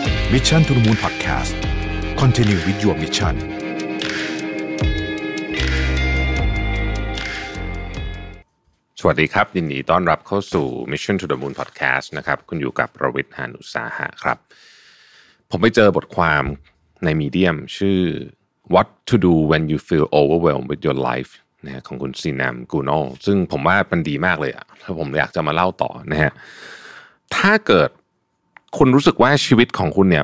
Mission to the Moon Podcast Continue with your mission สวัสดีครับยินดีต้อนรับเข้าสู่ Mission to the Moon Podcast นะครับคุณอยู่กับประวิทย์ หาญอุตสาหะครับผมไปเจอบทความใน Medium ชื่อ What to do when you feel overwhelmed with your life นะของคุณซีนามกูโนซึ่งผมว่ามันดีมากเลยอ่ะแล้วผมอยากจะมาเล่าต่อนะฮะถ้าเกิดคุณรู้สึกว่าชีวิตของคุณเนี่ย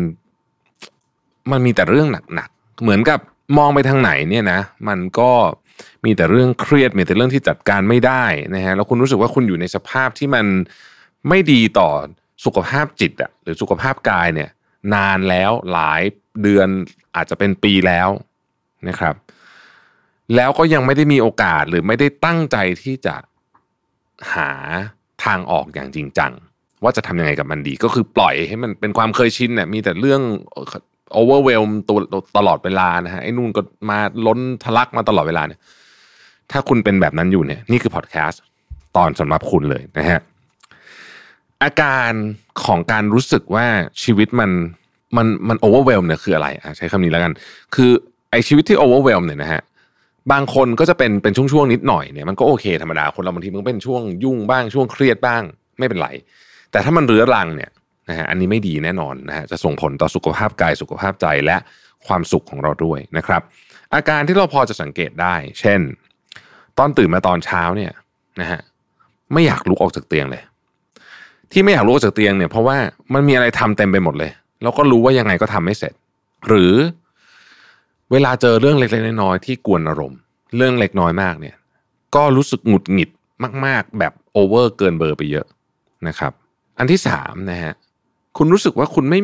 มันมีแต่เรื่องหนักๆเหมือนกับมองไปทางไหนเนี่ยนะมันก็มีแต่เรื่องเครียดมีแต่เรื่องที่จัดการไม่ได้นะฮะแล้วคุณรู้สึกว่าคุณอยู่ในสภาพที่มันไม่ดีต่อสุขภาพจิตอ่ะหรือสุขภาพกายเนี่ยนานแล้วหลายเดือนอาจจะเป็นปีแล้วนะครับแล้วก็ยังไม่ได้มีโอกาสหรือไม่ได้ตั้งใจที่จะหาทางออกอย่างจริงจังว่าจะทำยังไงกับมันดีก็คือปล่อยให้มันเป็นความเคยชินเนี่ยมีแต่เรื่องoverwhelm ตัวตลอดเวลานะฮะไอ้นู่นก็มาล้นทะลักมาตลอดเวลาเนี่ยถ้าคุณเป็นแบบนั้นอยู่เนี่ยนี่คือพอดแคสต์ตอนสำหรับคุณเลยนะฮะอาการของการรู้สึกว่าชีวิตมัน overwhelm เนี่ยคืออะไรใช้คำนี้แล้วกันคือไอ้ชีวิตที่ overwhelm เนี่ยนะฮะบางคนก็จะเป็นช่วงๆนิดหน่อยเนี่ยมันก็โอเคธรรมดาคนเราบางทีมันเป็นช่วงยุ่งบ้างช่วงเครียดบ้างไม่เป็นไรแต่ถ้ามันเรื้อรังเนี่ยนะฮะอันนี้ไม่ดีแน่นอนนะฮะจะส่งผลต่อสุขภาพกายสุขภาพใจและความสุขของเราด้วยนะครับอาการที่เราพอจะสังเกตได้เช่นตอนตื่นมาตอนเช้าเนี่ยนะฮะไม่อยากลุกออกจากเตียงเลยที่ไม่อยากลุกออกจากเตียงเนี่ยเพราะว่ามันมีอะไรทำเต็มไปหมดเลยแล้วก็รู้ว่ายังไงก็ทำไม่เสร็จหรือเวลาเจอเรื่องเล็กๆน้อยๆที่กวนอารมณ์เรื่องเล็กน้อยมากเนี่ยก็รู้สึกหงุดหงิดมากๆแบบโอเวอร์เกินเบอร์ไปเยอะนะครับอันที่สามนะฮะคุณรู้สึกว่าคุณไม่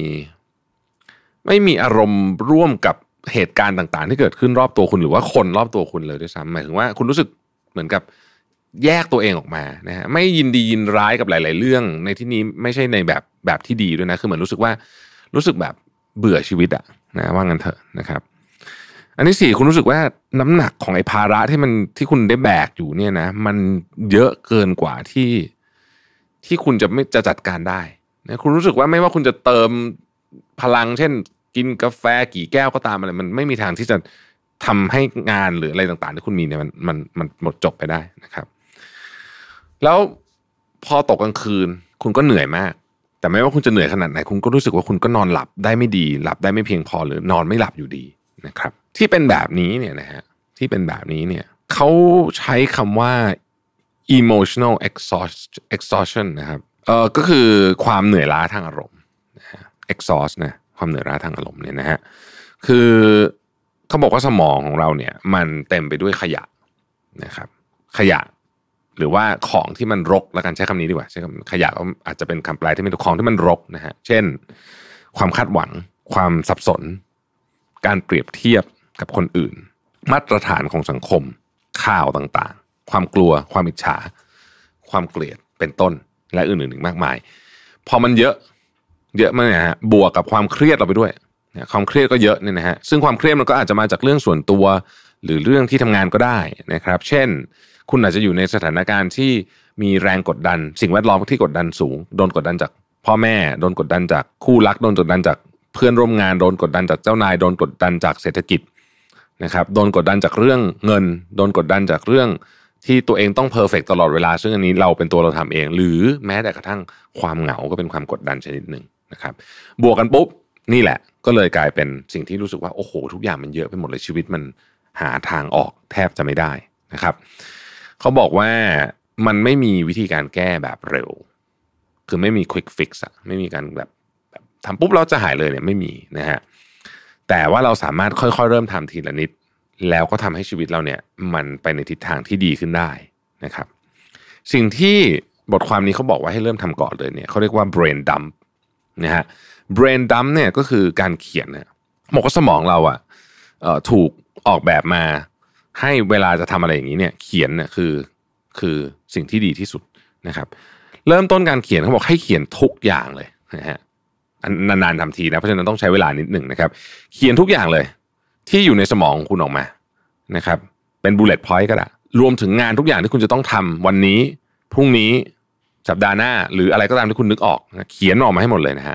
มีอารมณ์ร่วมกับเหตุการณ์ต่างๆที่เกิดขึ้นรอบตัวคุณหรือว่าคนรอบตัวคุณเลยด้วยซ้ำหมายถึงว่าคุณรู้สึกเหมือนกับแยกตัวเองออกมานะฮะไม่ยินดียินร้ายกับหลายๆเรื่องในที่นี้ไม่ใช่ในแบบที่ดีด้วยนะคือเหมือนรู้สึกแบบเบื่อชีวิตอะนะว่างั้นเถอะนะครับอันที่สี่คุณรู้สึกว่าน้ำหนักของไอ้ภาระที่คุณได้แบกอยู่เนี่ยนะมันเยอะเกินกว่าที่คุณจะจัดการได้นะคุณรู้สึกว่าไม่ว่าคุณจะเติมพลังเช่นกินกาแฟกี่แก้วก็ตามอะไรมันไม่มีทางที่จะทำให้งานหรืออะไรต่างๆที่คุณมีเนี่ยมันหมดจบไปได้นะครับแล้วพอตกกลางคืนคุณก็เหนื่อยมากแต่ไม่ว่าคุณจะเหนื่อยขนาดไหนคุณก็รู้สึกว่าคุณก็นอนหลับได้ไม่ดีหลับได้ไม่เพียงพอหรือนอนไม่หลับอยู่ดีนะครับที่เป็นแบบนี้เนี่ยนะฮะที่เป็นแบบนี้เนี่ยเขาใช้คำว่า emotional exhaustion นะครับก็คือความเหนื่อยล้าทางอารมณ์นะฮะ exhaust นะความเหนื่อยล้าทางอารมณ์เนี่ยนะฮะคือเขาบอกว่าสมองของเราเนี่ยมันเต็มไปด้วยขยะนะครับขยะหรือว่าของที่มันรกแล้วกันใช้คำนี้ดีกว่าใช้คำขยะก็อาจจะเป็นคำแปลที่ไม่ถูกของที่มันรกนะฮะเช่นความคาดหวังความสับสนการเปรียบเทียบกับคนอื่นมาตรฐานของสังคมข่าวต่างๆความกลัวความอิจฉาความเกลียดเป็นต้นและอื่นๆอีกมากมายพอมันเยอะมากนะฮะบวกกับความเครียดเราไปด้วยความเครียดก็เยอะเนี่ยนะฮะซึ่งความเครียดมันก็อาจจะมาจากเรื่องส่วนตัวหรือเรื่องที่ทำงานก็ได้นะครับเช่นคุณอาจจะอยู่ในสถานการณ์ที่มีแรงกดดันสิ่งแวดล้อมที่กดดันสูงโดนกดดันจากพ่อแม่โดนกดดันจากคู่รักโดนกดดันจากเพื่อนร่วมงานโดนกดดันจากเจ้านายโดนกดดันจากเศรษฐกิจนะครับโดนกดดันจากเรื่องเงินโดนกดดันจากเรื่องที่ตัวเองต้องเพอร์เฟกต์ตลอดเวลาซึ่งอันนี้เราเป็นตัวเราทำเองหรือแม้แต่กระทั่งความเหงาก็เป็นความกดดันชนิดหนึ่งนะครับบวกกันปุ๊บนี่แหละก็เลยกลายเป็นสิ่งที่รู้สึกว่าโอ้โหทุกอย่างมันเยอะไปหมดเลยชีวิตมันหาทางออกแทบจะไม่ได้นะครับเขาบอกว่ามันไม่มีวิธีการแก้แบบเร็วคือไม่มี quick fix อะไม่มีการแบบทำปุ๊บเราจะหายเลยเนี่ยไม่มีนะฮะแต่ว่าเราสามารถค่อยๆเริ่มทำทีละนิดแล้วก็ทำให้ชีวิตเราเนี่ยมันไปในทิศทางที่ดีขึ้นได้นะครับสิ่งที่บทความนี้เขาบอกว่าให้เริ่มทำก่อนเลยเนี่ยเขาเรียกว่า brain dump นะฮะ brain dump เนี่ยก็คือการเขียนเนี่ยบอกว่าสมองเราอะถูกออกแบบมาให้เวลาจะทำอะไรอย่างนี้เนี่ยเขียนเนี่ยคือสิ่งที่ดีที่สุดนะครับเริ่มต้นการเขียนเขาบอกให้เขียนทุกอย่างเลยนะฮะนานๆทำทีนะเพราะฉะนั้นต้องใช้เวลานิดหนึ่งนะครับเขียนทุกอย่างเลยที่อยู่ในสมองของคุณออกมานะครับเป็น bullet point ก็ได้รวมถึงงานทุกอย่างที่คุณจะต้องทำวันนี้พรุ่งนี้สัปดาห์หน้าหรืออะไรก็ตามที่คุณนึกออกนะเขียนออกมาให้หมดเลยนะฮะ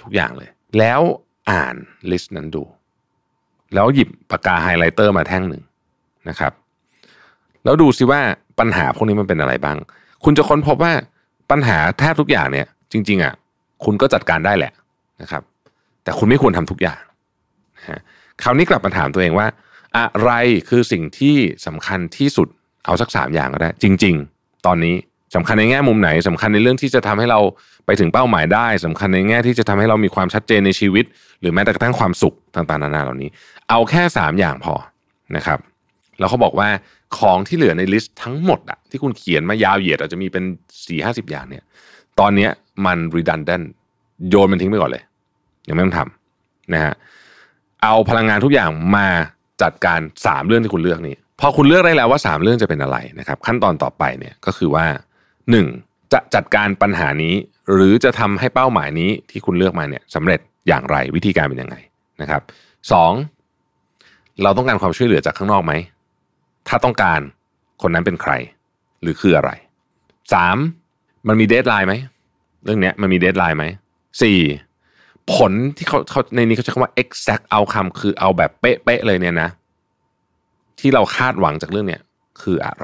ทุกอย่างเลยแล้วอ่านลิสต์นั้นดูแล้วหยิบปากกาไฮไลท์เตอร์มาแท่งหนึ่งนะครับแล้วดูซิว่าปัญหาพวกนี้มันเป็นอะไรบ้างคุณจะค้นพบว่าปัญหาแทบทุกอย่างเนี่ยจริงๆอ่ะคุณก็จัดการได้แหละนะครับแต่คุณไม่ควรทำทุกอย่างนะฮะคราวนี้กลับมาถามตัวเองว่าอะไรคือสิ่งที่สำคัญที่สุดเอาสัก3อย่างก็ได้จริงๆตอนนี้สำคัญในแง่มุมไหนสำคัญในเรื่องที่จะทำให้เราไปถึงเป้าหมายได้สำคัญในแง่ที่จะทำให้เรามีความชัดเจนในชีวิตหรือแม้แต่กระทั่งความสุขต่างๆนานาเหล่านี้เอาแค่3อย่างพอนะครับแล้วเขาบอกว่าของที่เหลือในลิสต์ทั้งหมดอะที่คุณเขียนมายาวเหยียดอาจจะมีเป็น 4-50 อย่างเนี่ยตอนนี้มัน redundant โยนมันทิ้งไปก่อนเลยยังไม่ต้องทำนะฮะเอาพลังงานทุกอย่างมาจัดการ3เรื่องที่คุณเลือกนี้พอคุณเลือกได้แล้วว่า3เรื่องจะเป็นอะไรนะครับขั้นตอนต่อไปเนี่ยก็คือว่า1จะจัดการปัญหานี้หรือจะทำให้เป้าหมายนี้ที่คุณเลือกมาเนี่ยสำเร็จอย่างไรวิธีการเป็นยังไงนะครับ2เราต้องการความช่วยเหลือจากข้างนอกไหมถ้าต้องการคนนั้นเป็นใครหรือคืออะไร3มันมีเดดไลน์ไหมเรื่องนี้มันมีเดดไลน์ไหม4ผลที่เขาในนี้เขาใช้คำว่า exact outcome คือเอาแบบเป๊ะๆเลยเนี่ยนะที่เราคาดหวังจากเรื่องเนี้ยคืออะไร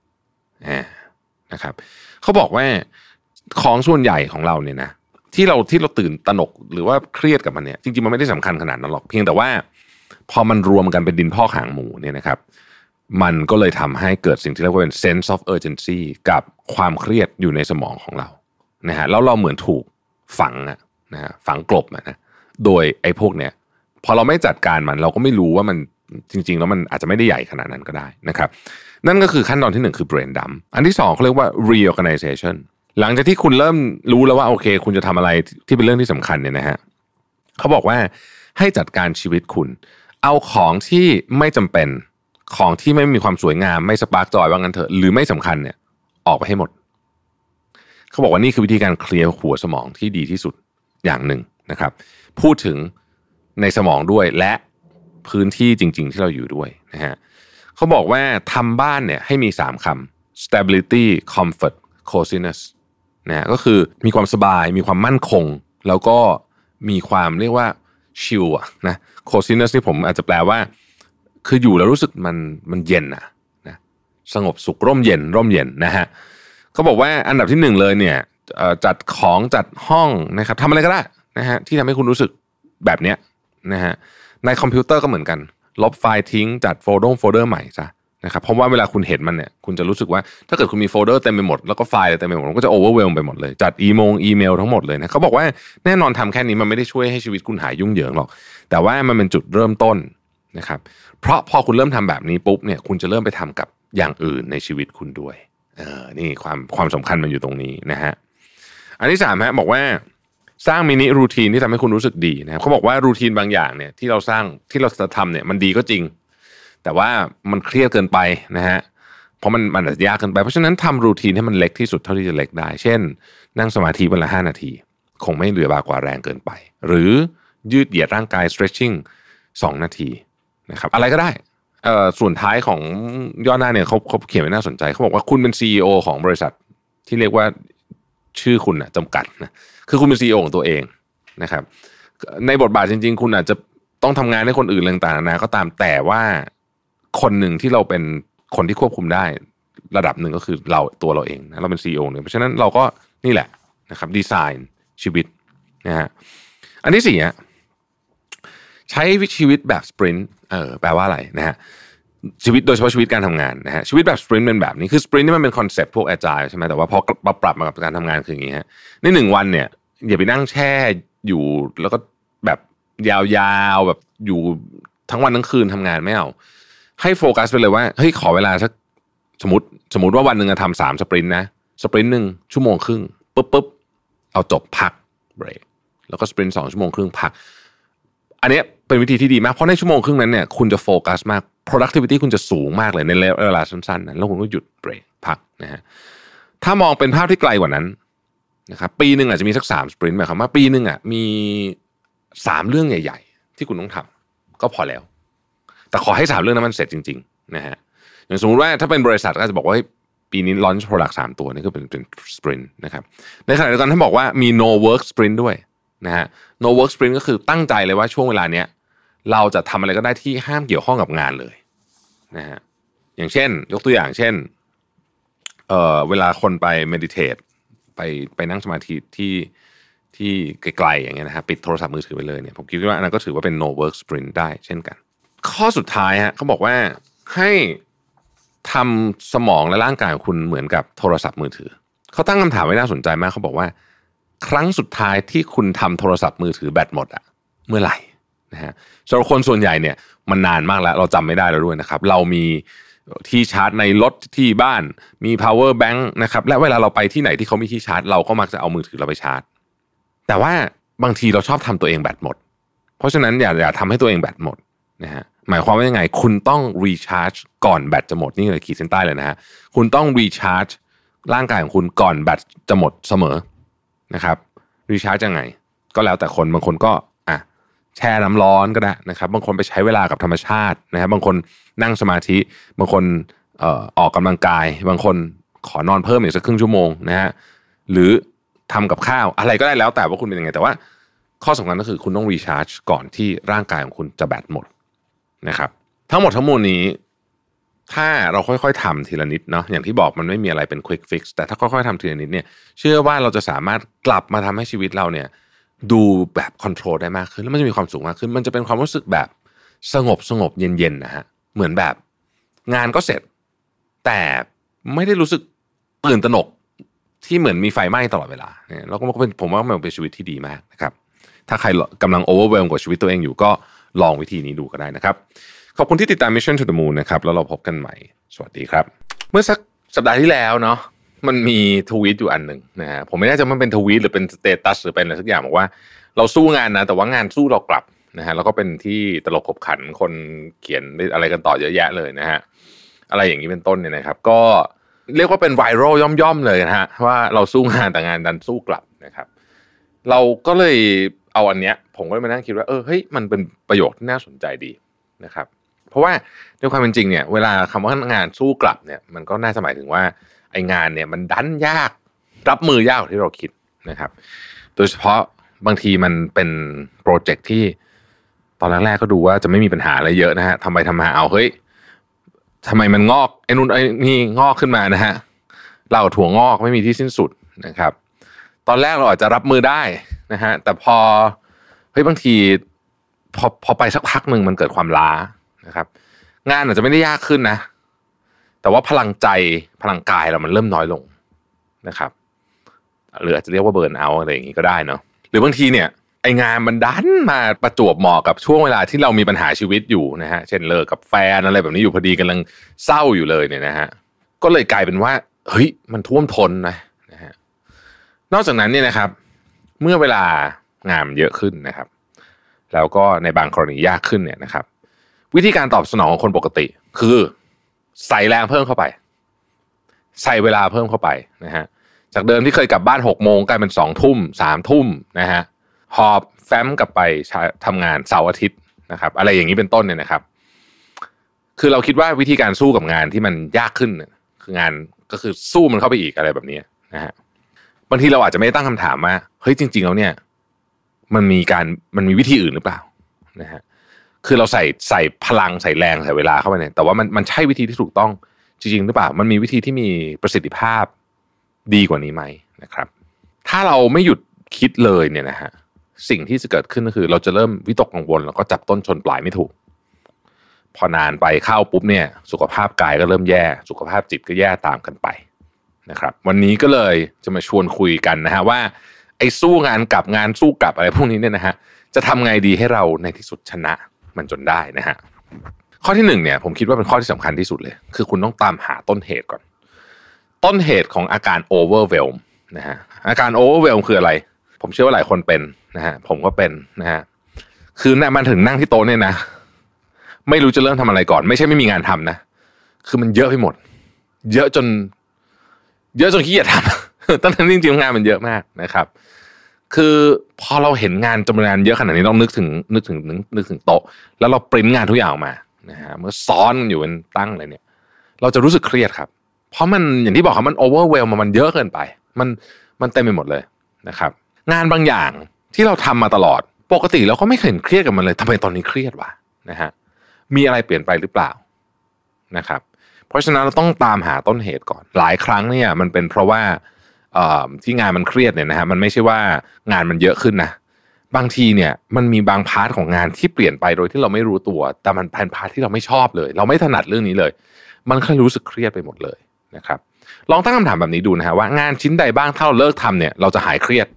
นะครับเขาบอกว่าของส่วนใหญ่ของเราเนี่ยนะที่เราตื่นตระหนกหรือว่าเครียดกับมันเนี่ยจริงๆมันไม่ได้สำคัญขนาดนั้นหรอกเพียงแต่ว่าพอมันรวมกันเป็นดินพอกหางหมูเนี่ยนะครับมันก็เลยทำให้เกิดสิ่งที่เรียกว่าเป็น sense of urgency กับความเครียดอยู่ในสมองของเรานะฮะแล้วเราเหมือนถูกฝังนะฮะฝังกลบนะโดยไอ้พวกเนี้ยพอเราไม่จัดการมันเราก็ไม่รู้ว่ามันจริงๆแล้วมันอาจจะไม่ได้ใหญ่ขนาดนั้นก็ได้นะครับนั่นก็คือขั้นตอนที่1คือ brain dump อันที่2เขาเรียกว่า reorganization หลังจากที่คุณเริ่มรู้แล้วว่าโอเคคุณจะทำอะไรที่เป็นเรื่องที่สำคัญเนี่ยนะฮะเขาบอกว่าให้จัดการชีวิตคุณเอาของที่ไม่จำเป็นของที่ไม่มีความสวยงามไม่สปาร์กจอยว่างั้นเถอะหรือไม่สำคัญเนี่ยออกไปให้หมดเขาบอกว่านี่คือวิธีการเคลียร์หัวสมองที่ดีที่สุดอย่างหนึ่งนะครับพูดถึงในสมองด้วยและพื้นที่จริงๆที่เราอยู่ด้วยนะฮะเขาบอกว่าทำบ้านเนี่ยให้มี3คำ stability comfort coziness นะก็คือมีความสบายมีความมั่นคงแล้วก็มีความเรียกว่าชิลนะ coziness นี่ผมอาจจะแปลว่าคืออยู่แล้วรู้สึกมันเย็นนะสงบสุขร่มเย็นนะฮะเขาบอกว่าอันดับที่1เลยเนี่ยจัดของจัดห้องนะครับทำอะไรก็ได้นะฮะที่ทำให้คุณรู้สึกแบบเนี้ยนะฮะในคอมพิวเตอร์ก็เหมือนกันลบไฟล์ทิ้งจัดโฟลเดอร์ใหม่ซะนะครับเพราะว่าเวลาคุณเห็นมันเนี่ยคุณจะรู้สึกว่าถ้าเกิดคุณมีโฟลเดอร์เต็มไปหมดแล้วก็ไฟล์เต็มไปหมดมันก็จะโอเวอร์เวลไปหมดเลยจัดอีเมลทั้งหมดเลยนะเขาบอกว่าแน่นอนทำแค่นี้มันไม่ได้ช่วยให้ชีวิตคุณหายยุ่งเหยิงหรอกแต่ว่ามันเป็นจุดเริ่มต้นนะครับเพราะพอคุณเริ่มทำแบบนี้ปุ๊บเนี่ยคุณจะเริ่มไปทำกับอย่างอื่นในชีวิตคุณด้วยนี่ความสำคัญมันอยู่ตรงนี้นะฮะอันที่3ฮะบอกว่าสร้างมินิรูทีนที่ทำให้คุณรู้สึกดีนะครับเขาบอกว่ารูทีนบางอย่างเนี่ยที่เราจะทำเนี่ยมันดีก็จริงแต่ว่ามันเครียดเกินไปนะฮะเพราะมันอาจจะยากเกินไปเพราะฉะนั้นทำรูทีนให้มันเล็กที่สุดเท่าที่จะเล็กได้เช่นนั่งสมาธิวันละ5 นาทีคงไม่เหลือบากว่าแรงเกินไปหรือยืดเหยียดร่างกาย stretching 2 นาทีนะครับอะไรก็ได้ส่วนท้ายของย่อหน้าเนี่ยเขาเขียนไว้น่าสนใจเขาบอกว่าคุณเป็น CEO ของบริษัทที่เรียกว่าชื่อคุณนะจำกัดนะคือคุณเป็น CEO ของตัวเองนะครับในบทบาทจริงๆคุณอาจจะต้องทำงานให้คนอื่นต่างๆนานาก็ตามแต่ว่าคนหนึ่งที่เราเป็นคนที่ควบคุมได้ระดับหนึ่งก็คือตัวเราเองนะเราเป็น CEO เนี่ยเพราะฉะนั้นเราก็นี่แหละนะครับดีไซน์ชีวิตนะฮะอันที่4ใช้ชีวิตแบบสปรินต์แปลว่าอะไรนะฮะชีวิตโดยเฉพาะชีวิตการทำงานนะฮะชีวิตแบบสปรินต์เป็นแบบนี้คือสปรินต์นี่มันเป็นคอนเซ็ปต์พวก Agile ใช่ไหมแต่ว่าพอปรับมากับการทำงานคืออย่างนี้ฮะใน1 วันเนี่ยอย่าไปนั่งแช่อยู่แล้วก็แบบยาวๆแบบอยู่ทั้งวันทั้งคืนทำงานไม่เอาให้โฟกัสไปเลยว่าเฮ้ยขอเวลาสักสมมติว่าวันหนึ่งทำ3 สปรินต์นะสปรินต์1 ชั่วโมงครึ่งปุ๊บเอาจบพักเบรกแล้วก็สปรินต์2 ชั่วโมงครึ่งพักอันนี้เป็นวิธีที่ดีมากเพราะในชั่วโมงครึ่งนั้นเนี่ยคุณจะโฟกัสมาก productivity คุณจะสูงมากเลยในเวลาสั้นๆนั้นแล้วคุณก็หยุดเบรกพักนะฮะถ้ามองเป็นภาพที่ไกลกว่านั้นนะครับปีนึงอาจจะมีสัก3 สปรินต์หมายความว่าปีนึงมี3 เรื่องใหญ่ๆที่คุณต้องทำก็พอแล้วแต่ขอให้3 เรื่องนั้นมันเสร็จจริงๆนะฮะอย่างสมมติว่าถ้าเป็นบริษัทก็จะบอกว่าปีนี้ launch product 3 ตัวนี่ก็เป็นสปรินต์นะครับในขณะเดียวกันท่านบอกว่ามี no work sprint ด้วยนะฮะ no work sprint ก็คือตั้งใจเลยว่าช่วงเวลาเนี้ยเราจะทำอะไรก็ได้ที่ห้ามเกี่ยวข้องกับงานเลยนะฮะอย่างเช่นยกตัวอย่างเช่นเวลาคนไป meditate ไปนั่งสมาธิที่ไกลๆอย่างเงี้ยนะฮะปิดโทรศัพท์มือถือไปเลยเนี่ยผมคิดว่าอันนั้นก็ถือว่าเป็น no work sprint ได้เช่นกันข้อสุดท้ายฮะเขาบอกว่าให้ทำสมองและร่างกายของคุณเหมือนกับโทรศัพท์มือถือเขาตั้งคำถามไว้น่าสนใจมากเขาบอกว่าครั้งสุดท้ายที่คุณทำโทรศัพท์มือถือแบตหมดอะเมื่อไหร่นะฮะสำหรับคนส่วนใหญ่เนี่ยมันนานมากแล้วเราจำไม่ได้แล้วด้วยนะครับเรามีที่ชาร์จในรถที่บ้านมี power bank นะครับและเวลาเราไปที่ไหนที่เขามีที่ชาร์จเราก็มักจะเอามือถือเราไปชาร์จแต่ว่าบางทีเราชอบทำตัวเองแบตหมดเพราะฉะนั้นอย่าทำให้ตัวเองแบตหมดนะฮะหมายความว่ายังไงคุณต้องรีชาร์จก่อนแบตจะหมดนี่เลยขีดเส้นใต้เลยนะฮะคุณต้องรีชาร์จร่างกายของคุณก่อนแบตจะหมดเสมอนะครับรีชาร์จยังไงก็แล้วแต่คนบางคนก็แช่น้ำร้อนก็ได้นะครับบางคนไปใช้เวลากับธรรมชาตินะครับบางคนนั่งสมาธิบางคนออกกำลังกายบางคนขอนอนเพิ่มอีกสักครึ่งชั่วโมงนะฮะหรือทำกับข้าวอะไรก็ได้แล้วแต่ว่าคุณเป็นยังไงแต่ว่าข้อสำคัญก็คือคุณต้องรีชาร์จก่อนที่ร่างกายของคุณจะแบตหมดนะครับทั้งหมดทั้งมวลนี้ถ้าเราค่อยๆทำทีละนิดเนาะอย่างที่บอกมันไม่มีอะไรเป็น quick fix แต่ถ้าค่อยๆทำทีละนิดเนี่ยเชื่อว่าเราจะสามารถกลับมาทำให้ชีวิตเราเนี่ยดูแบบคอนโทรลได้มากขึ้นแล้วมันจะมีความสุขมากขึ้นมันจะเป็นความรู้สึกแบบสงบเย็นๆนะฮะเหมือนแบบงานก็เสร็จแต่ไม่ได้รู้สึกตื่นตระหนกที่เหมือนมีไฟไหม้ตลอดเวลาเนี่ยแล้วก็เป็นผมว่ามันเป็นชีวิตที่ดีมากนะครับถ้าใครกำลังโอเวอร์เวลกับชีวิตตัวเองอยู่ก็ลองวิธีนี้ดูก็ได้นะครับขอบคุณที่ติดตาม Mission to the Moon นะครับแล้วเราพบกันใหม่สวัสดีครับเมื่อสักสัปดาห์ที่แล้วเนาะมันมีทวีตอยู่อันหนึ่งนะฮะผมไม่แน่ใจมันเป็นทวีตหรือเป็นสเตตัสหรือเป็นอะไรสักอย่างบอกว่าเราสู้งานนะแต่ว่างานสู้เรากลับนะฮะแล้วก็เป็นที่ตลกขบขันคนเขียนอะไรกันต่อเยอะแยะเลยนะฮะอะไรอย่างนี้เป็นต้นเนี่ยนะครับก็เรียกว่าเป็นไวรัลย่อมๆเลยนะฮะว่าเราสู้งานแต่งานดันสู้กลับนะครับเราก็เลยเอาอันเนี้ยผมก็เลยมานั่งคิดว่าเฮ้ยมันเป็นประโยคที่น่าสนใจดีนะครับเพราะว่าในความเป็นจริงเนี่ยเวลาคำว่างานสู้กลับเนี่ยมันก็น่าจะหมายถึงว่าไอ้งานเนี่ยมันดันยากรับมือยากกว่าที่เราคิดนะครับโดยเฉพาะบางทีมันเป็นโปรเจกต์ที่ตอนแรกๆก็ดูว่าจะไม่มีปัญหาอะไรเยอะนะฮะทำไปทำมาเอาเฮ้ยทำไมมันงอกไอ้นู่นไอ้นี่งอกขึ้นมานะฮะเราถั่วงอกไม่มีที่สิ้นสุดนะครับตอนแรกเราอาจจะรับมือได้นะฮะแต่พอเฮ้ยบางทีพอไปสักพักหนึ่งมันเกิดความล้านะครับงานอาจจะไม่ได้ยากขึ้นนะแต่ว่าพลังใจพลังกายเรามันเริ่มน้อยลงนะครับหรืออาจจะเรียกว่าเบิร์นเอาท์อะไรอย่างนี้ก็ได้เนาะหรือบางทีเนี่ยไองานมันดันมาประจวบเหมาะกับช่วงเวลาที่เรามีปัญหาชีวิตอยู่นะฮะเช่นเลิกกับแฟนอะไรแบบนี้อยู่พอดีกำลังเศร้าอยู่เลยเนี่ยนะฮะก็เลยกลายเป็นว่าเฮ้ยมันท่วมท้นนะฮะนอกจากนั้นเนี่ยนะครับเมื่อเวลางานเยอะขึ้นนะครับแล้วก็ในบางกรณียากขึ้นเนี่ยนะครับวิธีการตอบสนองของคนปกติคือใส่แรงเพิ่มเข้าไปใส่เวลาเพิ่มเข้าไปนะฮะจากเดิมที่เคยกลับบ้าน6 โมงกลายเป็น2 ทุ่ม3 ทุ่มนะฮะหอบแฟ้มกลับไปทำงานเสาร์อาทิตย์นะครับอะไรอย่างนี้เป็นต้นเนี่ยนะครับคือเราคิดว่าวิธีการสู้กับงานที่มันยากขึ้นคืองานก็คือสู้มันเข้าไปอีกอะไรแบบนี้นะฮะบางทีเราอาจจะไม่ได้ตั้งคำถามว่าเฮ้ยจริงๆแล้วเนี่ยมันมีวิธีอื่นหรือเปล่านะฮะคือเราใส่พลังใส่แรงใส่เวลาเข้าไปเนี่ยแต่ว่ามันใช่วิธีที่ถูกต้องจริงๆหรือเปล่ามันมีวิธีที่มีประสิทธิภาพดีกว่านี้ไหมนะครับถ้าเราไม่หยุดคิดเลยเนี่ยนะฮะสิ่งที่จะเกิดขึ้นก็คือเราจะเริ่มวิตกกังวลแล้วก็จับต้นชนปลายไม่ถูกพอนานไปเข้าปุ๊บเนี่ยสุขภาพกายก็เริ่มแย่สุขภาพจิตก็แย่ตามกันไปนะครับวันนี้ก็เลยจะมาชวนคุยกันนะฮะว่าไอ้สู้งานกับงานสู้กับอะไรพวกนี้เนี่ยนะฮะจะทำไงดีให้เราในที่สุดชนะมันจนได้นะฮะข้อที่1เนี่ยผมคิดว่าเป็นข้อที่สำคัญที่สุดเลยคือคุณต้องตามหาต้นเหตุก่อนต้นเหตุของอาการ overwhelm นะฮะอาการ overwhelm คืออะไรผมเชื่อว่าหลายคนเป็นนะฮะผมก็เป็นนะฮะคือมันถึงนั่งที่โต๊ะเนี่ยนะไม่รู้จะเริ่มทำอะไรก่อนไม่ใช่ไม่มีงานทำนะคือมันเยอะไปหมดเยอะจนขี้เกียจทำตั้งแต่จริงๆงานมันเยอะมากนะครับคือพอเราเห็นงานจำนวนงานเยอะขนาดนี้ต้องนึกถึงโต๊ะแล้วเราปริ้นงานทุกอย่างออกมานะฮะเมื่อซ้อนอยู่เป็นตั้งเลยเนี่ยเราจะรู้สึกเครียดครับเพราะมันอย่างที่บอกครับมันโอเวอร์เวลมันเยอะเกินไปมันเต็มไปหมดเลยนะครับงานบางอย่างที่เราทำมาตลอดปกติเราก็ไม่เคยเครียดกับมันเลยทำไมตอนนี้เครียดวะนะฮะมีอะไรเปลี่ยนไปหรือเปล่านะครับเพราะฉะนั้นเราต้องตามหาต้นเหตุก่อนหลายครั้งเนี่ยมันเป็นเพราะว่าที่งานมันเครียดเนี่ยนะฮะมันไม่ใช่ว่างานมันเยอะขึ้นนะบางทีเนี่ยมันมีบางพาร์ทของงานที่เปลี่ยนไปโดยที่เราไม่รู้ตัวแต่มันเป็นพาร์ทที่เราไม่ชอบเลยเราไม่ถนัดเรื่องนี้เลยมันก็รู้สึกเครียดไปหมดเลยนะครับลองตั้งคำถามแบบนี้ดูนะฮะว่างานชิ้นใดบ้างถ้าเราเลิกทำเนี่ยเราจะหายเครียด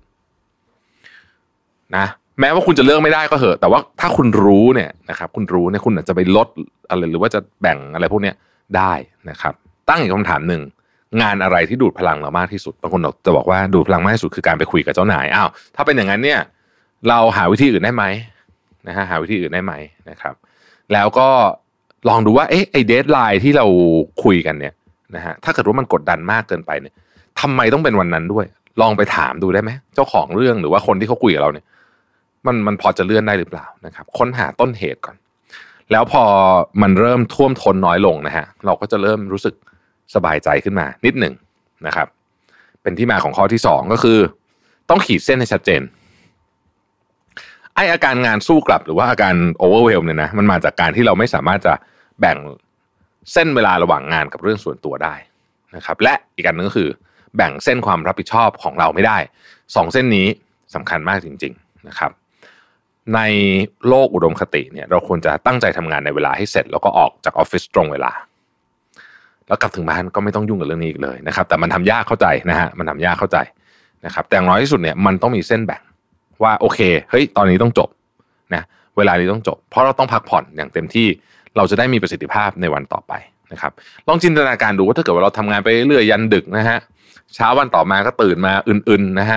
นะแม้ว่าคุณจะเลิกไม่ได้ก็เหอะแต่ว่าถ้าคุณรู้เนี่ยนะครับคุณรู้เนี่ยคุณอาจจะไปลดอะไรหรือว่าจะแบ่งอะไรพวกนี้ได้นะครับตั้งอีกคำถามหนึ่งงานอะไรที่ดูดพลังเรามากที่สุดบางคนจะบอกว่าดูดพลังมากที่สุดคือการไปคุยกับเจ้านายอ้าวถ้าเป็นอย่างนั้นเนี่ยเราหาวิธีอื่นได้ไหมนะฮะหาวิธีอื่นได้ไหมนะครับแล้วก็ลองดูว่าไอ้เดดไลน์ที่เราคุยกันเนี่ยนะฮะถ้าเกิดว่ามันกดดันมากเกินไปเนี่ยทำไมต้องเป็นวันนั้นด้วยลองไปถามดูได้ไหมเจ้าของเรื่องหรือว่าคนที่เขาคุยกับเราเนี่ยมันพอจะเลื่อนได้หรือเปล่านะครับค้นหาต้นเหตุก่อนแล้วพอมันเริ่มท่วมท้นน้อยลงนะฮะเราก็จะเริ่มรู้สึกสบายใจขึ้นมานิดหนึ่งนะครับเป็นที่มาของข้อที่2ก็คือต้องขีดเส้นให้ชัดเจนไออาการงานสู้กลับหรือว่าอาการโอเวอร์เวลเนี่ยนะมันมาจากการที่เราไม่สามารถจะแบ่งเส้นเวลาระหว่างงานกับเรื่องส่วนตัวได้นะครับและอีกอันนึงก็คือแบ่งเส้นความรับผิดชอบของเราไม่ได้2เส้นนี้สำคัญมากจริงๆนะครับในโลกอุดมคติเนี่ยเราควรจะตั้งใจทำงานในเวลาให้เสร็จแล้วก็ออกจากออฟฟิศตรงเวลาแล้วกลับถึงบ้านก็ไม่ต้องยุ่งกับเรื่องนี้อีกเลยนะครับแต่มันทำยากเข้าใจนะฮะมันทำยากเข้าใจนะครับแต่อย่างน้อยที่สุดเนี่ยมันต้องมีเส้นแบ่งว่าโอเคเฮ้ยตอนนี้ต้องจบนะเวลานี้ต้องจบเพราะเราต้องพักผ่อนอย่างเต็มที่เราจะได้มีประสิทธิภาพในวันต่อไปนะครับลองจินตนาการดูว่าถ้าเกิดว่าเราทำงานไปเรื่อยยันดึกนะฮะเช้าวันต่อมาก็ตื่นมาอื่นๆนะฮะ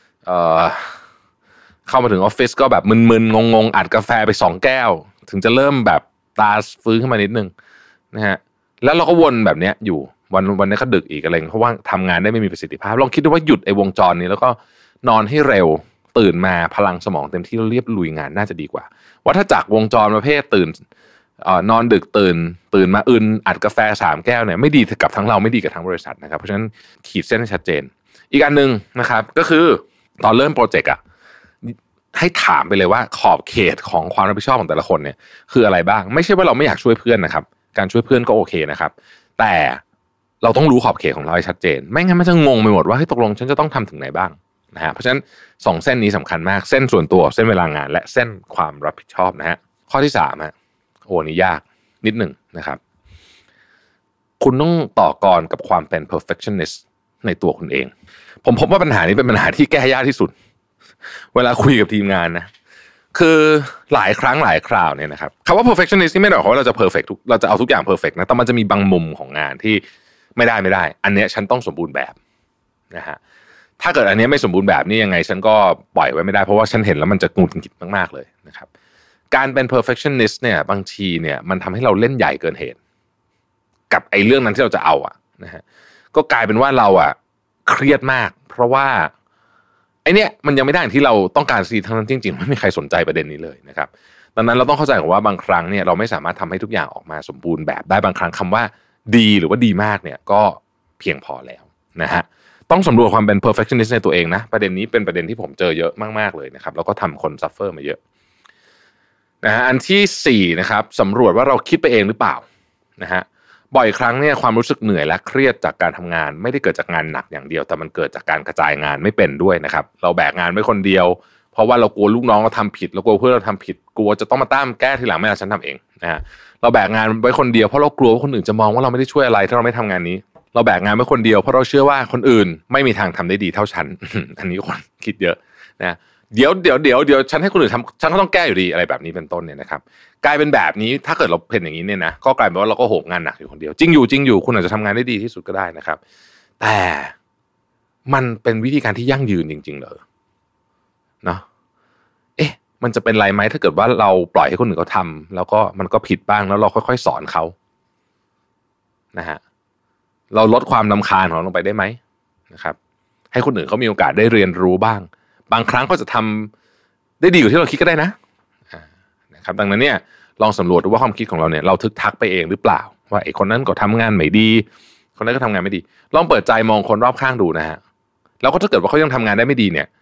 เข้ามาถึงออฟฟิศก็แบบมึนๆงงๆอัดกาแฟไป2แก้วถึงจะเริ่มแบบตาฟื้นขึ้นมานิดนึงนะฮะแล้วเราก็วนแบบนี้อยู่วันนี้ก็ดึกอีกอะไรเพราะว่าทำงานได้ไม่มีประสิทธิภาพลองคิดดูว่าหยุดไอ้วงจรนี้แล้วก็นอนให้เร็วตื่นมาพลังสมองเต็มที่เรียบลุยงานน่าจะดีกว่าวัฏจักรวงจรประเภทตื่นนอนดึกตื่นมาอัดกาแฟ3แก้วเนี่ยไม่ดีกับทั้งเราไม่ดีกับทั้งบริษัทนะครับเพราะฉะนั้นขีดเส้นให้ชัดเจนอีกอันนึงนะครับก็คือตอนเริ่มโปรเจกต์ให้ถามไปเลยว่าขอบเขตของความรับผิดชอบของแต่ละคนเนี่ยคืออะไรบ้างไม่ใช่ว่าเราไม่อยากช่วยเพื่อนนะครับการช่วยเพื่อนก็โอเคนะครับแต่เราต้องรู้ขอบเขตของเราให้ชัดเจนไม่งั้นมันจะงงไปหมดว่าตกลงฉันจะต้องทำถึงไหนบ้างนะฮะเพราะฉะนั้น2เส้นนี้สำคัญมากเส้นส่วนตัวเส้นเวลางานและเส้นความรับผิดชอบนะฮะข้อที่3ฮะโอ้นี่ยากนิดหนึ่งนะครับคุณต้องต่อกรกับความเป็น perfectionist ในตัวคุณเองผมพบว่าปัญหานี้เป็นปัญหาที่แก้ยากที่สุดเวลาคุยกับทีมงานนะคือหลายครั้งหลายคราวเนี่ยนะครับคำว่า perfectionist นี่ไม่ได้หมายความว่าเราจะ perfect เราจะเอาทุกอย่าง perfect นะแต่มันจะมีบางมุมของงานที่ไม่ได้อันเนี้ยฉันต้องสมบูรณ์แบบนะฮะถ้าเกิดอันนี้ไม่สมบูรณ์แบบนี่ยังไงฉันก็ปล่อยไว้ไม่ได้เพราะว่าฉันเห็นแล้วมันจะหงุดหงิดมากๆเลยนะครับการเป็น perfectionist เนี่ยบางทีเนี่ยมันทำให้เราเล่นใหญ่เกินเหตุกับไอ้เรื่องนั้นที่เราจะเอานะฮะก็กลายเป็นว่าเราเครียดมากเพราะว่าไอ้เนี่ยมันยังไม่ได้อย่างที่เราต้องการสิทั้งนั้นจริงๆไม่มีใครสนใจประเด็นนี้เลยนะครับดังนั้นเราต้องเข้าใจว่าบางครั้งเนี่ยเราไม่สามารถทำให้ทุกอย่างออกมาสมบูรณ์แบบได้บางครั้งคำว่าดีหรือว่าดีมากเนี่ยก็เพียงพอแล้วนะฮะต้องสำรวจความเป็น perfectionist ในตัวเองนะประเด็นนี้เป็นประเด็นที่ผมเจอเยอะมากๆเลยนะครับแล้วก็ทำคน suffer มาเยอะนะฮะอันที่4นะครับสำรวจว่าเราคิดไปเองหรือเปล่านะฮะบ่อยครั้งเนี่ยความรู้สึกเหนื่อยและเครียดจากการทำงานไม่ได้เกิดจากงานหนักอย่างเดียวแต่มันเกิดจากการกระจายงานไม่เป็นด้วยนะครับเราแบกงานไว้คนเดียวเพราะว่าเรากลัวลูกน้องเราทำผิดเรากลัวเพื่อนเราทำผิดกลัวจะต้องมาตามแก้ทีหลังไม่เอาฉันทำเองนะฮะเราแบกงานไว้คนเดียวเพราะเรากลัวว่าคนอื่นจะมองว่าเราไม่ได้ช่วยอะไรถ้าเราไม่ทำงานนี้เราแบกงานไว้คนเดียวเพราะเราเชื่อว่าคนอื่นไม่มีทางทำได้ดีเท่าฉัน อันนี้คนคิดเยอะนะเดี๋ยวฉันให้คนอื่นทำฉันก็ต้องแก้อยู่ดีอะไรแบบนี้เป็นต้นเนี่ยนะครับกลายเป็นแบบนี้ถ้าเกิดเราเป็นอย่างนี้เนี่ยนะก็กลายเป็นว่าเราก็โหมงานหนักอยู่คนเดียวจริงอยู่คุณอาจจะทำงานได้ดีที่สุดก็ได้นะครับแต่มันเป็นวิธีการที่ยั่งยืนจริงๆเลยเนาะมันจะเป็นไรไหมถ้าเกิดว่าเราปล่อยให้คนอื่นเขาทำแล้วก็มันก็ผิดบ้างแล้วเราค่อยๆสอนเขานะฮะเราลดความรำคาญของเราลงไปได้ไหมนะครับให้คนอื่นเขามีโอกาสได้เรียนรู้บ้างบางครั้งก็จะทำได้ดีกว่าที่เราคิดก็ได้นะครับดังนั้นเนี่ยลองสำรวจดูว่าความคิดของเราเนี่ยเราทึกทักไปเองหรือเปล่าว่าไอ้คนนั้นก็ทำงานไม่ดีคนนั้นก็ทำงานไม่ดีลองเปิดใจมองคนรอบข้างดูนะฮะแล้วก็ถ้าเกิดว่าเขายังทำงานได้ไม่ดีเนี่ย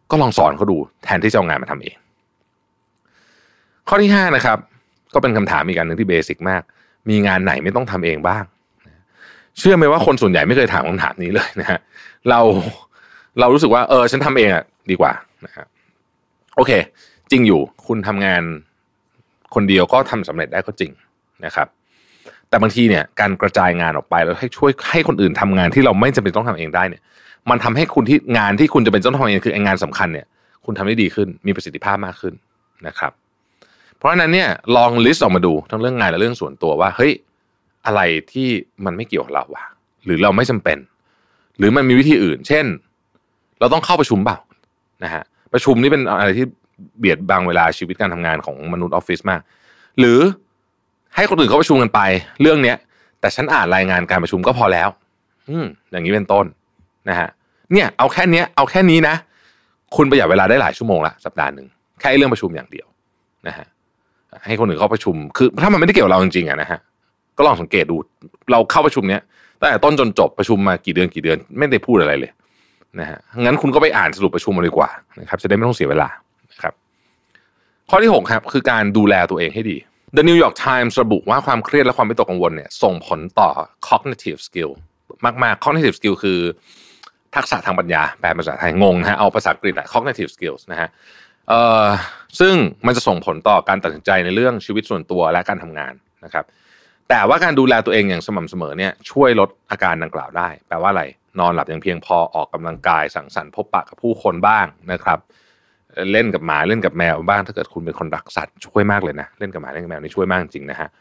ก็ลองสอนเขาดูแทนที่จะเอางานมาทำเองข้อที่5นะครับก็เป็นคำถามอีกอันนึงที่เบสิกมากมีงานไหนไม่ต้องทำเองบ้างเชื่อไหมว่าคนส่วนใหญ่ไม่เคยถามคำถามนี้เลยนะฮะเรารู้สึกว่าฉันทำเองดีกว่านะฮะโอเคจริงอยู่คุณทำงานคนเดียวก็ทำสำเร็จได้ก็จริงนะครับแต่บางทีเนี่ยการกระจายงานออกไปแล้วให้ช่วยให้คนอื่นทำงานที่เราไม่จำเป็นต้องทำเองได้เนี่ยมันทำให้คุณที่งานที่คุณจะเป็นต้องทำเองคืองานสำคัญเนี่ยคุณทำได้ดีขึ้นมีประสิทธิภาพมากขึ้นนะครับเพราะฉะนั้นเนี่ยลองลิสต์ออกมาดูทั้งเรื่องงานและเรื่องส่วนตัวว่าเฮ้ยอะไรที่มันไม่เกี่ยวกับเราวะหรือเราไม่จำเป็นหรือมันมีวิธีอื่นเช่นเราต้องเข้าประชุมเปล่านะฮะประชุมนี่เป็นอะไรที่เบียดบังเวลาชีวิตการทำงานของมนุษย์ออฟฟิศมากหรือให้คนอื่นเขาประชุมกันไปเรื่องเนี้ยแต่ฉันอ่านรายงานการประชุมก็พอแล้วอย่างนี้เป็นต้นนะฮะเนี่ยเอาแค่นี้นะคุณประหยัดเวลาได้หลายชั่วโมงละสัปดาห์นึงแค่เรื่องประชุมอย่างเดียวนะฮะให้คนอื่นเขาประชุมคือถ้ามันไม่ได้เกี่ยวกับเราจริงๆนะฮะก็ลองสังเกตดูเราเข้าประชุมเนี้ยตั้งแต่ต้นจนจบประชุมมากี่เดือนไม่ได้พูดอะไรเลยนะฮะงั้นคุณก็ไปอ่านสรุปประชุมมาดีกว่านะครับจะได้ไม่ต้องเสียเวลานะครับข้อที่6ครับคือการดูแลตัวเองให้ดี The New York Times ระบุว่าความเครียดและความวิตกกังวลเนี่ยส่งผลต่อ cognitive skill มากๆ cognitive skill คือทักษะทางปัญญาแปลภาษาไทยงงนะฮะเอาภาษาอังกฤษcognitive skills นะฮะซึ่งมันจะส่งผลต่อการตัดสินใจในเรื่องชีวิตส่วนตัวและการทำงานนะครับแต่ว่าการดูแลตัวเองอย่างสม่ำเสมอเนี่ยช่วยลดอาการดังกล่าวได้แปลว่าอะไรนอนหลับอย่างเพียงพอออกกำลังกายสังสรรค์พบปะกับผู้คนบ้างนะครับเล่นกับหมาเล่นกับแมวบ้างถ้าเกิดคุณเป็นคนรักสัตว์ช่วยมากเลยนะเล่นกับหมาเล่นกับแมวนี่ช่วยมากจริงนะฮะ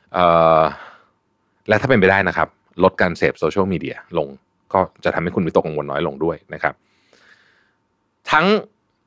และถ้าเป็นไปได้นะครับลดการเสพโซเชียลมีเดียลงก็จะทำให้คุณวิตกกังวลน้อยลงด้วยนะครับทั้ง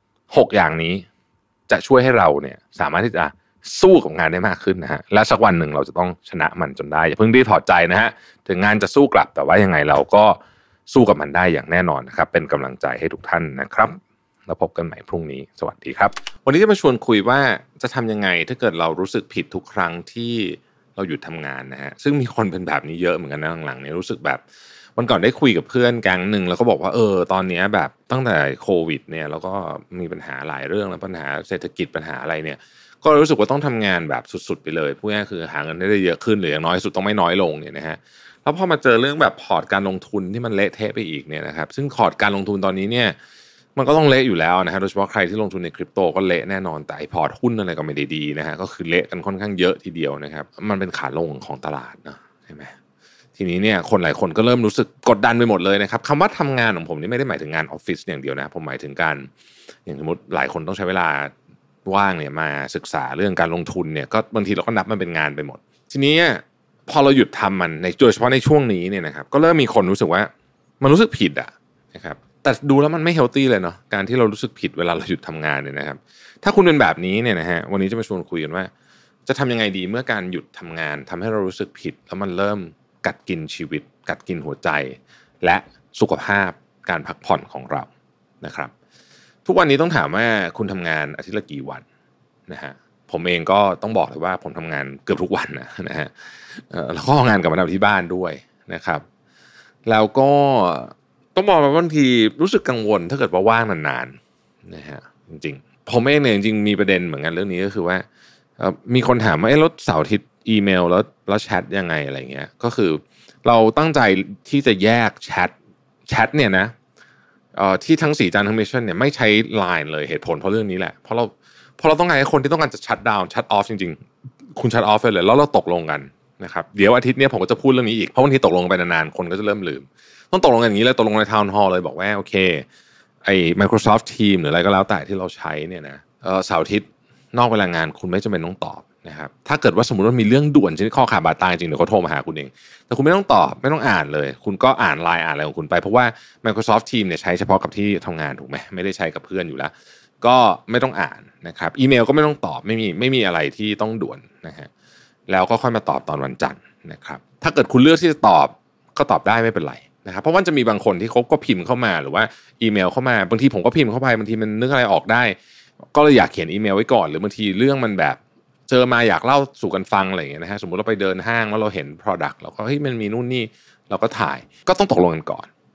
6อย่างนี้จะช่วยให้เราเนี่ยสามารถที่จะสู้กับงานได้มากขึ้นนะฮะและสักวันหนึ่งเราจะต้องชนะมันจนได้อย่าเพิ่งรีบถอดใจนะฮะถึงงานจะสู้กลับแต่ว่ายังไงเราก็สู้กับมันได้อย่างแน่นอนนะครับเป็นกำลังใจให้ทุกท่านนะครับแล้วพบกันใหม่พรุ่งนี้สวัสดีครับวันนี้จะมาชวนคุยว่าจะทำยังไงถ้าเกิดเรารู้สึกผิดทุกครั้งที่เราหยุดทำงานนะฮะซึ่งมีคนเป็นแบบนี้เยอะเหมือนกันนะหลังๆนี้รู้สึกแบบวันก่อนได้คุยกับเพื่อนแก๊งหนึ่งแล้วก็บอกว่าตอนนี้แบบตั้งแต่โควิดเนี่ยแล้วก็มีปัญหาหลายเรื่องแล้วปัญหาเศรษฐกิจปัญหาอะไรเนี่ยก็รู้สึกว่าต้องทำงานแบบสุดๆไปเลยพูดง่ายๆคือหาเงินได้เยอะขึ้นหรืออย่างน้อยสุดต้องไม่น้อยลงเนี่ยนะฮะแล้วพอมาเจอเรื่องแบบพอร์ตการลงทุนที่มันเละเทะไปอีกเนี่ยนะครับซึ่งพอร์ตการลงทุนตอนนี้เนี่ยมันก็ต้องเละอยู่แล้วนะฮะโดยเฉพาะใครที่ลงทุนในคริปโตก็เละแน่นอนแต่ไอ้พอร์ตหุ้นอะไรก็ไม่ได้ดีนะฮะก็คือเละกันค่อนข้างเยอะทีเดียวนะครับมันเป็นขาลงของตลาดนะใช่ไหมทีนี้เนี่ยคนหลายคนก็เริ่มรู้สึกกดดันไปหมดเลยนะครับคำว่าทำงานของผมนี่ไม่ได้หมายถึงงานออฟฟิศอย่างเดียวนะผมหมายถึงการอย่างสมมติหลายคนต้องใช้เวลาว่างเนี่ยมาศึกษาเรื่องการลงทุนเนี่ยก็บางทีเราก็นับมันเป็นงานไปหมดทีนี้พอเราหยุดทำมันในโดยเฉพาะในช่วงนี้เนี่ยนะครับก็เริ่มมีคนรู้สึกว่ามันรู้สึกผิดนะครับแต่ดูแล้วมันไม่เฮลตี้เลยเนาะการที่เรารู้สึกผิดเวลาเราหยุดทำงานเนี่ยนะครับถ้าคุณเป็นแบบนี้เนี่ยนะฮะวันนี้จะมาชวนคุยกันว่าจะทำยังไงดีเมื่อการหยุดทำงานทำให้เรารู้สึกผิดแล้วมันเริ่มกัดกินชีวิตกัดกินหัวใจและสุขภาพการพักผ่อนของเรานะครับทุกวันนี้ต้องถามว่าคุณทำงานอาทิตย์ละกี่วันนะฮะผมเองก็ต้องบอกเลยว่าผมทำงานเกือบทุกวันนะฮะแล้วก็ทำงานกับมาทำที่บ้านด้วยนะครับแล้วก็ต้องบอกว่าบางทีรู้สึกกังวลถ้าเกิดว่าว่างนานๆนะฮะจริงๆผมเองเนี่ยจริงๆมีประเด็นเหมือนกันเรื่องนี้ก็คือว่ามีคนถามว่าแล้วเสาร์อาทิตย์อีเมลแล้วแชทยังไงอะไรเงี้ยก็คือเราตั้งใจที่จะแยกแชทเนี่ยนะที่ทั้ง4จานทั้งมิชชั่นเนี่ยไม่ใช้ LINE เลยเหตุผลเพราะเรื่องนี้แหละเพราะเราต้องการให้คนที่ต้องการจะชัตดาวน์ชัตออฟจริงๆคุณชัตออฟเลยแล้วเราตกลงกันนะครับเดี๋ยวอาทิตย์นี้ผมก็จะพูดเรื่องนี้อีกเพราะบางทีตกลงไปนานๆคนก็จะเริ่มลืมต้องตกลงกันอย่างนี้เลยตกลงในทาวน์ฮอลล์เลยบอกว่าโอเคไอ้ Microsoft Teams หรืออะไรก็แล้วแต่ที่เราใช้เนี่ยนะเสาร์อาทิตย์นอกเวลางานคุณไม่จำเป็นต้องตอบนะครับถ้าเกิดว่าสมมุติว่ามีเรื่องด่วนชนิดข้อขาดบาดตายจริงเดี๋ยวเขาโทรมาหาคุณเองแต่คุณไม่ต้องตอบไม่ต้องอ่านเลยคุณก็อ่านไลน์อ่านอะไรของคุณไปเพราะว่า Microsoft Teams เนี่ยใช้เฉพาะกับที่ทำงานถูกไหมไม่ได้ใช้กับเพื่อนอยู่แล้วก็ไม่ต้องอ่านนะครับอีเมลก็ไม่ต้องตอบไม่มีอะไรที่ต้องด่วนนะฮะแล้วก็ค่อยมาตอบตอนวันจันทร์นะครับถ้าเกิดคุณเลือกที่จะตอบก็ตอบได้ไม่เป็นไรนะครับเพราะว่าจะมีบางคนที่เขาก็พิมพ์เข้ามาหรือว่าอีเมลเข้ามาบางทีผมก็พิมพ์เข้าไปบางทีมันนึกอะไรออกได้ก็เลยอยากเขียนอีเมลไว้ก่อนหรือบางทีเรื่องมันแบบเจอมาอยากเล่าสู่กันฟังอะไรอย่างเงี้ยนะฮะสมมุติเราไปเดินห้างแล้วเราเห็น product เราก็เฮ้ยมันมีนู่นนี่เราก็ถ่ายก็ต้องตกลงกันก่อน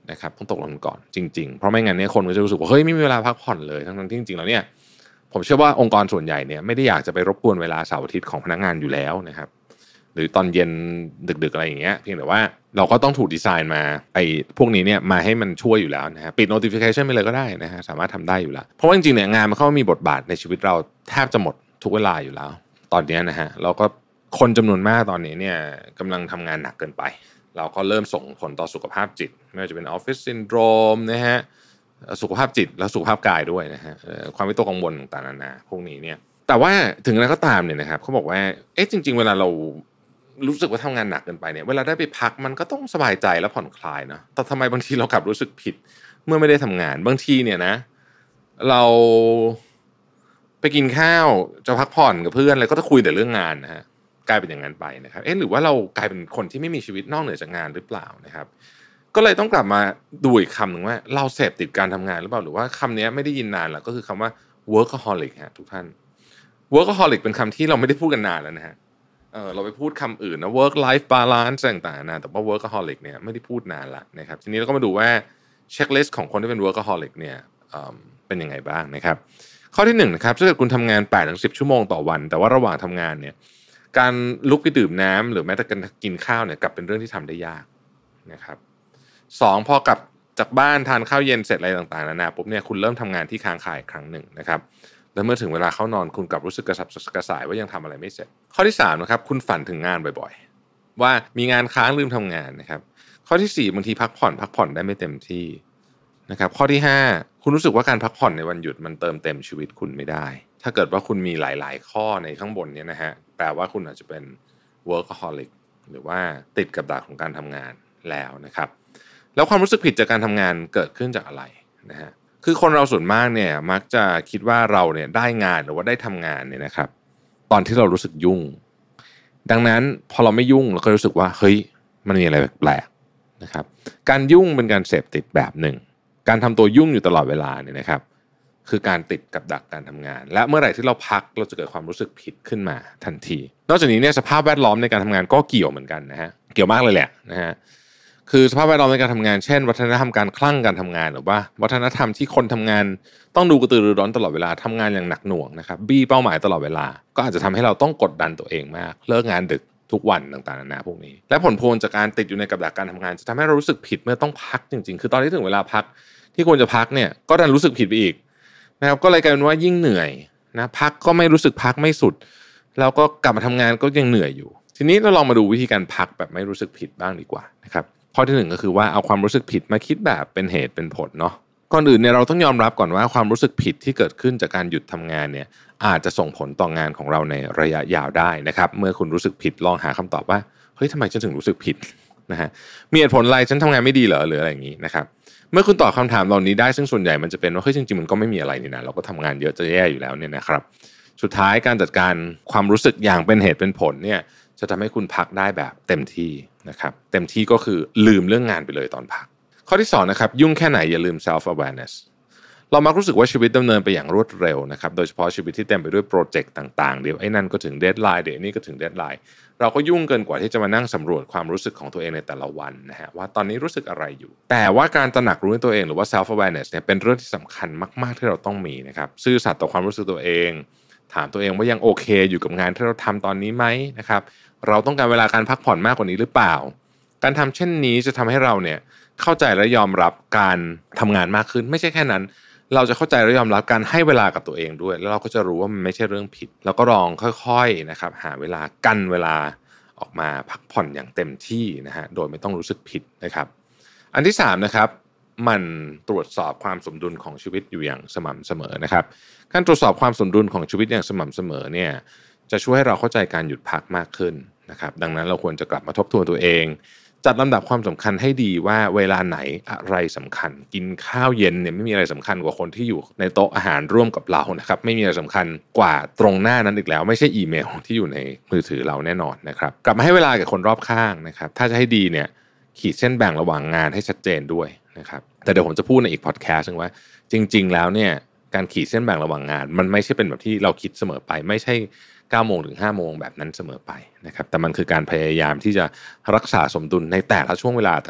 นะครับต้องตกลงกันก่อนจริงๆเพราะไม่งั้นเนี่ยคนก็จะรู้สึกว่าเฮ้ยไม่มีเวลาพักผ่อนเลยทั้งๆที่จริงๆแล้วเนี่ยผมเชื่อว่าองค์กรส่วนใหญ่เนี่ยไม่ได้อยากจะไปรบกวนเวลาเสาร์อาทิตย์ของพนักงานอยู่แล้วนะครับหรือตอนเย็นดึกๆอะไรอย่างเงี้ยเพียงแต่ว่าเราก็ต้องถูกดีไซน์มาไอ้พวกนี้เนี่ยมาให้มันช่วยอยู่แล้วนะฮะปิด notification ไปเลยก็ได้นะฮะสามารถทำได้อยู่แล้วเพราะว่าจริงๆเนี่ยงานมันเข้ามามีบทบาทในชีวิตเราแทบจะหมดทุกเวลาอยู่แล้วตอนนี้นะฮะเราก็คนจำนวนมากตอนนี้เนี่ยกำลังทำงานหนักเกินไปเราก็เริ่มส่งผลต่อสุขภาพจิตไม่ว่าจะเป็นออฟฟิศซินโดรมนะฮะสุขภาพจิตและสุขภาพกายด้วยนะฮะความวิตกกังวลต่างๆนานาพวกนี้เนี่ยแต่ว่าถึงอะไรก็ตามเนี่ยนะครับเขาบอกว่าจริงๆเวลาเรารู้สึกว่าทำงานหนักเกินไปเนี่ยเวลาได้ไปพักมันก็ต้องสบายใจและผ่อนคลายเนาะแต่ทำไมบางทีเรากลับรู้สึกผิดเมื่อไม่ได้ทำงานบางทีเนี่ยนะเราไปกินข้าวจะพักผ่อนกับเพื่อนอะไรก็จะคุยแต่เรื่องงานนะฮะกลายเป็นอย่างนั้นไปนะครับหรือว่าเรากลายเป็นคนที่ไม่มีชีวิตนอกเหนือจากงานหรือเปล่านะครับก็เลยต้องกลับมาดูอีกคำหนึ่งว่าเราเสพติดการทำงานหรือเปล่าหรือว่าคำนี้ไม่ได้ยินนานแล้วก็คือคำว่า workaholic ฮะทุกท่าน workaholic เป็นคำที่เราไม่ได้พูดกันนานแล้วนะฮะเราไปพูดคำอื่นนะ work life balance ต่างๆนะแต่ว่า workaholic เนี่ยไม่ได้พูดนานละนะครับทีนี้เราก็มาดูว่าเช็คลิสต์ของคนที่เป็น workaholic เนี่ยเป็นยังไงบ้างนะครับข้อที่1นะครับถ้าเกิดคุณทำงาน 8-10 ชั่วโมงต่อวันแต่ว่าระหว่างทำงานเนี่ยการลุกไปดื่มน้ำหรือแม้แต่การกินข้าวเนี่ยกลับเป็นเรื่องที่ทำได้ยากนะครับ2พอกลับจากบ้านทานข้าวเย็นเสร็จอะไรต่างๆนานาปุ๊บเนี่ยคุณเริ่มทำงานที่ค้างคาอีกครั้งหนึ่งนะครับแล้วเมื่อถึงเวลาเข้านอนคุณกลับรู้สึกกระสับกระส่ายว่ายังทำอะไรไม่เสร็จข้อที่3นะครับคุณฝันถึงงานบ่อยๆว่ามีงานค้างลืมทำงานนะครับข้อที่4บางทีพักผ่อนได้ไม่เต็มที่นะครับข้อที่5คุณรู้สึกว่าการพักผ่อนในวันหยุดมันเติมเต็มชีวิตคุณไม่ได้ถ้าเกิดว่าคุณมีหลายๆข้อในข้างบนเนี่ยนะฮะแปลว่าคุณอาจจะเป็น workaholic หรือว่าติดกับดักของการทำงานแล้วนะครับแล้วความรู้สึกผิดจากการทำงานเกิดขึ้นจากอะไรนะฮะคือคนเราส่วนมากเนี่ยมักจะคิดว่าเราเนี่ยได้งานหรือว่าได้ทำงานเนี่ยนะครับตอนที่เรารู้สึกยุ่งดังนั้นพอเราไม่ยุ่งเราก็รู้สึกว่าเฮ้ยมันมีอะไรแปลกๆนะครับการยุ่งเป็นการเสพติดแบบหนึ่งการทำตัวยุ่งอยู่ตลอดเวลาเนี่ยนะครับคือการติดกับดักการทำงานและเมื่อไหร่ที่เราพักเราจะเกิดความรู้สึกผิดขึ้นมาทันทีนอกจากนี้เนี่ยสภาพแวดล้อมในการทำงานก็เกี่ยวเหมือนกันนะฮะเกี่ยวมากเลยแหละนะฮะคือสภาพแวดล้อมในการทำงานเช่นวัฒนธรรมการคลั่งการทำงานหรือว่าวัฒนธรรมที่คนทำงานต้องดูกระตือรือร้นตลอดเวลาทำงานอย่างหนักหน่วงนะครับบี้เป้าหมายตลอดเวลาก็อาจจะทำให้เราต้องกดดันตัวเองมากเลิกงานดึกทุกวันต่างๆนานาพวกนี้และผลพวงจากการติดอยู่ในกับดักการทำงานจะทำให้เรารู้สึกผิดเมื่อต้องพักจริงๆคือตอนที่ถึงเวลาพักที่ควรจะพักเนี่ยก็ดันรู้สึกผิดไปอีกนะครับก็เลยกลายเป็นว่ายิ่งเหนื่อยนะพักก็ไม่รู้สึกพักไม่สุดแล้วก็กลับมาทำงานก็ยังเหนื่อยอยู่ทีนี้เราลองมาดูวิธีการพักแบบไม่รู้สึกผิดบ้างดีกว่านะครับข้อที่1ก็คือว่าเอาความรู้สึกผิดมาคิดแบบเป็นเหตุเป็นผลเนาะก่อนอื่นเนี่ยเราต้องยอมรับก่อนว่าความรู้สึกผิดที่เกิดขึ้นจากการหยุดทำงานเนี่ยอาจจะส่งผลต่องานของเราในระยะยาวได้นะครับเมื่อคุณรู้สึกผิดลองหาคำตอบว่าเฮ้ยทำไมฉันถึงรู้สึกผิดนะฮะมีเหตุผลอะไรฉันทำงานไม่ดีเหรอหรืออะไรอย่างนี้นะครับเมื่อคุณตอบคำถามเหล่านี้ได้ซึ่งส่วนใหญ่มันจะเป็นว่าเฮ้ยจริงๆมันก็ไม่มีอะไรนี่นะเราก็ทำงานเยอะจะแย่อยู่แล้วเนี่ยนะครับสุดท้ายการจัดการความรู้สึกอย่างเป็นเหตุเป็นผลเนี่ยจะทำให้คุณพักได้แบบเต็มที่นะครับเต็มที่ก็คือลืมเรื่องงานไปเลยตอนพักข้อที่2นะครับยุ่งแค่ไหนอย่าลืม self awareness เรามักรู้สึกว่าชีวิตดำเนินไปอย่างรวดเร็วนะครับโดยเฉพาะชีวิตที่เต็มไปด้วยโปรเจกต์ต่างๆเดี๋ยวไอ้นั่นก็ถึงเดดไลน์เดี๋ยวนี้ก็ถึงเดดไลน์เราก็ยุ่งเกินกว่าที่จะมานั่งสำรวจความรู้สึกของตัวเองในแต่ละวันนะฮะว่าตอนนี้รู้สึกอะไรอยู่แต่ว่าการตระหนักรู้ในตัวเองหรือว่า self awareness เนี่ยเป็นเรื่องที่สำคัญมากๆที่เราต้องมีนะครับซื่อสัตย์ต่อความรู้สึกตัวเองถามตัวเองว่ายังโอเคอยู่กับงานที่เราทำตอนนี้ไหมนะครับเราต้องการเวลาการพักผ่อนมากกว่านี้หรือเปล่าการทำเช่นนี้จะทำให้เราเนี่ยเข้าใจและยอมรับการทำงานมากขึ้นไม่ใช่แค่นั้นเราจะเข้าใจและยอมรับการให้เวลากับตัวเองด้วยแล้วเราก็จะรู้ว่ามันไม่ใช่เรื่องผิดแล้วก็ลองค่อยๆนะครับหาเวลากั้นเวลาออกมาพักผ่อนอย่างเต็มที่นะฮะโดยไม่ต้องรู้สึกผิดนะครับอันที่3นะครับมันตรวจสอบความสมดุลของชีวิตอยู่อย่างสม่ำเสมอนะครับการตรวจสอบความสมดุลของชีวิตอย่างสม่ำเสมอเนี่ยจะช่วยให้เราเข้าใจการหยุดพักมากขึ้นนะครับดังนั้นเราควรจะกลับมาทบทวนตัวเองจัดลำดับความสำคัญให้ดีว่าเวลาไหนอะไรสำคัญกินข้าวเย็นเนี่ยไม่มีอะไรสำคัญกว่าคนที่อยู่ในโต๊ะอาหารร่วมกับเรานะครับไม่มีอะไรสำคัญกว่าตรงหน้านั้นอีกแล้วไม่ใช่อีเมลที่อยู่ในมือถือเราแน่นอนนะครับกลับมาให้เวลากับคนรอบข้างนะครับถ้าจะให้ดีเนี่ยขีดเส้นแบ่งระหว่างงานให้ชัดเจนด้วยนะครับแต่เดี๋ยวผมจะพูดในอีกพอดแคสต์นึงว่าจริงๆแล้วเนี่ยการขีดเส้นแบ่งระหว่างงานมันไม่ใช่เป็นแบบที่เราคิดเสมอไปไม่ใช่9 โมงถึง 5 โมงแบบนั้นเสมอไปนะครับแต่มันคือการพยายามที่จะรักษาสมดุลในแต่ละช่วงเวลาต่างหาก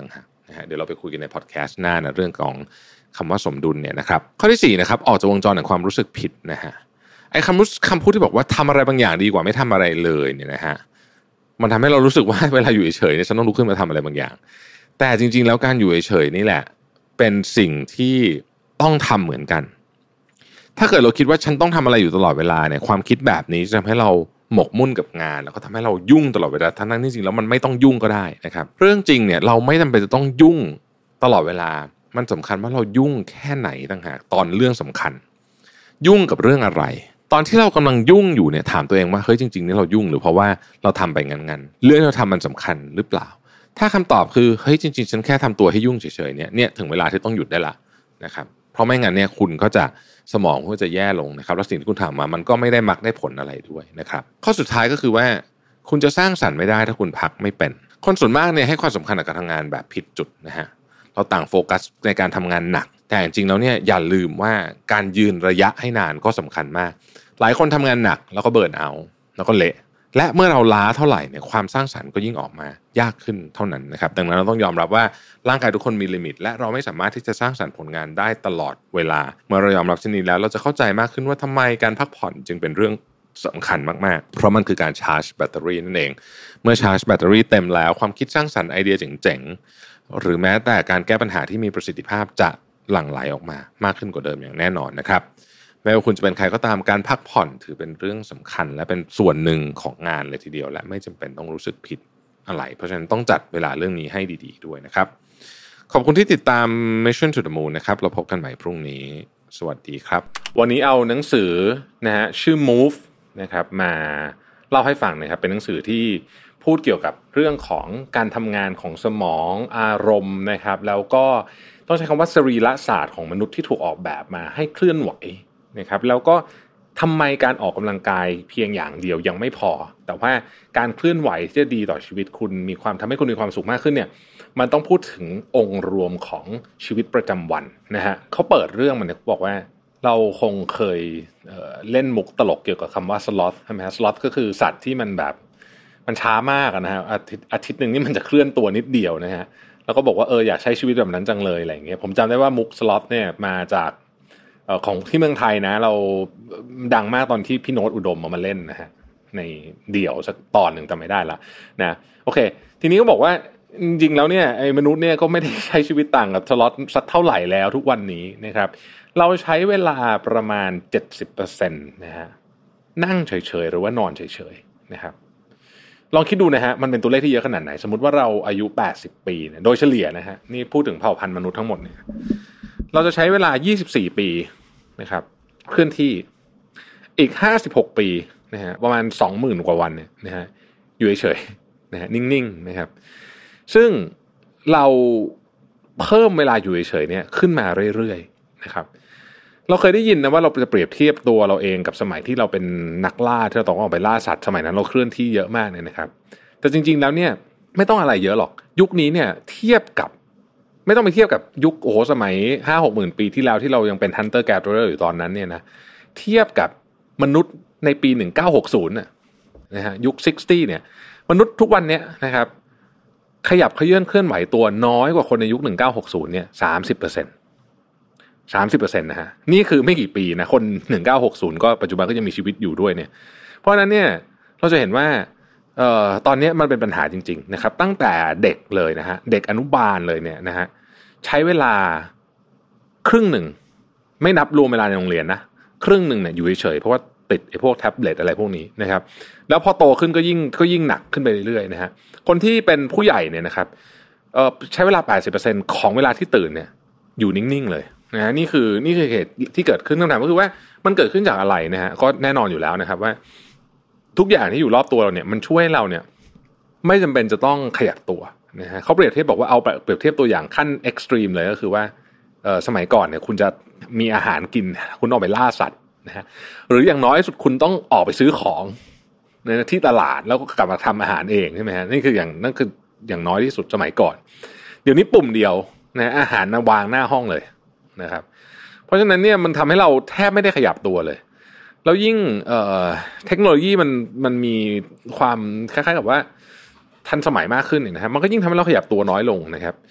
นะฮะเดี๋ยวเราไปคุยกันในพอดแคสต์หน้านะเรื่องของคำว่าสมดุลเนี่ยนะครับข้อที่4นะครับออกจากวงจรแห่งความรู้สึกผิดนะฮะไอ้คำพูดที่บอกว่าทำอะไรบางอย่างดีกว่าไม่ทำอะไรเลยเนี่ยนะฮะมันทำให้เรารู้สึกว่าเวลาอยู่เฉยๆเนี่ยฉันต้องลุกขึ้นมาทำอะไรบางอย่างแต่จริงๆแล้วการอยู่เฉยๆนี่แหละเป็นสิ่งที่ต้องทำเหมือนกันถ้าเกิดเราคิดว่าฉันต้องทำอะไรอยู่ตลอดเวลาเนี่ยความคิดแบบนี้จะทำให้เราหมกมุ่นกับงานแล้วก็ทำให้เรายุ่งตลอดเวลาทั้งที่จริงแล้วมันไม่ต้องยุ่งก็ได้นะครับเรื่องจริงเนี่ยเราไม่จำเป็นจะต้องยุ่งตลอดเวลามันสำคัญว่าเรายุ่งแค่ไหนต่างหากตอนเรื่องสำคัญยุ่งกับเรื่องอะไรตอนที่เรากำลังยุ่งอยู่เนี่ยถามตัวเองว่าเฮ้ยจริงๆนี่เรายุ่งหรือเพราะว่าเราทำไปงั้นๆเรื่องที่เราทำมันสำคัญหรือเปล่าถ้าคำตอบคือเฮ้ยจริงๆฉันแค่ทำตัวให้ยุ่งเฉยๆเนี่ยถึงเวลาที่ต้องหยุดได้ละนะครับเพราะไม่งั้นเนี่ยคุณก็จะสมองก็จะแย่ลงนะครับแล้วสิ่งที่คุณทำมามันก็ไม่ได้มักได้ผลอะไรด้วยนะครับข้อสุดท้ายก็คือว่าคุณจะสร้างสรรค์ไม่ได้ถ้าคุณพักไม่เป็นคนส่วนมากเนี่ยให้ความสำคัญกับการทำงานแบบผิดจุดนะฮะเราต่างโฟกัสในการทำงานหนักแต่จริงๆแล้วเนี่ยอย่าลืมว่าการยืนระยะให้นานก็สำคัญมากหลายคนทำงานหนักแล้วก็เบิร์นเอาท์แล้วก็เละและเมื่อเราล้าเท่าไหร่เนี่ยความสร้างสรรค์ก็ยิ่งออกมายากขึ้นเท่านั้นนะครับดังนั้นเราต้องยอมรับว่าร่างกายทุกคนมีลิมิตและเราไม่สามารถที่จะสร้างสรรค์ผลงานได้ตลอดเวลาเมื่อเรายอมรับเช่นนี้แล้วเราจะเข้าใจมากขึ้นว่าทำไมการพักผ่อนจึงเป็นเรื่องสำคัญมากๆเพราะมันคือการชาร์จแบตเตอรี่นั่นเองเมื่อชาร์จแบตเตอรี่เต็มแล้วความคิดสร้างสรรค์ไอเดียเจ๋งๆหรือแม้แต่การแก้ปัญหาที่มีประสิทธิภาพจะหลั่งไหลออกมามากขึ้นกว่าเดิมอย่างแน่นอนนะครับไม่ว่าคุณจะเป็นใครก็ตามการพักผ่อนถือเป็นเรื่องสำคัญและเป็นส่วนหนึ่งของงานเลยทีเดียวและไม่จำเป็นต้องรู้สึกผิดอะไรเพราะฉะนั้นต้องจัดเวลาเรื่องนี้ให้ดีๆด้วยนะครับขอบคุณที่ติดตาม Mission to the Moon นะครับเราพบกันใหม่พรุ่งนี้สวัสดีครับวันนี้เอาหนังสือนะฮะชื่อ Move นะครับมาเล่าให้ฟังนะครับเป็นหนังสือที่พูดเกี่ยวกับเรื่องของการทำงานของสมองอารมณ์นะครับแล้วก็ต้องใช้คำว่าสรีระศาสตร์ของมนุษย์ที่ถูกออกแบบมาให้เคลื่อนไหวนะครับแล้วก็ทำไมการออกกำลังกายเพียงอย่างเดียวยังไม่พอแต่ว่าการเคลื่อนไหวที่จะดีต่อชีวิตคุณมีความทำให้คุณมีความสุขมากขึ้นเนี่ยมันต้องพูดถึงองค์รวมของชีวิตประจำวันนะฮะเขาเปิดเรื่องมันเนี่ยบอกว่าเราคงเคยเล่นมุกตลกเกี่ยวกับคำว่าสล็อธใช่ไหมฮะสล็อธก็คือสัตว์ที่มันแบบมันช้ามากนะฮะอาทิตย์นึงนี่มันจะเคลื่อนตัวนิดเดียวนะฮะแล้วก็บอกว่าอยากใช้ชีวิตแบบนั้นจังเลยอะไรอย่างเงี้ยผมจำได้ว่ามุกสล็อธเนี่ยมาจากของที่เมืองไทยนะเราดังมากตอนที่พี่โน้ตอุดมมาเล่นนะฮะในเดี่ยวสักตอนหนึ่งจำไม่ได้ละนะโอเคทีนี้ก็บอกว่าจริงๆแล้วเนี่ยไอ้มนุษย์เนี่ยก็ไม่ได้ใช้ชีวิตต่างกับสล็อตสักเท่าไหร่แล้วทุกวันนี้นะครับเราใช้เวลาประมาณ 70% นะฮะนั่งเฉยๆหรือว่านอนเฉยๆนะครับลองคิดดูนะฮะมันเป็นตัวเลขที่เยอะขนาดไหนสมมุติว่าเราอายุ80ปีเนี่ยโดยเฉลี่ยนะฮะนี่พูดถึงเผ่าพันธุ์มนุษย์ทั้งหมดเนี่ยเราจะใช้เวลา24ปีนะครับเคลื่อนที่อีก56ปีนะฮะประมาณ 20,000 กว่าวันเนี่ยนะฮะอยู่เฉยๆนะฮะนิ่งๆนะครับซึ่งเราเพิ่มเวลาอยู่เฉยๆเนี่ยขึ้นมาเรื่อยๆนะครับเราเคยได้ยินนะว่าเราจะเปรียบเทียบตัวเราเองกับสมัยที่เราเป็นนักล่าที่เราต้องออกไปล่าสัตว์สมัยนั้นเราเคลื่อนที่เยอะมากเนี่ยนะครับแต่จริงๆแล้วเนี่ยไม่ต้องอะไรเยอะหรอกยุคนี้เนี่ยเทียบกับไม่ต้องไปเทียบกับยุคสมัย 5-6 หมื่นปีที่แล้วที่เรายังเป็น Hunter Gatherer อยู่ตอนนั้นเนี่ยนะเทียบกับมนุษย์ในปี1960นะฮะยุค60เนี่ยมนุษย์ทุกวันเนี้ยนะครับขยับเขยื้อนเคลื่อนไหวตัวน้อยกว่าคนในยุค1960เนี่ย 30% นะฮะนี่คือไม่กี่ปีนะคน1960ก็ปัจจุบันก็ยังมีชีวิตอยู่ด้วยเนี่ยเพราะฉะนั้นเนี่ยเราจะเห็นว่าตอนนี้มันเป็นปัญหาจริงๆนะครับตั้งแต่เด็กเลยนะฮะเด็กอนุบาลเลยเนี่ยนะฮะใช้เวลาครึ่งหนึ่งไม่นับรวมเวลาในโรงเรียนนะครึ่งหนึ่งเนี่ยอยู่เฉยๆเพราะว่าติดไอ้พวกแท็บเล็ตอะไรพวกนี้นะครับแล้วพอโตขึ้นก็ยิ่งหนักขึ้นไปเรื่อยๆนะฮะคนที่เป็นผู้ใหญ่เนี่ยนะครับใช้เวลา 80% ของเวลาที่ตื่นเนี่ยอยู่นิ่งๆเลยนะนี่คือเหตุที่เกิดขึ้นคำถามก็คือว่ามันเกิดขึ้นจากอะไรนะฮะก็แน่นอนอยู่แล้วนะครับว่าทุกอย่างที่อยู่รอบตัวเราเนี่ยมันช่วยเราเนี่ยไม่จำเป็นจะต้องขยับตัวนะฮะเขาเปรียบเทียบบอกว่าเอาเปรียบเทียบตัวอย่างขั้นเอ็กซ์ตรีมเลยก็คือว่าสมัยก่อนเนี่ยคุณจะมีอาหารกินคุณออกไปล่าสัตว์นะฮะหรืออย่างน้อยสุดคุณต้องออกไปซื้อของในที่ตลาดแล้วก็กลับมาทำอาหารเองใช่ไหมฮะนั่นคืออย่างน้อยที่สุดสมัยก่อนเดี๋ยวนี้ปุ่มเดียวนะอาหารวางหน้าห้องเลยนะครับเพราะฉะนั้นเนี่ยมันทำให้เราแทบไม่ได้ขยับตัวเลยแล้วยิ่งเทคโนโลยีมันมีความคล้ายๆกับว่าทันสมัยมากขึ้นนะฮะมันก็ยิ่งทำให้เราขยับตัวน้อยลงนะครับ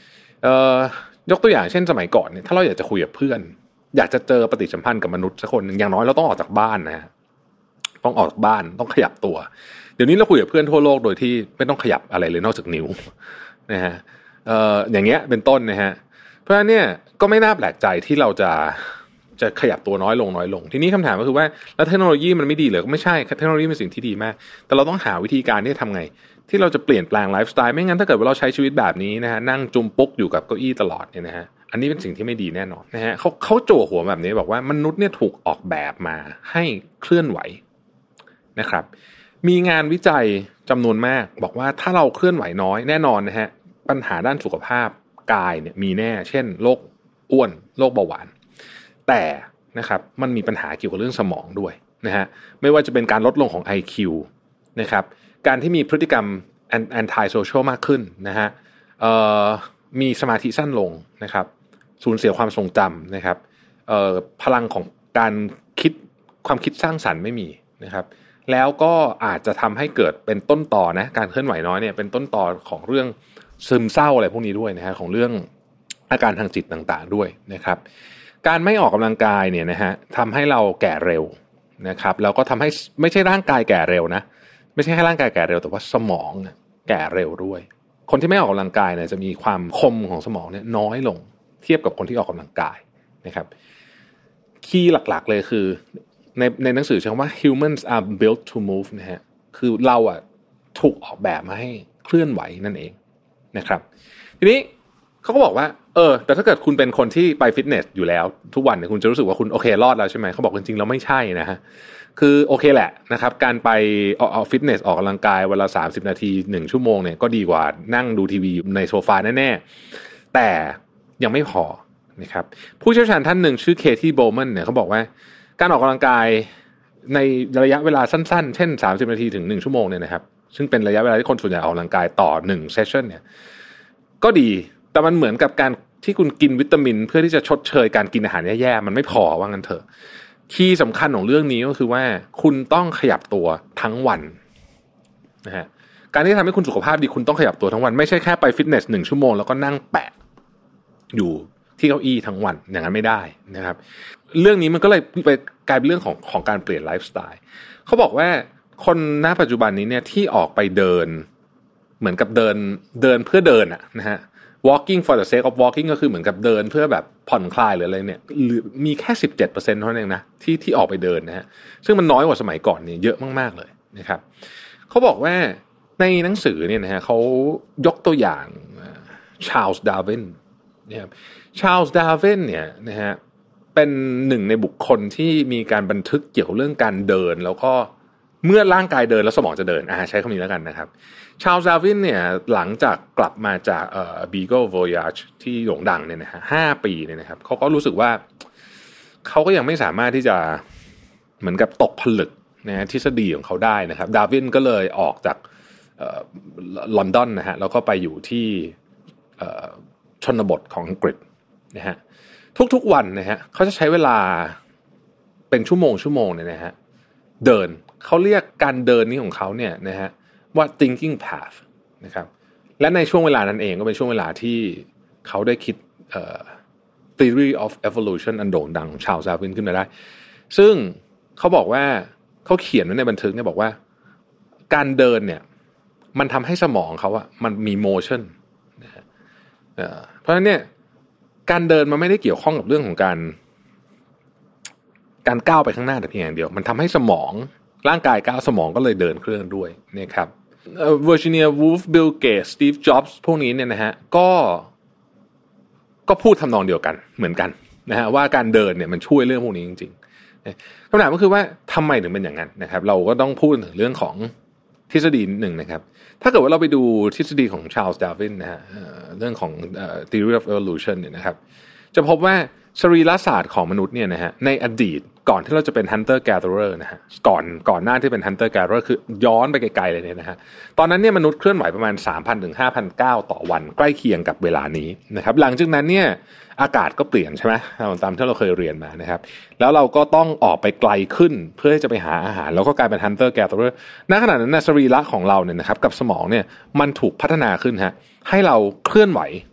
ยกตัวอย่างเช่นสมัยก่อนเนี่ยถ้าเราอยากจะคุยกับเพื่อนอยากจะเจอปฏิสัมพันธ์กับมนุษย์สักคนนึงอย่างน้อยเราต้องออกจากบ้านนะต้องออกจากบ้านต้องขยับตัวเดี๋ยวนี้เราคุยกับเพื่อนทั่วโลกโดยที่ไม่ต้องขยับอะไรเลยนอกจากนิ้วนะฮะอย่างเงี้ยเป็นต้นนะฮะเพราะฉะนั้นเนี่ยก็ไม่น่าแปลกใจที่เราจะขยับตัวน้อยลงทีนี้คำถามก็คือว่าแล้วเทคโนโลยีมันไม่ดีเหรอก็ไม่ใช่เทคโนโลยีเป็นสิ่งที่ดีมากแต่เราต้องหาวิธีการที่จะทำไงที่เราจะเปลี่ยนแปลงไลฟ์สไตล์ไม่งั้นถ้าเกิดว่าเราใช้ชีวิตแบบนี้นะฮะนั่งจุมปุ๊กอยู่กับเก้าอี้ตลอดเนี่ยนะฮะอันนี้เป็นสิ่งที่ไม่ดีแน่นอนนะฮะเขาโจหัวแบบนี้บอกว่ามนุษย์เนี่ยถูกออกแบบมาให้เคลื่อนไหวนะครับมีงานวิจัยจำนวนมากบอกว่าถ้าเราเคลื่อนไหวน้อยแน่นอนนะฮะปัญหาด้านสุขภาพกายเนี่ยมีแน่เช่นโรคอ้วนโรคเบาหวานแต่นะครับมันมีปัญหาเกี่ยวกับเรื่องสมองด้วยนะฮะไม่ว่าจะเป็นการลดลงของ IQ นะครับการที่มีพฤติกรรมanti social มากขึ้นนะฮะมีสมาธิสั้นลงนะครับสูญเสียความทรงจำนะครับพลังของการคิดความคิดสร้างสรรค์ไม่มีนะครับแล้วก็อาจจะทำให้เกิดเป็นต้นต่อนะการเคลื่อนไหวน้อยเนี่ยเป็นต้นต่อของเรื่องซึมเศร้าอะไรพวกนี้ด้วยนะฮะของเรื่องอาการทางจิตต่างๆด้วยนะครับการไม่ออกกำลังกายเนี่ยนะฮะทำให้เราแก่เร็วนะครับแล้วก็ทำให้ไม่ใช่ร่างกายแก่เร็วนะไม่ใช่แค่ร่างกายแก่เร็วแต่ว่าสมองแก่เร็วด้วยคนที่ไม่ออกกำลังกายเนี่ยจะมีความคมของสมองเนี่ยน้อยลงเทียบกับคนที่ออกกำลังกายนะครับคีย์หลักๆเลยคือในหนังสือใช้คำว่า humans are built to move นะฮะคือเราอ่ะถูกออกแบบมาให้เคลื่อนไหวนั่นเองนะครับทีนี้เขาก็บอกว่าแต่ถ้าเกิดคุณเป็นคนที่ไปฟิตเนสอยู่แล้วทุกวันเนี่ยคุณจะรู้สึกว่าคุณโอเครอดแล้วใช่ไหมเขาบอกจริงๆแล้วไม่ใช่นะฮะคือโอเคแหละนะครับการไปเอาฟิตเนสออกกำลังกายวันละ30นาที1ชั่วโมงเนี่ยก็ดีกว่านั่งดูทีวีในโซฟาแน่ๆแต่ยังไม่พอนะครับผู้เชี่ยวชาญท่านหนึ่งชื่อเคที่โบว์แมนเนี่ยเขาบอกว่าการออกกำลังกายในระยะเวลาสั้นๆเช่น30นาทีถึง1ชั่วโมงเนี่ยนะครับซึ่งเป็นระยะเวลาที่คนส่วนใหญ่ออกกำลังกายต่อ1เซสชั่นเนี่ยก็ดีแต่มันเหมือนกับการที่คุณกินวิตามินเพื่อที่จะชดเชยการกินอาหารแย่ๆมันไม่พอว่างั้นเถอะคีย์สำคัญของเรื่องนี้ก็คือว่าคุณต้องขยับตัวทั้งวันนะฮะการที่ทำให้คุณสุขภาพดีคุณต้องขยับตัวทั้งวันไม่ใช่แค่ไปฟิตเนส1ชั่วโมงแล้วก็นั่งแปะอยู่ที่เก้าอี้ทั้งวันอย่างนั้นไม่ได้นะครับเรื่องนี้มันก็เลยไปกลายเป็นเรื่องของการเปลี่ยนไลฟ์สไตล์เขาบอกว่าคนณปัจจุบันนี้เนี่ยที่ออกไปเดินเหมือนกับเดินเพื่อเดินอะนะฮะwalking for the sake of walking ก็คือเหมือนกับเดินเพื่อแบบผ่อนคลายหรืออะไรเนี่ยมีแค่ 17% เท่านั้นเองนะที่ออกไปเดินนะฮะซึ่งมันน้อยกว่าสมัยก่อนเนี่ยเยอะมากๆเลยนะครับเขาบอกว่าในหนังสือเนี่ยนะฮะเขายกตัวอย่างชาร์ลส์ดาร์วินนะครับชาร์ลส์ดาร์วินเนี่ยนะฮะเป็นหนึ่งในบุคคลที่มีการบันทึกเกี่ยวกับเรื่องการเดินแล้วก็เมื่อร่างกายเดินแล้วสมองจะเดินใช้คำนี้แล้วกันนะครับชาร์ลส์ดาร์วินเนี่ยหลังจากกลับมาจากBeagle Voyage ที่โด่งดังเนี่ยนะฮะ5 ปีเนี่ยนะครับเขาก็รู้สึกว่าเขาก็ยังไม่สามารถที่จะเหมือนกับตกผลึกนะทฤษฎีของเขาได้นะครับดาร์วินก็เลยออกจากลอนดอนนะฮะแล้วก็ไปอยู่ที่ชนบทของอังกฤษนะฮะทุกๆวันนะฮะเขาจะใช้เวลาเป็นชั่วโมงเนี่ยนะฮะเดินเขาเรียกการเดินนี้ของเขาเนี่ยนะฮะว่า thinking path นะครับและในช่วงเวลานั้นเองก็เป็นช่วงเวลาที่เขาได้คิดtheory of evolution อันโด่งดังชาร์ลส์ดาร์วินขึ้นมาได้ซึ่งเขาบอกว่าเขาเขียนไว้ในบันทึกเนี่ยบอกว่าการเดินเนี่ยมันทำให้สมองเขาอะมันมี motion นะฮะเพราะฉะนั้นเนี่ยการเดินมันไม่ได้เกี่ยวข้องกับเรื่องของการก้าวไปข้างหน้าแต่เพียงอย่างเดียวมันทำให้สมองร่างกายก้าวสมองก็เลยเดินเครื่องด้วยนะครับเวอร์จิเนีย วูล์ฟ บิล เกตส์ สตีฟ จ็อบส์พวกนี้เนี่ยนะฮะก็พูดทำนองเดียวกันเหมือนกันนะฮะว่าการเดินเนี่ยมันช่วยเรื่องพวกนี้จริงๆคำถามก็คือว่าทำไมถึงเป็นอย่างนั้นนะครับเราก็ต้องพูดถึงเรื่องของทฤษฎีหนึ่งนะครับถ้าเกิดว่าเราไปดูทฤษฎีของชาร์ลส์ดาร์วินนะฮะเรื่องของtheory of evolution เนี่ยนะครับจะพบว่าสรีรศาสตร์ของมนุษย์เนี่ยนะฮะในอดีตก่อนที่เราจะเป็น hunter gatherer นะฮะก่อนหน้าที่เป็น hunter gatherer คือย้อนไปไกลๆเลยเนี่ยนะฮะตอนนั้นเนี่ยมนุษย์เคลื่อนไหวประมาณ 3,000 ถึง 5,000 ก้าวต่อวันใกล้เคียงกับเวลานี้นะครับหลังจากนั้นเนี่ยอากาศก็เปลี่ยนใช่ไหมตามที่เราเคยเรียนมานะครับแล้วเราก็ต้องออกไปไกลขึ้นเพื่อที่จะไปหาอาหารแล้วก็กลายเป็น hunter gatherer ณขณะนั้นนะสรีระของเราเนี่ยนะครับกับสมองเนี่ยมันถูกพัฒนาขึ้นฮะให้เราเคลื่อนไหว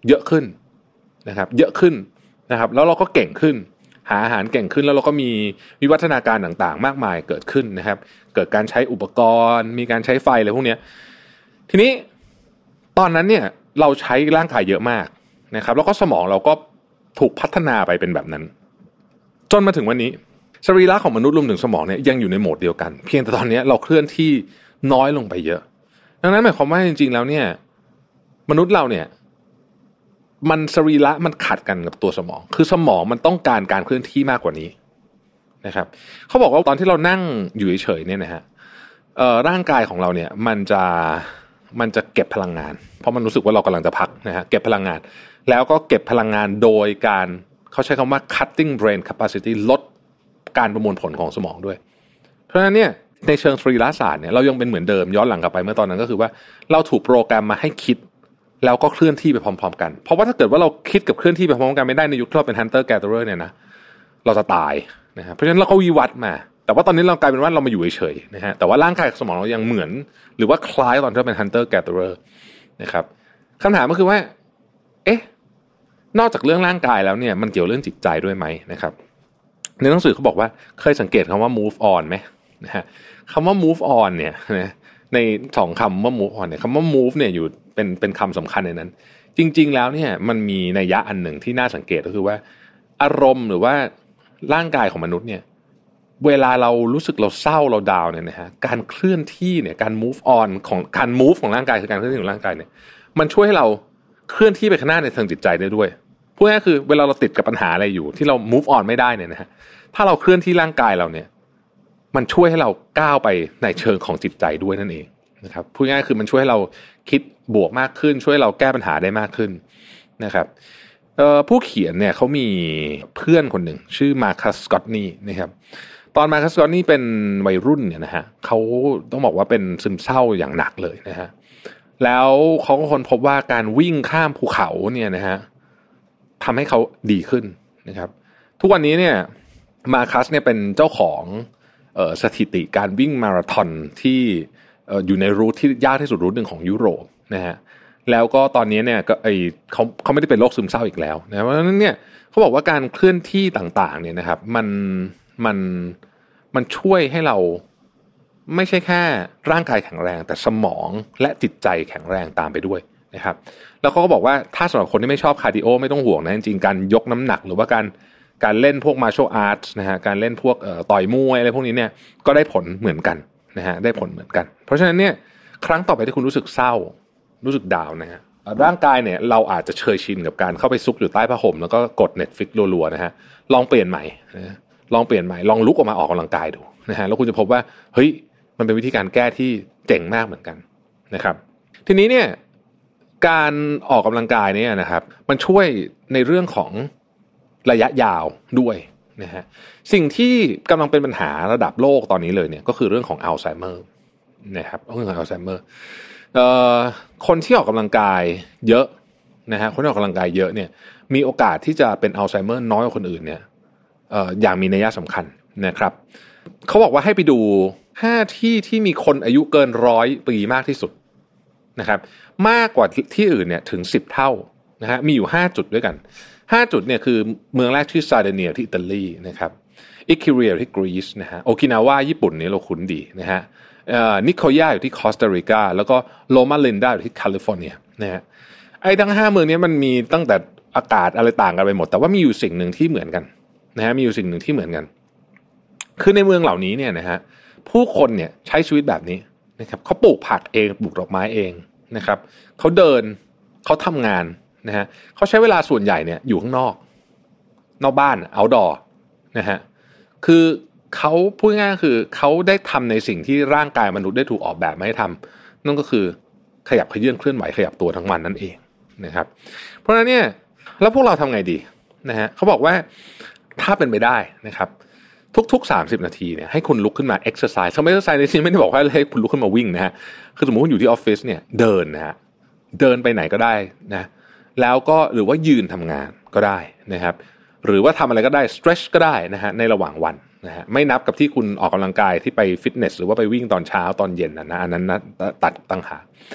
เยอะขึ้นนะครับเยอะขึ้นนะครับแล้วเราก็เก่งขึ้นหาอาหารเก่งขึ้นแล้วเราก็มีวิวัฒนาการต่างๆมากมายเกิดขึ้นนะครับเกิดการใช้อุปกรณ์มีการใช้ไฟอะไรพวกนี้ทีนี้ตอนนั้นเนี่ยเราใช้ร่างกายเยอะมากนะครับแล้วก็สมองเราก็ถูกพัฒนาไปเป็นแบบนั้นจนมาถึงวันนี้สรีระของมนุษย์รวมถึงสมองเนี่ยยังอยู่ในโหมดเดียวกันเพียงแต่ตอนนี้เราเคลื่อนที่น้อยลงไปเยอะดังนั้นหมายความว่าจริงๆแล้วเนี่ยมนุษย์เราเนี่ยมันสรีระมันขัดกันกับตัวสมองคือสมองมันต้องการการเคลื่อนที่มากกว่านี้นะครับเขาบอกว่าตอนที่เรานั่งอยู่เฉยๆเนี่ยนะฮะร่างกายของเราเนี่ยมันจะเก็บพลังงานเพราะมันรู้สึกว่าเรากำลังจะพักนะฮะเก็บพลังงานแล้วก็เก็บพลังงานโดยการเขาใช้คำว่า cutting brain capacity ลดการประมวลผลของสมองด้วยเพราะฉะนั้นเนี่ยในเชิงสรีระศาสตร์เนี่ยเรายังเป็นเหมือนเดิมย้อนหลังกลับไปเมื่อตอนนั้นก็คือว่าเราถูกโปรแกรมมาให้คิดแล้วก็เคลื่อนที่ไปพร้อมๆกันเพราะว่าถ้าเกิดว่าเราคิดกับเคลื่อนที่ไปพร้อมๆกันไม่ได้ในยุคที่เราเป็น hunter gatherer เนี่ยนะเราจะตายนะฮะเพราะฉะนั้นเราก็วิวัฒน์มาแต่ว่าตอนนี้เรากลายเป็นว่าเรามาอยู่เฉยๆนะฮะแต่ว่าร่างกายสมองเรายังเหมือนหรือว่าคล้ายตอนที่เราเป็น hunter gatherer นะครับคำถามก็คือว่าเอ๊ะนอกจากเรื่องร่างกายแล้วเนี่ยมันเกี่ยวเรื่องจิตใจด้วยไหมนะครับในหนังสือเขาบอกว่าเคยสังเกตคำว่า move on ไหมนะฮะคำว่า move on เนี่ยนะในสองคำว่า move on เนี่ยคำว่า move เนี่ยอยู่เป็นคำสำคัญในนั้นจริงๆแล้วเนี่ยมันมีนัยยะอันหนึ่งที่น่าสังเกตก็คือว่าอารมณ์หรือว่าร่างกายของมนุษย์เนี่ยเวลาเรารู้สึกเราเศร้าเราดาวเนี่ยนะฮะการเคลื่อนที่เนี่ยการ move on ของการ move ของร่างกายคือการเคลื่อนที่ของร่างกายเนี่ยมันช่วยให้เราเคลื่อนที่ไปข้างหน้าในทางจิตใจได้ด้วยพูดง่ายๆคือเวลาเราติดกับปัญหาอะไรอยู่ที่เรา move on ไม่ได้เนี่ยนะฮะถ้าเราเคลื่อนที่ร่างกายเราเนี่ยมันช่วยให้เราก้าวไปในเชิงของจิตใจด้วยนั่นเองนะครับพูดง่ายๆคือมันช่วยให้เราคิดบวกมากขึ้นช่วยเราแก้ปัญหาได้มากขึ้นนะครับผู้เขียนเนี่ยเขามีเพื่อนคนหนึ่งชื่อมาคัส สกอตนีนะครับตอนมาคัส สกอตนีเป็นวัยรุ่นเนี่ยนะฮะเขาต้องบอกว่าเป็นซึมเศร้าอย่างหนักเลยนะฮะแล้วเขาก็ค้นพบว่าการวิ่งข้ามภูเขาเนี่ยนะฮะทำให้เขาดีขึ้นนะครับทุกวันนี้เนี่ยมาคัสเนี่ยเป็นเจ้าของสถิติการวิ่งมาราธอนที่อยู่ในรูทที่ยากที่สุดรูทหนึ่งของยุโรปนะฮะแล้วก็ตอนนี้เนี่ยก็เขาไม่ได้เป็นโรคซึมเศร้าอีกแล้วนะเพราะฉะนั้นเนี่ยเขาบอกว่าการเคลื่อนที่ต่างๆเนี่ยนะครับมันช่วยให้เราไม่ใช่แค่ร่างกายแข็งแรงแต่สมองและจิตใจแข็งแรงตามไปด้วยนะครับแล้วเขาก็บอกว่าถ้าสำหรับคนที่ไม่ชอบคาร์ดิโอไม่ต้องห่วงนะจริงๆการยกน้ำหนักหรือว่าการเล่นพวกมาร์ชัลอาร์ตนะฮะการเล่นพวกต่อยมวยอะไรพวกนี้เนี่ยก็ได้ผลเหมือนกันนะฮะได้ผลเหมือนกันเพราะฉะนั้นเนี่ยครั้งต่อไปที่คุณรู้สึกเศร้ารู้สึกดาวนะฮะร่างกายเนี่ยเราอาจจะเคยชินกับการเข้าไปซุกอยู่ใต้ผ้าห่มแล้วก็กด Netflix รัวๆนะฮะลองเปลี่ยนใหม่นะลองเปลี่ยนใหม่ลองลุกออกมาออกกำลังกายดูนะฮะแล้วคุณจะพบว่าเฮ้ยมันเป็นวิธีการแก้ที่เจ๋งมากเหมือนกันนะครับทีนี้เนี่ยการออกกำลังกายเนี่ยนะครับมันช่วยในเรื่องของระยะยาวด้วยนะฮะสิ่งที่กำลังเป็นปัญหาระดับโลกตอนนี้เลยเนี่ยก็คือเรื่องของอัลไซเมอร์นะครับเรื่องของอัลไซเมอร์คนที่ออกกำลังกายเยอะนะฮะคนที่ออกกำลังกายเยอะเนี่ยมีโอกาสที่จะเป็นอัลไซเมอร์น้อยกว่าคนอื่นเนี่ยอย่างมีนัยสำคัญนะครับเขาบอกว่าให้ไปดู5ที่ที่มีคนอายุเกิน100 ปีมากที่สุดนะครับมากกว่าที่อื่นเนี่ยถึง10 เท่านะฮะมีอยู่5จุดด้วยกัน5จุดเนี่ยคือเมืองแรกที่ซาร์เดเนียที่อิตาลีนะครับอิคิเรียที่กรีซนะฮะโอกินาวาญี่ปุ่นนี่เราคุ้นดีนะฮะนิโคย่าอยู่ที่คอสตาริกาแล้วก็โลมาลินดาอยู่ที่แคลิฟอร์เนียนะฮะไอ้ทั้ง5เมืองนี้มันมีตั้งแต่อากาศอะไรต่างกันไปหมดแต่ว่ามีอยู่สิ่งหนึ่งที่เหมือนกันนะฮะมีอยู่สิ่งหนึ่งที่เหมือนกันคือในเมืองเหล่านี้เนี่ยนะฮะผู้คนเนี่ยใช้ชีวิตแบบนี้นะครับเขาปลูกผักเองปลูกดอกไม้เองนะครับเขาเดินเขาทำงานนะฮะเขาใช้เวลาส่วนใหญ่เนี่ยอยู่ข้างนอกบ้าน outdoor นะฮะคือเขาพูดง่ายๆคือเขาได้ทำในสิ่งที่ร่างกายมนุษย์ได้ถูกออกแบบมาให้ทำนั่นก็คือขยับเขยื้อนเคลื่อนไหวขยับตัวทั้งวันนั่นเองนะครับเพราะฉะนั้นเนี่ยแล้วพวกเราทำไงดีนะฮะเขาบอกว่าถ้าเป็นไปได้นะครับทุกๆ30 นาทีเนี่ยให้คุณลุกขึ้นมา exercise เขาไม่ exercise ในที่ไม่ได้บอกว่าให้คุณลุกขึ้นมาวิ่งนะฮะคือสมมติคุณอยู่ที่ออฟฟิศเนี่ยเดินนะฮะเดินไปไหนก็ได้นะแล้วก็หรือว่ายืนทำงานก็ได้นะครับหรือว่าทำอะไรก็ได้ stretch ก็ได้นะฮะในระหว่างวันนะฮะไม่นับกับที่คุณออกกำลังกายที่ไปฟิตเนสหรือว่าไปวิ่งตอนเช้าตอนเย็นนะอันนั้นนะตัดต่างหาก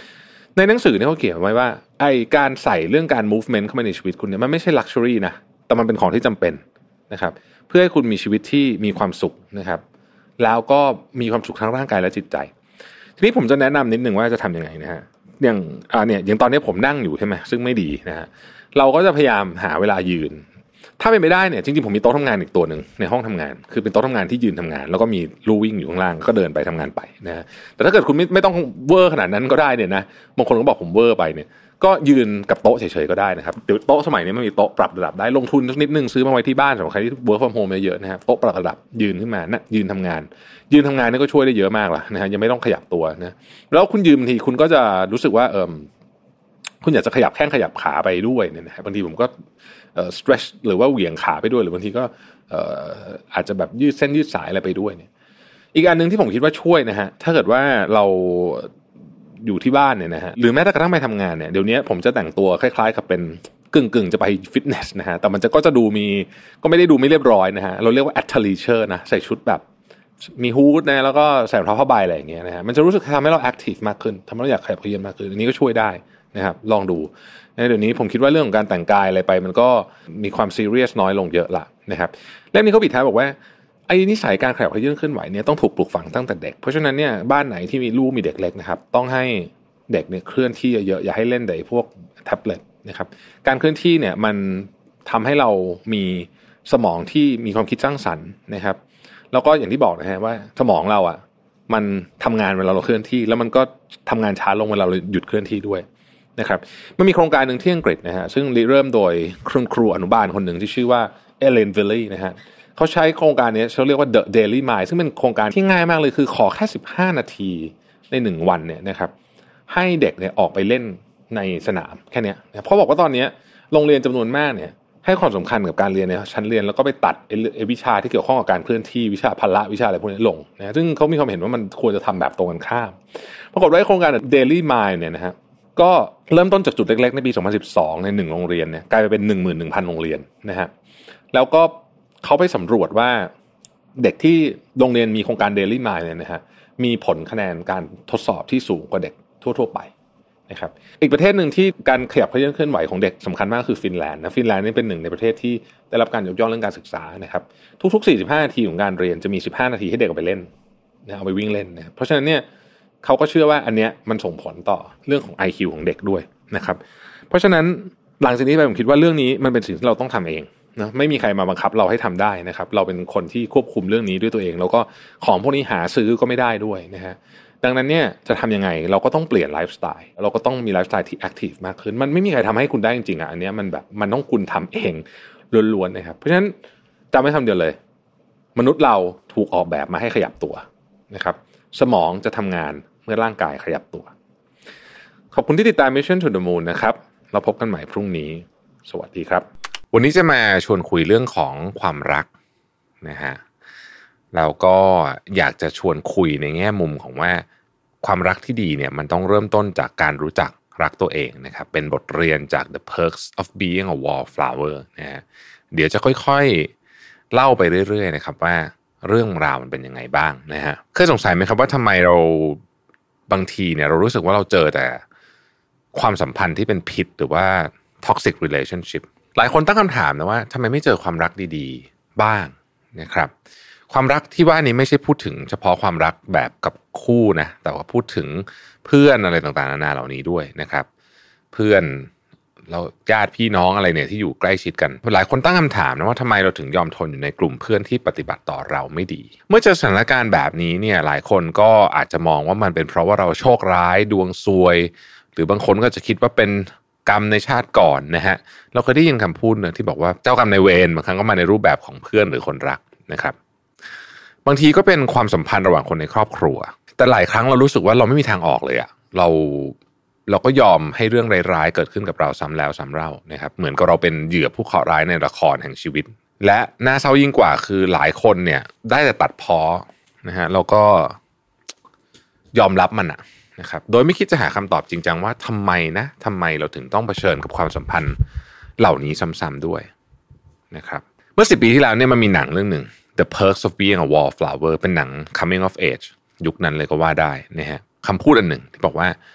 ในหนังสือเนี่ยเขาเขียนไว้ว่าไอการใส่เรื่องการ movement เข้ามาในชีวิตคุณเนี่ยมันไม่ใช่ luxury นะแต่มันเป็นของที่จำเป็นนะครับเพื่อให้คุณมีชีวิตที่มีความสุขนะครับแล้วก็มีความสุขทั้งร่างกายและจิตใจทีนี้ผมจะแนะนำนิดนึงว่าจะทำยังไงนะฮะอย่างตอนนี้ผมนั่งอยู่ใช่ไหมซึ่งไม่ดีนะฮะเราก็จะพยายามหาเวลายืนถ้าเป็นไม่ได้เนี่ยจริงๆผมมีโต๊ะทำงานอีกตัวหนึ่งในห้องทำงานคือเป็นโต๊ะทำงานที่ยืนทำงานแล้วก็มีลู่วิ่งอยู่ข้างล่างก็เดินไปทำงานไปนะฮะแต่ถ้าเกิดคุณไม่ต้องเวอร์ขนาดนั้นก็ได้เนี่ยนะบางคนก็บอกผมเวอร์ไปเนี่ยก็ยืนกับโต๊ะเฉยๆก็ได้นะครับเดี๋ยวโต๊ะสมัยนี้มันมีโต๊ะปรับระดับได้ลงทุนนิดนึงซื้อมาไว้ที่บ้านสำหรับใครที่ work from home เยอะๆนะครับโต๊ะปรับระดับยืนขึ้นมานะยืนทำงานนี่ก็ช่วยได้เยอะมากละนะฮะยังไม่ต้องขยับตัวนะแล้วคุณยืนบางทีคุณก็จะรู้สึกว่าคุณอยากจะขยับแข้งขยับขาไปด้วยเนี่ยนะบางทีผมก็stretch หรือว่าเหวี่ยงขาไปด้วยหรือบางทีก็อาจจะแบบยืดเส้นยืดสายอะไรไปด้วยเนี่ยอีกอันนึงที่ผมคิดว่าช่วยนะฮะถ้าเกิดว่าเราอยู่ที่บ้านเนี่ยนะฮะหรือแม้แต่กระทั่งไปทำงานเนี่ยเดี๋ยวนี้ผมจะแต่งตัวคล้ายๆกับเป็นกึ่งจะไปฟิตเนสนะฮะแต่มันก็จะดูก็ไม่ได้ดูไม่เรียบร้อยนะฮะเราเรียกว่า athleisure นะใส่ชุดแบบมีฮู้ดนะแล้วก็ใส่รองเท้าผ้าใบอะไรอย่างเงี้ยนะฮะมันจะรู้สึกทำให้เราแอคทีฟมากขึ้นทำให้เราอยากขยับเขยื้อนมากขึ้นอันนี้ก็ช่วยได้นะครับลองดูเดี๋ยวนี้ผมคิดว่าเรื่องของการแต่งกายอะไรไปมันก็มีความซีเรียสน้อยลงเยอะละนะครับเล่มนี้เขาปิดท้ายบอกว่าไอ้นิสัยการขยับเขยื้อนเคลื่อนไหวเนี่ยต้องถูกปลูกฝังตั้งแต่เด็กเพราะฉะนั้นเนี่ยบ้านไหนที่มีลูกมีเด็กเล็กนะครับต้องให้เด็กเนี่ยเคลื่อนที่เยอะๆอย่าให้เล่นแต่พวกแท็บเล็ตนะครับการเคลื่อนที่เนี่ยมันทำให้เรามีสมองที่มีความคิดสร้างสรรค์นะครับแล้วก็อย่างที่บอกนะฮะว่าสมองเราอ่ะมันทำงานเวลาเราเคลื่อนที่แล้วมันก็ทำงานช้าลงเวลาเราหยุดเคลื่อนที่ด้วยนะครับมันมีโครงการหนึ่งที่อังกฤษนะฮะซึ่งเริ่มโดยครูอนุบาลคนหนึ่งที่ชื่อว่าเอเลนวิลลี่นะฮะเขาใช้โครงการนี้เขาเรียกว่า The Daily Mind ซึ่งเป็นโครงการที่ง่ายมากเลยคือขอแค่15นาทีใน1วันเนี่ยนะครับให้เด็กเนี่ยออกไปเล่นในสนามแค่นี้นะเพราะบอกว่าตอนนี้โรงเรียนจำนวนมากเนี่ยให้ความสำคัญกับการเรียนในชั้นเรียนแล้วก็ไปตัดวิชาที่เกี่ยวข้องกับการเคลื่อนที่วิชาพละวิชาอะไรพวกนี้ลงนะซึ่งเขามีความเห็นว่ามันควรจะทำแบบตรงกันข้ามปรากฏว่าโครงการ Daily Mind เนี่ยนะฮะก็เริ่มต้นจากจุดเล็กๆในปี2012ใน1โรงเรียนเนี่ยกลายไปเป็น 11,000 โรงเรียนนะฮะแล้วก็เขาไปสำรวจว่าเด็กที่โรงเรียนมีโครงการ Daily Mind เนี่ยนะฮะมีผลคะแนนการทดสอบที่สูงกว่าเด็กทั่วๆไปนะครับอีกประเทศหนึ่งที่การขยับเขยื้อนเคลื่อนไหวของเด็กสำคัญมากคือฟินแลนด์นะฟินแลนด์นี่เป็นหนึ่งในประเทศที่ได้รับการยกย่องเรื่องการศึกษานะครับทุกๆ45นาทีของการเรียนจะมี15นาทีให้เด็กเอาไปเล่นนะเอาไปวิ่งเล่นนะเพราะฉะนั้นเนี่ยเขาก็เชื่อว่าอันเนี้ยมันส่งผลต่อเรื่องของ IQ ของเด็กด้วยนะครับเพราะฉะนั้นหลังจากนี้ไปผมคิดว่าเรื่องนี้มันเป็นสิ่งที่เราต้องทำเองนะไม่มีใครมาบังคับเราให้ทำได้นะครับเราเป็นคนที่ควบคุมเรื่องนี้ด้วยตัวเองแล้วก็ของพวกนี้หาซื้อก็ไม่ได้ด้วยนะฮะดังนั้นเนี่ยจะทำยังไงเราก็ต้องเปลี่ยนไลฟ์สไตล์เราก็ต้องมีไลฟ์สไตล์ที่แอคทีฟมากขึ้นมันไม่มีใครทำให้คุณได้จริงๆอ่ะอันนี้มันแบบมันต้องคุณทำเองล้วนๆนะครับเพราะฉะนั้นจำไว้คำเดียวเลยมนุษย์เราถูกออกแบบมาให้ขยับตัวนะครับสมองจะทำงานเมื่อร่างกายขยับตัวขอบคุณที่ติดตาม Mission to the Moon นะครับเราพบกันใหม่พรุ่งนี้สวัสดีครับวันนี้จะมาชวนคุยเรื่องของความรักนะฮะเราก็อยากจะชวนคุยในแง่มุมของว่าความรักที่ดีเนี่ยมันต้องเริ่มต้นจากการรู้จักรักตัวเองนะครับเป็นบทเรียนจาก The Perks of Being a Wallflower นะฮะเดี๋ยวจะค่อยๆเล่าไปเรื่อยๆนะครับว่าเรื่องราวมันเป็นยังไงบ้างนะฮะเคยสงสัยไหมครับว่าทำไมเราบางทีเนี่ยเรารู้สึกว่าเราเจอแต่ความสัมพันธ์ที่เป็นพิษหรือว่า toxic relationship หลายคนตั้งคำถามนะว่าทำไมไม่เจอความรักดีๆบ้างนะครับความรักที่ว่านี้ไม่ใช่พูดถึงเฉพาะความรักแบบกับคู่นะแต่ว่าพูดถึงเพื่อนอะไรต่างๆนานาเหล่านี้ด้วยนะครับเพื่อนเราญาติพี่น้องอะไรเนี่ยที่อยู่ใกล้ชิดกันหลายคนตั้งคำถามนะว่าทำไมเราถึงยอมทนอยู่ในกลุ่มเพื่อนที่ปฏิบัติต่อเราไม่ดีเมื่อเจอสถานการณ์แบบนี้เนี่ยหลายคนก็อาจจะมองว่ามันเป็นเพราะว่าเราโชคร้ายดวงซวยหรือบางคนก็จะคิดว่าเป็นกรรมในชาติก่อนนะฮะเราเคยได้ยินคำพูดเนี่ยที่บอกว่าเจ้ากรรมนายเวรบางครั้งก็มาในรูปแบบของเพื่อนหรือคนรักนะครับบางทีก็เป็นความสัมพันธ์ระหว่างคนในครอบครัวแต่หลายครั้งเรารู้สึกว่าเราไม่มีทางออกเลยอะเราก็ยอมให้เรื่องร้ายๆเกิดขึ้นกับเราซ้ำแล้วซ้ำเล่านะครับเหมือนกับเราเป็นเหยื่อผู้เคราะห์ร้ายในละครแห่งชีวิตและน่าเศร้ายิ่งกว่าคือหลายคนเนี่ยได้แต่ตัดพ้อนะฮะแล้วก็ยอมรับมันนะครับโดยไม่คิดจะหาคำตอบจริงจังว่าทำไมเราถึงต้องเผชิญกับความสัมพันธ์เหล่านี้ซ้ำๆด้วยนะครับเมื่อ10 ปีที่แล้วเนี่ยมันมีหนังเรื่องหนึ่งThe Perks of Being a Wallflower เป็นหนัง coming of age ยุคนั้นเลยก็ว่าได้นะฮะคำพูดอันหนึ่งที่บอกว่า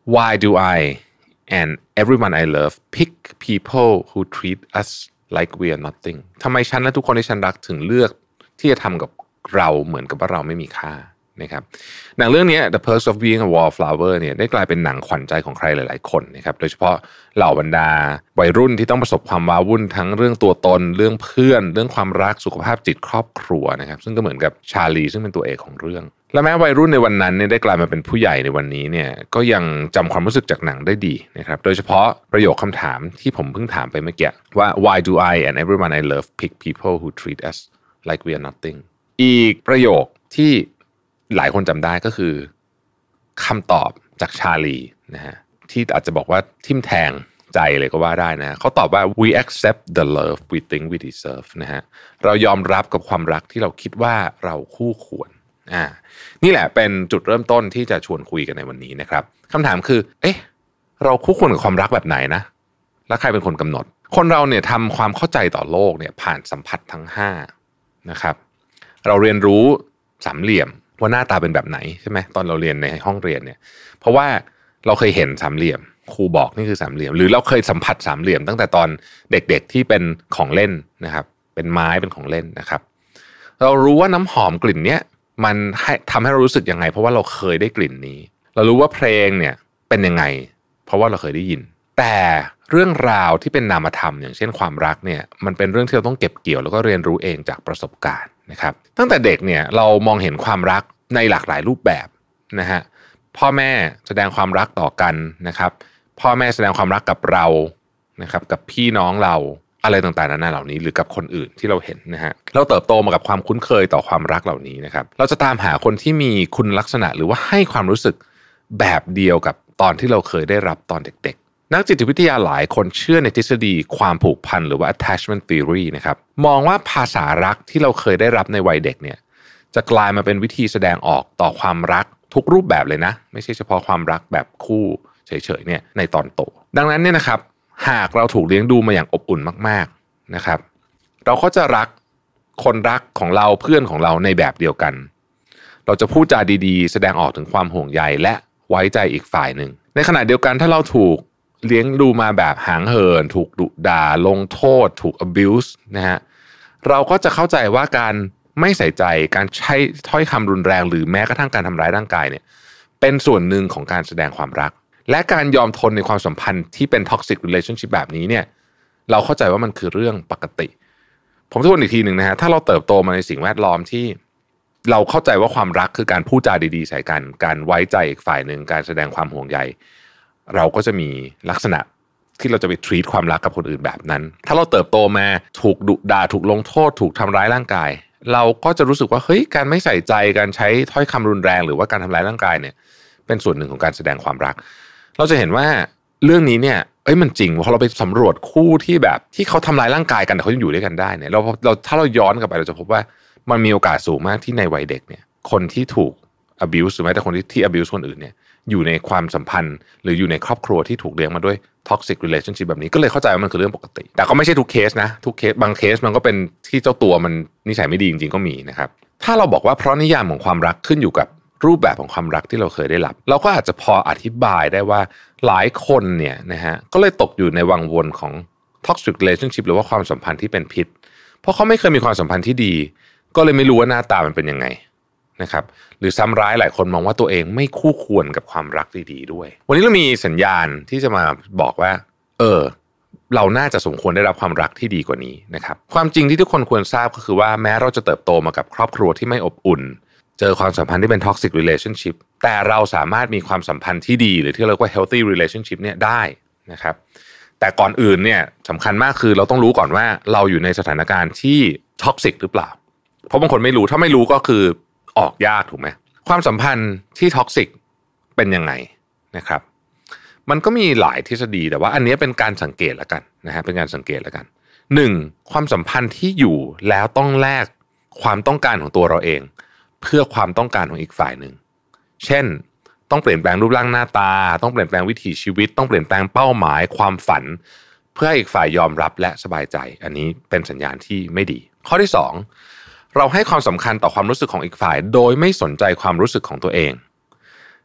Why do I and everyone I love pick people who treat us like we are nothing ทำไมฉันและทุกคนที่ฉันรักถึงเลือกที่จะทำกับเราเหมือนกับว่าเราไม่มีค่านะครับหนังเรื่องนี้ The Perks of Being a Wallflower เนี่ยได้กลายเป็นหนังขวัญใจของใครหลายๆคนนะครับโดยเฉพาะเหล่าบรรดาวัยรุ่นที่ต้องประสบความว้าวุ่นทั้งเรื่องตัวตนเรื่องเพื่อนเรื่องความรักสุขภาพจิตครอบครัวนะครับซึ่งก็เหมือนกับชาลีซึ่งเป็นตัวเอกของเรื่องและแม้วัยรุ่นในวันนั้นเนี่ยได้กลายมาเป็นผู้ใหญ่ในวันนี้เนี่ยก็ยังจำความรู้สึกจากหนังได้ดีนะครับโดยเฉพาะประโยคคำถามที่ผมเพิ่งถามไปเมื่อกี้ว่า Why do I and everyone I love pick people who treat us like we are nothing อีกประโยคที่หลายคนจำได้ก็คือคำตอบจากชาลีนะฮะที่อาจจะบอกว่าทิ่มแทงใจเลยก็ว่าได้นะเขาตอบว่า we accept the love we think we deserve นะฮะเรายอมรับกับความรักที่เราคิดว่าเราคู่ควรนี่แหละเป็นจุดเริ่มต้นที่จะชวนคุยกันในวันนี้นะครับคำถามคือเราคู่ควรกับความรักแบบไหนนะและใครเป็นคนกำหนดคนเราเนี่ยทำความเข้าใจต่อโลกเนี่ยผ่านสัมผัสทั้ง5นะครับเราเรียนรู้สามเหลี่ยมว่าหน้าตาเป็นแบบไหนใช่ไหมตอนเราเรียนในห้องเรียนเนี่ยเพราะว่าเราเคยเห็นสามเหลี่ยมครูบอกนี่คือสามเหลี่ยมหรือเราเคยสัมผัสสามเหลี่ยมตั้งแต่ตอนเด็กๆที่เป็นของเล่นนะครับเป็นไม้เป็นของเล่นนะครับเรารู้ว่าน้ำหอมกลิ่นเนี้ยมันทำให้เรารู้สึกยังไงเพราะว่าเราเคยได้กลิ่นนี้เรารู้ว่าเพลงเนี่ยเป็นยังไงเพราะว่าเราเคยได้ยินแต่เรื่องราวที่เป็นนามธรรมอย่างเช่นความรักเนี่ยมันเป็นเรื่องที่เราต้องเก็บเกี่ยวแล้วก็เรียนรู้เองจากประสบการณ์นะครับตั้งแต่เด็กเนี่ยเรามองเห็นความรักในหลากหลายรูปแบบนะฮะพ่อแม่แสดงความรักต่อกันนะครับพ่อแม่แสดงความรักกับเรานะครับกับพี่น้องเราอะไรต่างๆนานาเหล่านี้หรือกับคนอื่นที่เราเห็นนะฮะเราเติบโตมากับความคุ้นเคยต่อความรักเหล่านี้นะครับเราจะตามหาคนที่มีคุณลักษณะหรือว่าให้ความรู้สึกแบบเดียวกับตอนที่เราเคยได้รับตอนเด็กๆนักจิตวิทยาหลายคนเชื่อในทฤษฎีความผูกพันหรือว่า attachment theory นะครับมองว่าภาษารักที่เราเคยได้รับในวัยเด็กเนี่ยจะกลายมาเป็นวิธีแสดงออกต่อความรักทุกรูปแบบเลยนะไม่ใช่เฉพาะความรักแบบคู่เฉยๆเนี่ยในตอนโตดังนั้นเนี่ยนะครับหากเราถูกเลี้ยงดูมาอย่างอบอุ่นมากๆนะครับเราก็จะรักคนรักของเราเพื่อนของเราในแบบเดียวกันเราจะพูดจาดีๆแสดงออกถึงความห่วงใยและไว้ใจอีกฝ่ายหนึ่งในขณะเดียวกันถ้าเราถูกเลี้ยงดูมาแบบหางเหินถูกดุด่าลงโทษถูก abuse นะฮะเราก็จะเข้าใจว่าการไม่ใส่ใจการใช้ถ้อยคำรุนแรงหรือแม้กระทั่งการทำร้ายร่างกายเนี่ยเป็นส่วนหนึ่งของการแสดงความรักและการยอมทนในความสัมพันธ์ที่เป็น toxic relationship แบบนี้เนี่ยเราเข้าใจว่ามันคือเรื่องปกติผมทวนอีกทีหนึ่งนะฮะถ้าเราเติบโตมาในสิ่งแวดล้อมที่เราเข้าใจว่าความรักคือการพูดจาดีๆใส่กันการไว้ใจอีกฝ่ายหนึ่งการแสดงความห่วงใยเราก็จะมีลักษณะที่เราจะไป treat ความรักกับคนอื่นแบบนั้นถ้าเราเติบโตมาถูกดุด่าถูกลงโทษถูกทำร้ายร่างกายเราก็จะรู้สึกว่าเฮ้ยการไม่ใส่ใจการใช้ถ้อยคำรุนแรงหรือว่าการทำร้ายร่างกายเนี่ยเป็นส่วนหนึ่งของการแสดงความรักเราจะเห็นว่าเรื่องนี้เนี่ยมันจริงพอเราไปสำรวจคู่ที่แบบที่เขาทำร้ายร่างกายกันแต่เขายังอยู่ด้วยกันได้เนี่ยเราถ้าเราย้อนกลับไปเราจะพบว่ามันมีโอกาสสูงมากที่ในวัยเด็กเนี่ยคนที่ถูก abuse หรือแม้แต่คนที่ abuse คนอื่นเนี่ยอยู่ในความสัมพันธ์หรืออยู่ในครอบครัวที่ถูกเลี้ยงมาด้วย toxic relationship แบบนี้ก็เลยเข้าใจว่ามันคือเรื่องปกติแต่ก็ไม่ใช่ทุกเคสนะทุกเคสบางเคสมันก็เป็นที่เจ้าตัวมันนิสัยไม่ดีจริงๆก็มีนะครับถ้าเราบอกว่าเพราะนิยามของความรักขึ้นอยู่กับรูปแบบของความรักที่เราเคยได้รับเราก็อาจจะพออธิบายได้ว่าหลายคนเนี่ยนะฮะก็เลยตกอยู่ในวังวนของ toxic relationship หรือว่าความสัมพันธ์ที่เป็นพิษเพราะเขาไม่เคยมีความสัมพันธ์ที่ดีก็เลยไม่รู้ว่าหน้าตามันเป็นยังไงนะครับหรือซ้ำร้ายหลายคนมองว่าตัวเองไม่คู่ควรกับความรักดีๆด้วยวันนี้เรามีสัญญาณที่จะมาบอกว่าเราน่าจะสมควรได้รับความรักที่ดีกว่านี้นะครับความจริงที่ทุกคนควรทราบก็คือว่าแม้เราจะเติบโตมากับครอบครัวที่ไม่อบอุ่นเจอความสัมพันธ์ที่เป็น toxic relationship แต่เราสามารถมีความสัมพันธ์ที่ดีหรือที่เรียกว่า healthy relationship เนี่ยได้นะครับแต่ก่อนอื่นเนี่ยสำคัญมากคือเราต้องรู้ก่อนว่าเราอยู่ในสถานการณ์ที่ toxic หรือเปล่าเพราะบางคนไม่รู้ถ้าไม่รู้ก็คือออกยากถูกไหมความสัมพันธ์ที่ท็อกซิกเป็นยังไงนะครับมันก็มีหลายทฤษฎีแต่ว่าอันนี้เป็นการสังเกตแล้วกันนะฮะเป็นการสังเกตแล้วกัน 1. ความสัมพันธ์ที่อยู่แล้วต้องแลกความต้องการของตัวเราเองเพื่อความต้องการของอีกฝ่ายหนึ่งเช่นต้องเปลี่ยนแปลงรูปร่างหน้าตาต้องเปลี่ยนแปลงวิถีชีวิตต้องเปลี่ยนแปลงเป้าหมายความฝันเพื่อให้อีกฝ่ายยอมรับและสบายใจอันนี้เป็นสัญญาณที่ไม่ดีข้อที่ 2เราให้ความสำคัญต่อความรู้สึกของอีกฝ่ายโดยไม่สนใจความรู้สึกของตัวเอง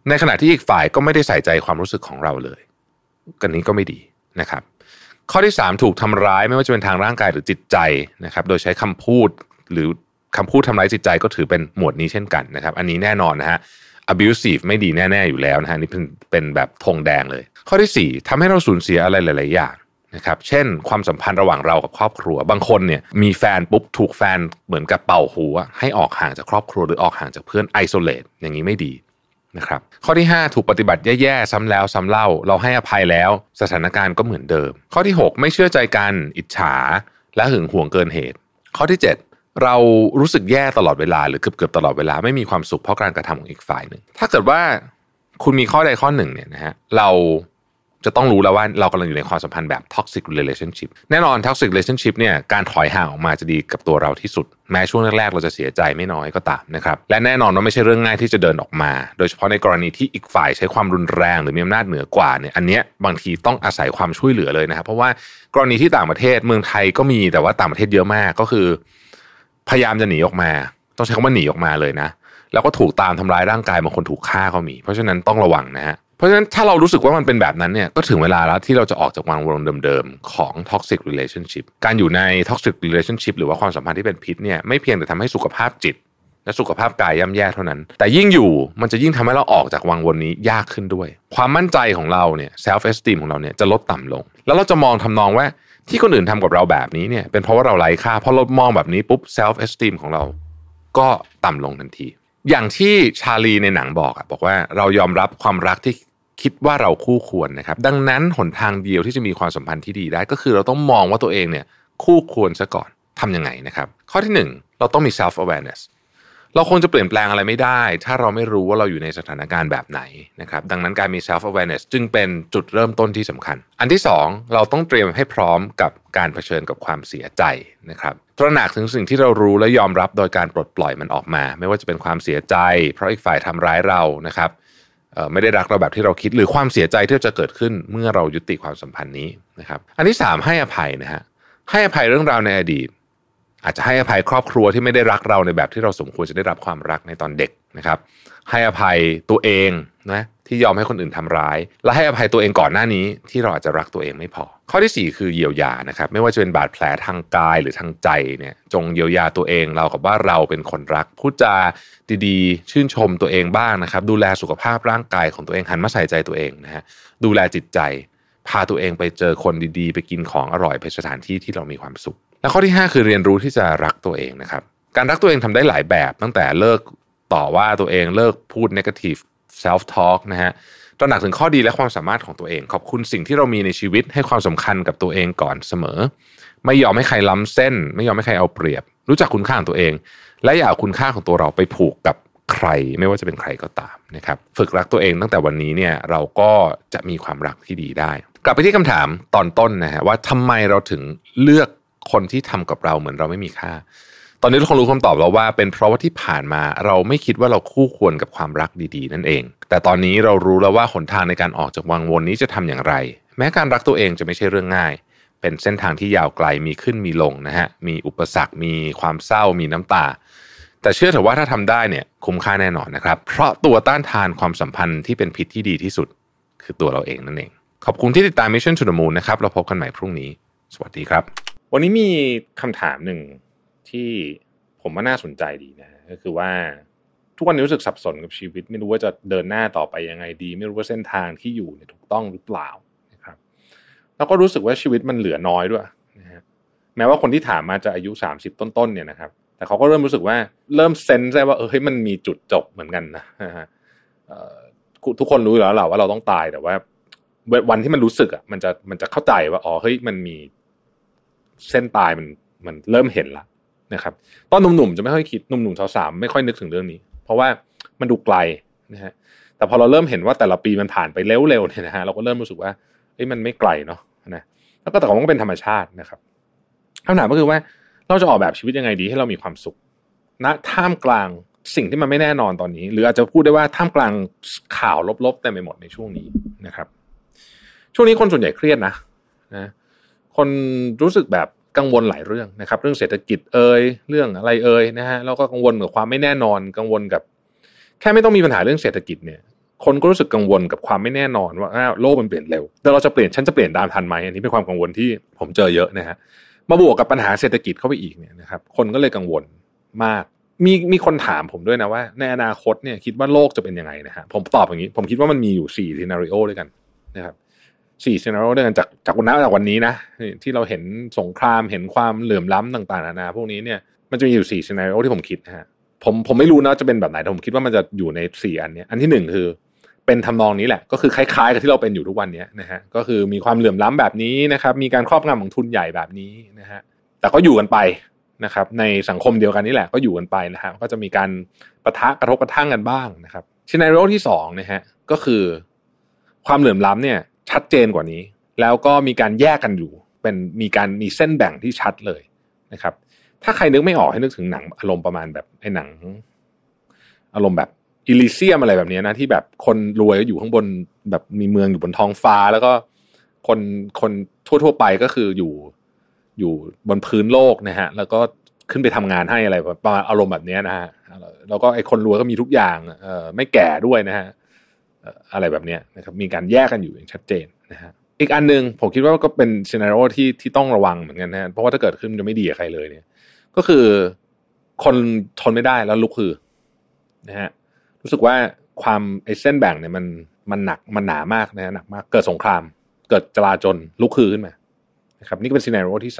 ในขณะที่อีกฝ่ายก็ไม่ได้ใส่ใจความรู้สึกของเราเลยกันนี้ก็ไม่ดีนะครับข้อที่3ถูกทำร้ายไม่ว่าจะเป็นทางร่างกายหรือจิตใจนะครับโดยใช้คำพูดหรือคำพูดทำร้ายจิตใจก็ถือเป็นหมวดนี้เช่นกันนะครับอันนี้แน่นอนนะฮะ abusive ไม่ดีแน่ๆอยู่แล้วนะฮะนี่เป็นแบบธงแดงเลยข้อที่4ทำให้เราสูญเสียอะไรหลายๆอย่างนะครับเช่นความสัมพันธ์ระหว่างเรากับครอบครัวบางคนเนี่ยมีแฟนปุ๊บถูกแฟนเหมือนกับเป่าหูให้ออกห่างจากครอบครัวหรือออกห่างจากเพื่อน isolate อย่างนี้ไม่ดีนะครับข้อที่5ถูกปฏิบัติแย่ๆซ้ำแล้วซ้ำเล่าเราให้อภัยแล้วสถานการณ์ก็เหมือนเดิมข้อที่6ไม่เชื่อใจกันอิจฉาและหึงหวงเกินเหตุข้อที่7เรารู้สึกแย่ตลอดเวลาหรือเกือบตลอดเวลาไม่มีความสุขเพราะการกระทำของอีกฝ่ายหนึ่งถ้าเกิดว่าคุณมีข้อใดข้อหนึ่งเนี่ยนะฮะเราจะต้องรู้แล้วว่าเรากำลังอยู่ในความสัมพันธ์แบบ toxic relationship แน่นอน toxic relationship เนี่ยการถอยห่างออกมาจะดีกับตัวเราที่สุดแม้ช่วงแรกๆเราจะเสียใจไม่น้อยก็ตามนะครับและแน่นอนว่าไม่ใช่เรื่องง่ายที่จะเดินออกมาโดยเฉพาะในกรณีที่อีกฝ่ายใช้ความรุนแรงหรือมีอำนาจเหนือกว่าเนี่ยอันเนี้ยบางทีต้องอาศัยความช่วยเหลือเลยนะครับเพราะว่ากรณีที่ต่างประเทศเมืองไทยก็มีแต่ว่าต่างประเทศเยอะมากก็คือพยายามจะหนีออกมาต้องใช้คำว่าหนีออกมาเลยนะแล้วก็ถูกตามทำร้ายร่างกายบางคนถูกฆ่าก็มีเพราะฉะนั้นต้องระวังนะฮะเพราะฉะนั้นถ้าเรารู้สึกว่ามันเป็นแบบนั้นเนี่ยก็ถึงเวลาแล้วที่เราจะออกจากวังวนเดิมๆของ toxic relationship การอยู่ใน toxic relationship หรือว่าความสัมพันธ์ที่เป็นพิษเนี่ยไม่เพียงแต่ทำให้สุขภาพจิตและสุขภาพกายย่ำแย่เท่านั้นแต่ยิ่งอยู่มันจะยิ่งทำให้เราออกจากวังวนนี้ยากขึ้นด้วยความมั่นใจของเราเนี่ย self esteem ของเราเนี่ยจะลดต่ำลงแล้วเราจะมองทำนองว่าที่คนอื่นทำกับเราแบบนี้เนี่ยเป็นเพราะว่าเราไร้ค่าพอเรามองแบบนี้ปุ๊บ self esteem ของเราก็ต่ำลงทันทีอย่างที่ชาลีในหนังบอกว่าเรายอมรับความรักที่คิดว่าเราคู่ควรนะครับดังนั้นหนทางเดียวที่จะมีความสัมพันธ์ที่ดีได้ก็คือเราต้องมองว่าตัวเองเนี่ยคู่ควรซะก่อนทำยังไงนะครับข้อที่1เราต้องมี self awareness เราคงจะเปลี่ยนแปลงอะไรไม่ได้ถ้าเราไม่รู้ว่าเราอยู่ในสถานการณ์แบบไหนนะครับดังนั้นการมี self awareness จึงเป็นจุดเริ่มต้นที่สำคัญอันที่2เราต้องเตรียมให้พร้อมกับการเผชิญกับความเสียใจนะครับตระหนักถึงสิ่งที่เรารู้และยอมรับโดยการปลดปล่อยมันออกมาไม่ว่าจะเป็นความเสียใจเพราะอีกฝ่ายทำร้ายเรานะครับไม่ได้รักเราแบบที่เราคิดหรือความเสียใจที่จะเกิดขึ้นเมื่อเรายุติความสัมพันธ์นี้นะครับอันที่3ให้อภัยนะฮะให้อภัยเรื่องราวในอดีตอาจจะให้อภัยครอบครัวที่ไม่ได้รักเราในแบบที่เราสมควรจะได้รับความรักในตอนเด็กนะครับให้อภัยตัวเองนะที่ยอมให้คนอื่นทำร้ายและให้อภัยตัวเองก่อนหน้านี้ที่เราอาจจะรักตัวเองไม่พอข้อที่4คือเยียวยานะครับไม่ว่าจะเป็นบาดแผลทางกายหรือทางใจเนี่ยจงเยียวยาตัวเองเรากับว่าเราเป็นคนรักพูดจาดีๆชื่นชมตัวเองบ้างนะครับดูแลสุขภาพร่างกายของตัวเองหันมาใส่ใจตัวเองนะฮะดูแลจิตใจพาตัวเองไปเจอคนดีๆไปกินของอร่อยไปสถานที่ที่เรามีความสุขและข้อที่5คือเรียนรู้ที่จะรักตัวเองนะครับการรักตัวเองทำได้หลายแบบตั้งแต่เลิกต่อว่าตัวเองเลิกพูด negative self talk นะฮะตระหนักถึงข้อดีและความสามารถของตัวเองขอบคุณสิ่งที่เรามีในชีวิตให้ความสำคัญกับตัวเองก่อนเสมอไม่ยอมให้ใครล้ำเส้นไม่ยอมให้ใครเอาเปรียบรู้จักคุณค่าของตัวเองและอย่าเอาคุณค่าของตัวเราไปผูกกับใครไม่ว่าจะเป็นใครก็ตามนะครับฝึกรักตัวเองตั้งแต่วันนี้เนี่ยเราก็จะมีความรักที่ดีได้กลับไปที่คำถามตอนต้นนะฮะว่าทำไมเราถึงเลือกคนที่ทำกับเราเหมือนเราไม่มีค่าตอนนี้ทุกคนรู้คำตอบแล้วว่าเป็นเพราะว่าที่ผ่านมาเราไม่คิดว่าเราคู่ควรกับความรักดีๆนั่นเองแต่ตอนนี้เรารู้แล้วว่าหนทางในการออกจากวังวนนี้จะทำอย่างไรแม้การรักตัวเองจะไม่ใช่เรื่องง่ายเป็นเส้นทางที่ยาวไกลมีขึ้นมีลงนะฮะมีอุปสรรคมีความเศร้ามีน้ำตาแต่เชื่อเถอะว่าถ้าทำได้เนี่ยคุ้มค่าแน่นอนนะครับเพราะตัวต้านทานความสัมพันธ์ที่เป็นพิษที่ดีที่สุดคือตัวเราเองนั่นเองขอบคุณที่ติดตาม Mission to the Moon นะครับเราพบกันใหม่พรุ่งนี้สวัสดีครับวันนี้มีคำถามหนึ่งที่ผมว่าน่าสนใจดีนะก็คือว่าทุกวันนี้รู้สึกสับสนกับชีวิตไม่รู้ว่าจะเดินหน้าต่อไปยังไงดีไม่รู้ว่าเส้นทางที่อยู่เนี่ยถูกต้องหรือเปล่านะครับแล้วก็รู้สึกว่าชีวิตมันเหลือน้อยด้วยนะฮะแม้ว่าคนที่ถามมาจะอายุ30ต้นๆเนี่ยนะครับแต่เขาก็เริ่มรู้สึกว่าเริ่มเซนส์ได้ว่าเฮ้ยมันมีจุดจบเหมือนกันนะทุกคนรู้อยู่แล้วแหละว่าเราต้องตายแต่ว่าวันที่มันรู้สึกอ่ะมันจะเข้าใจว่าอ๋อเฮ้ยมันมีเส้นตายมันเริ่มเห็นละนะครับตอนหนุ่มๆจะไม่ค่อยคิดหนุ่มๆสาวๆไม่ค่อยนึกถึงเรื่องนี้เพราะว่ามันดูไกลนะฮะแต่พอเราเริ่มเห็นว่าแต่ละปีมันผ่านไปเร็วๆเนี่ยนะฮะเราก็เริ่มรู้สึกว่าเฮ้ยมันไม่ไกลเนาะนะแล้วก็แต่มันก็เป็นธรรมชาตินะครับคำถามก็คือว่าเราจะออกแบบชีวิตยังไงดีให้เรามีความสุขณท่ามกลางสิ่งที่มันไม่แน่นอนตอนนี้หรืออาจจะพูดได้ว่าท่ามกลางข่าวลบๆเต็มไปหมดในช่วงนี้นะครับช่วงนี้คนส่วนใหญ่เครียดนะคนรู้สึกแบบกังวลหลายเรื่องนะครับเรื่องเศรษฐกิจเรื่องอะไรนะฮะแล้วก็กังวลกับความไม่แน่นอนกังวลกับแค่ไม่ต้องมีปัญหาเรื่องเศรษฐกิจเนี่ยคนก็รู้สึกกังวลกับความไม่แน่นอนว่าโลกมันเปลี่ยนเร็วแต่เราจะเปลี่ยนฉันจะเปลี่ยนตามทันไหมอันนี้เป็นความกังวลที่ผมเจอเยอะนะฮะมาบวกกับปัญหาเศรษฐกิจเข้าไปอีกเนี่ยนะครับคนก็เลยกังวลมากมีคนถามผมด้วยนะว่าในอนาคตเนี่ยคิดว่าโลกจะเป็นยังไงนะฮะผมตอบอย่างนี้ผมคิดว่ามันมีอยู่4 scenario ด้วยกันนะครับ4 scenario ด้วยกันจากวันนี้นะที่เราเห็นสงครามเห็นความเหลื่อมล้ำต่างๆนานาพวกนี้เนี่ยมันจะมีอยู่4 scenario ที่ผมคิดนะฮะผมไม่รู้นะจะเป็นแบบไหนแต่ผมคิดว่ามันจะอยู่ใน4อันนี้อันที่1คือเป็นทำนองนี้แหละก็คือคล้ายๆกับที่เราเป็นอยู่ทุกวันนี้นะฮะก็คือมีความเหลื่อมล้ำแบบนี้นะครับมีการครอบงำของทุนใหญ่แบบนี้นะฮะแต่ก็อยู่กันไปนะครับในสังคมเดียวกันนี่แหละก็อยู่กันไปนะฮะก็จะมีการปะทะกระทบกระทั่งกันบ้างนะครับซีนาริโอที่2นะฮะก็คือความเหลื่อมล้ำเนี่ยชัดเจนกว่านี้แล้วก็มีการแยกกันอยู่มีเส้นแบ่งที่ชัดเลยนะครับถ้าใครนึกไม่ออกให้นึกถึงหนังอารมณ์ประมาณแบบไอ้หนังอารมณ์แบบอิลิเซียมอะไรแบบนี้นะที่แบบคนรวยก็อยู่ข้างบนแบบมีเมืองอยู่บนท้องฟ้าแล้วก็คนทั่วๆไปก็คืออยู่บนพื้นโลกนะฮะแล้วก็ขึ้นไปทำงานให้อะไรประมาณอารมณ์แบบนี้นะฮะแล้วก็ไอ้คนรวยก็มีทุกอย่างไม่แก่ด้วยนะฮะอะไรแบบนี้นะครับมีการแยกกันอยู่อย่างชัดเจนนะฮะอีกอันนึงผมคิดว่าก็เป็นซีนาริโอที่ต้องระวังเหมือนกันนะเพราะว่าถ้าเกิดขึ้นจะไม่ดีกับใครเลยเนี่ยก็คือคนทนไม่ได้แล้วลุกฮือนะฮะรู้สึกว่าความไอ้เส้นแบ่งเนี่ยมันหนักมันหนามากนะหนักมากเกิดสงครามเกิดจลาจลลุกฮือขึ้นมานะครับนี่ก็เป็นซีนาริโอที่